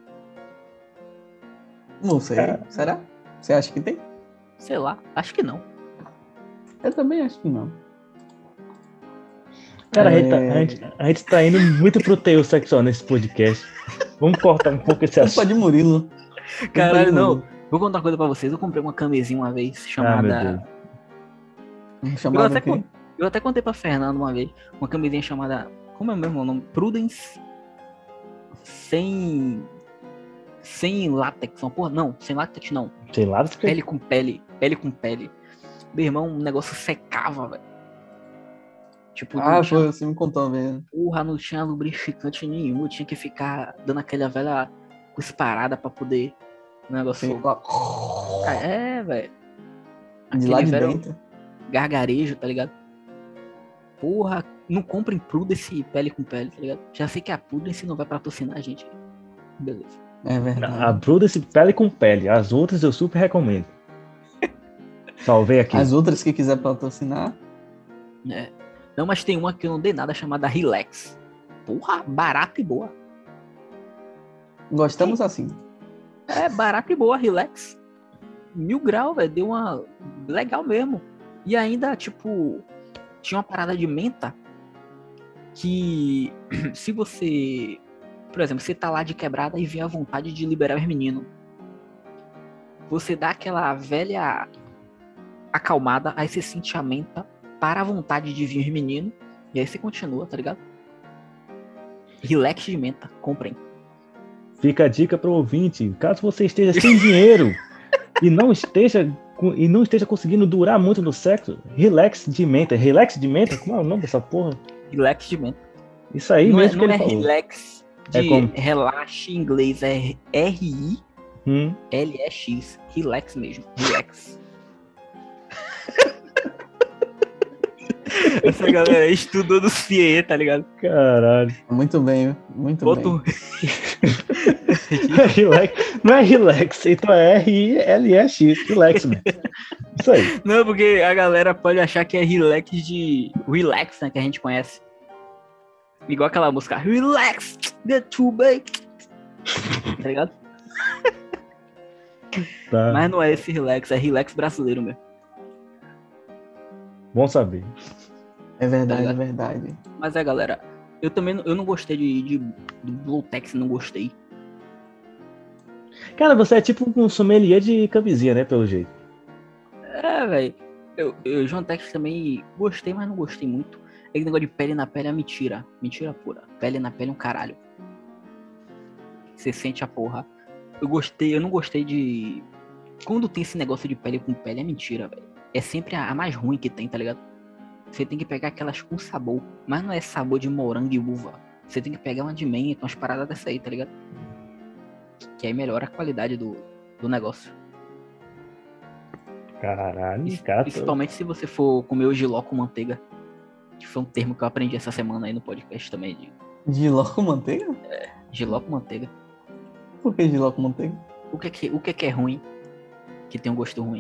Não sei. É. Será? Você acha que tem? Sei lá, acho que não. Eu também acho que não. Cara, a, É. gente tá, a, gente, a gente tá indo muito pro teor sexual nesse podcast. Vamos cortar um pouco esse Culpa assunto. de Murilo. Culpa Caralho, de não. Murilo. Vou contar uma coisa pra vocês. Eu comprei uma camisinha uma vez Ah, meu Deus. chamada. Eu Chamado até, o quê? con- eu até contei pra Fernando uma vez. Uma camisinha chamada. Como é mesmo o nome? Prudence. Sem. Sem látex. Uma porra. Não, sem látex não. Sei lá, das Pele com pele. Pele com pele. Meu irmão, o negócio secava, velho. Tipo, não Ah, tinha, foi, você me contou mesmo. porra, não tinha lubrificante nenhum. Eu tinha que ficar dando aquela velha cusparada pra poder. O negócio. Sim, lá. É, velho. De lá de velho dentro. gargarejo, tá ligado? Porra, não comprem Prudence pele com pele, tá ligado? Já sei que a Prudence não vai patrocinar a gente. Beleza. É A verdade. Prudence pele com pele. As outras eu super recomendo. Salvei aqui. As outras que quiser patrocinar, É. Não, mas tem uma que eu não dei nada chamada Relax. Porra, barata e boa. gostamos assim. É, barata e boa, Relax. Mil grau, velho. Deu uma. Legal mesmo. E ainda, tipo, tinha uma parada de menta que se você. Por exemplo, você tá lá de quebrada e vê a vontade de liberar os meninos. Você dá aquela velha acalmada, aí você sente a menta para a vontade de vir os meninos. E aí você continua, tá ligado? Relax de menta, comprem. Fica a dica pro ouvinte. Caso você esteja sem dinheiro e não esteja co- e não esteja conseguindo durar muito no sexo, relax de menta. Relax de menta? Como é o nome dessa porra? Relax de menta. Isso aí Não é, mesmo não que é ele falou. relax de É como? relaxe em inglês, é R I Hum, L E X. Relax mesmo. Relax. Essa galera estudou no C I E, tá ligado? caralho. Muito bem, muito Bota bem. um... Relax. Não é relax, então é R I L E X. Relax, mesmo. Isso aí. Não, porque a galera pode achar que é relax de... Relax, né? Que a gente conhece. Igual aquela música. Relax, the two bay. Tá ligado? Tá. Mas não é esse relax, é relax brasileiro mesmo. Bom saber. É verdade, Tá é ligado? verdade. Mas é, galera, eu também não- eu não gostei de, de do Blowtex, não gostei. Cara, você é tipo um sommelier de camisinha, né? Pelo jeito. É, velho. Eu, eu João Tex também gostei, mas não gostei muito. Esse negócio de pele na pele é mentira. Mentira pura. Pele na pele é um caralho. Você sente a porra. Eu gostei, eu não gostei de. Quando tem esse negócio de pele com pele, é mentira, velho. É sempre a, a mais ruim que tem, tá ligado? Você tem que pegar aquelas com sabor. Mas não é sabor de morango e uva. Você tem que pegar uma de menta, umas paradas dessa aí, tá ligado? Que aí melhora a qualidade do, do negócio. Caralho, Pris- cara. Principalmente se você for comer o giló com manteiga. Que foi um termo que eu aprendi essa semana aí no podcast também. De Giló com manteiga? giló com manteiga. Por que giló com manteiga? O que é que, o que é, que é ruim? Que tem um gosto ruim?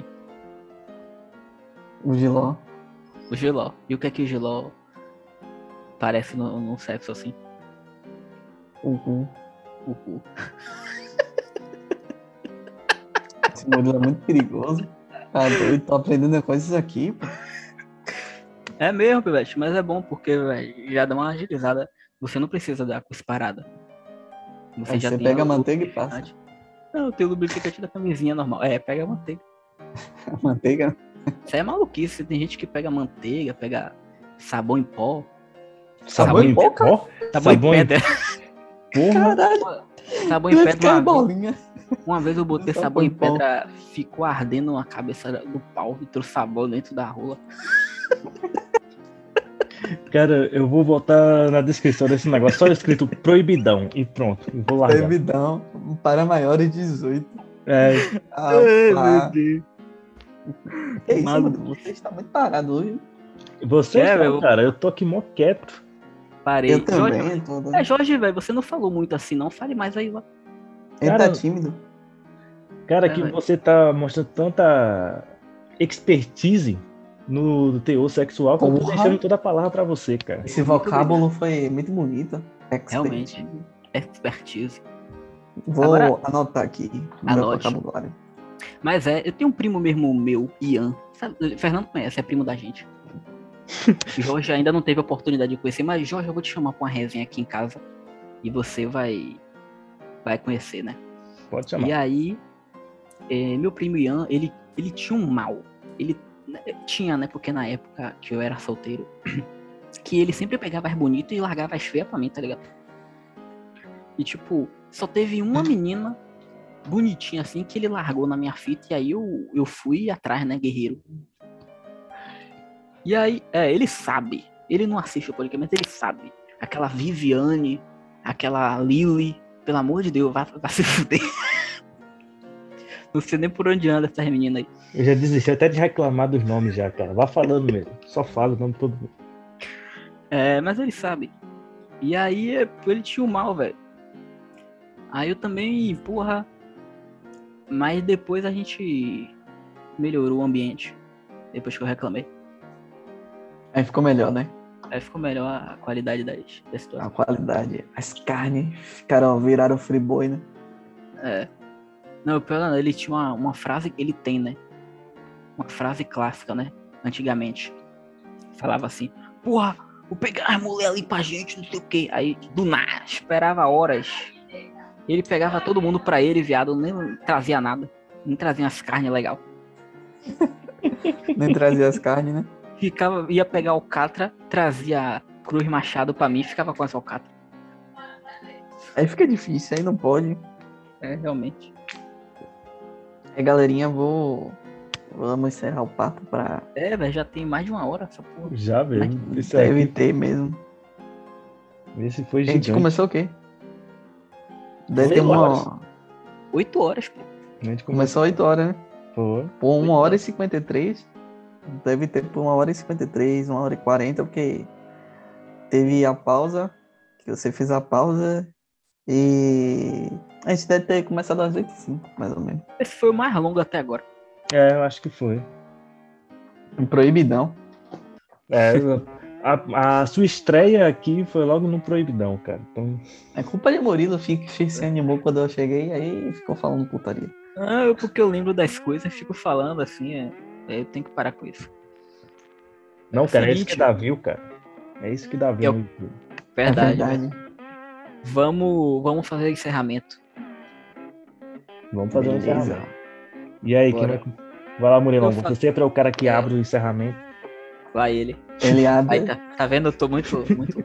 O giló. O giló. E o que é que o giló parece no, no sexo assim? O cu. O cu. Esse modelo é muito perigoso. Tá doido, tô aprendendo coisas aqui, pô. É mesmo, Pivete, mas é bom porque, velho, já dá uma agilizada. Você não precisa dar com parada. Você Aí já você tem pega a o manteiga e passa. lubrificante. Não, tem o lubrificante da camisinha normal. É, pega a manteiga. A manteiga. Isso aí é maluquice. Tem gente que pega manteiga, pega sabão em pó. Sabão em pó, cara? Ó, Sabão, sabão em em pedra. porra. Caralho, Sabão em vai pedra. ficar Uma, bolinha. vez- uma vez eu botei Sabão sabão em em pó. pedra, ficou ardendo na cabeça do pau e trouxe sabão dentro da rola. Cara, eu vou botar na descrição desse negócio só escrito proibidão e pronto, eu vou largar. Proibidão para maiores de dezoito. É, Ah, Ai, pá. Deus. Que isso, Maluco. mano? Você está muito parado hoje. vocês É, não, meu. cara, eu tô aqui mó quieto. Parei. Eu também. Jorge, Tô... é, Jorge, velho, você não falou muito assim, não. Fale mais aí, lá. Ele Cara, tá tímido. Cara, É, que velho. você tá mostrando tanta expertise no teor sexual que eu tô Porra. deixando toda a palavra pra você, cara. Esse Muito vocábulo foi muito bonito. Realmente. Expert. Expertise. Vou Agora- anotar aqui no meu Anote. vocabulário. Mas é, eu tenho um primo mesmo meu, Ian. Sabe, Fernando conhece, é primo da gente. Jorge ainda não teve a oportunidade de conhecer, mas Jorge, eu vou te chamar pra uma resenha aqui em casa. E você vai vai conhecer, né? Pode chamar. E aí, é, meu primo Ian, ele, ele tinha um mal. Ele né, tinha, né? Porque na época que eu era solteiro, que ele sempre pegava as bonitas e largava as feias pra mim, tá ligado? E tipo, só teve uma menina bonitinha assim que ele largou na minha fita e aí eu, eu fui atrás, né, guerreiro. E aí, é, ele sabe. Ele não assiste o podcast, mas ele sabe. Aquela Viviane, aquela Lily, pelo amor de Deus, vai, vai se fuder. Não sei nem por onde anda essas meninas aí. Eu já desisti até de reclamar dos nomes já, cara. Vá falando mesmo. Só fala o nome de todo mundo. É, mas ele sabe. E aí, ele tinha o mal, velho. Aí eu também, porra. Mas depois a gente melhorou o ambiente. Depois que eu reclamei. Aí ficou melhor, né? Aí ficou melhor a qualidade das, das A situações. qualidade. As carnes ficaram, viraram friboi, né? É. Não, o pior não, ele tinha uma, uma frase, ele tem, né? Uma frase clássica, né? Antigamente. Falava assim, porra, vou pegar as mulheres ali pra gente, não sei o quê. Aí, do nada, esperava horas. Ele pegava todo mundo pra ele, viado, nem trazia nada. Nem trazia as carnes legal. Nem trazia as carnes, né? Ficava, ia pegar o catra, trazia cruz machado pra mim e ficava com essa alcatra. Aí fica difícil, aí não pode. É, realmente. Aí, galerinha, vou... Vamos encerrar o papo pra... É, velho, já tem mais de uma hora essa porra. Já mesmo. Esse Deve aqui, ter mesmo. esse foi A gente gigante. começou o quê? Deve ter Oito horas. uma... Oito horas, pô. A gente Começou oito horas, né? Foi. Por uma hora e cinquenta e três. Deve ter por uma hora e cinquenta e três, uma hora e quarenta, porque teve a pausa, que você fez a pausa, e a gente deve ter começado às oito e cinco, mais ou menos. Esse foi o mais longo até agora. É, eu acho que foi. Um proibidão. É, a, a sua estreia aqui foi logo no Proibidão, cara. Então, É culpa de Murilo, que se animou quando eu cheguei, aí ficou falando putaria. Ah, eu, porque eu lembro das coisas, fico falando assim, é, é, eu tenho que parar com isso. não, É o cara, é isso seguinte, que dá view, cara. É isso que dá view Eu- no YouTube. Verdade. É verdade. velho. Vamos, vamos fazer encerramento. Vamos fazer um Beleza. encerramento. E aí, quem Bora. vai... vai lá, Murilão. Eu fa- Você sempre é o cara que É. abre o encerramento. Vai ele. Ele abre. Aí tá, tá vendo? Eu tô muito, muito.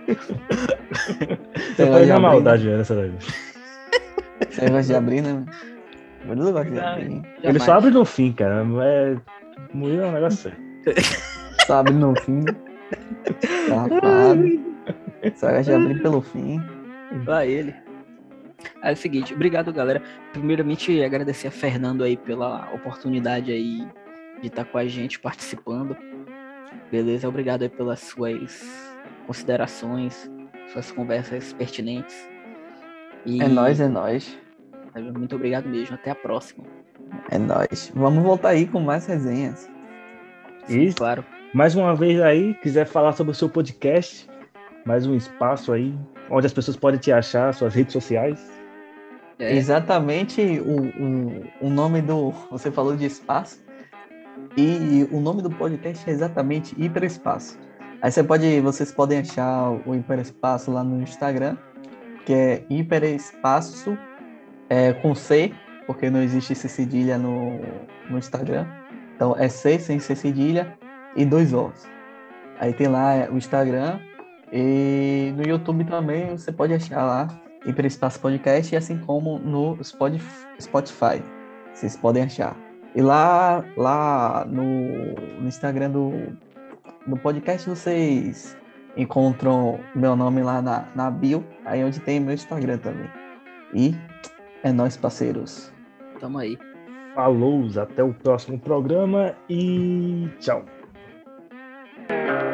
Você vai faz na abrir, maldade, velho, essa daí. Você gosta de abrir, né? Murilo gosta de Não, abrir. Ele jamais. só abre no fim, cara. É... Murilo é um negócio sério. Só abre no fim. Safado. Só gosta de abrir pelo fim. Vai ele. Aí é o seguinte, obrigado, galera. Primeiramente, agradecer a Fernando aí pela oportunidade aí de estar com a gente participando. Beleza? Obrigado aí pelas suas considerações, suas conversas pertinentes. E É nóis, é nóis. muito obrigado mesmo. Até a próxima. É nóis. Vamos voltar aí com mais resenhas. Sim, Isso. claro. Mais uma vez aí, quiser falar sobre o seu podcast, mais um espaço aí, onde as pessoas podem te achar, suas redes sociais. É. Exatamente o, o, o nome do... Você falou de espaço. E o nome do podcast é exatamente Hiperespaço. Aí você pode, vocês podem achar o Hiperespaço lá no Instagram, que é Hiperespaço é, com C, porque não existe C cedilha no, no Instagram. Então é C sem C cedilha e dois Os. Aí tem lá o Instagram e no YouTube também você pode achar lá Hiperespaço Podcast, e assim como no Spotify, vocês podem achar. E lá, lá no, no Instagram do, do podcast vocês encontram meu nome lá na, na bio, aí onde tem meu Instagram também. E é nóis, parceiros. Tamo aí. Falou, até o próximo programa e tchau.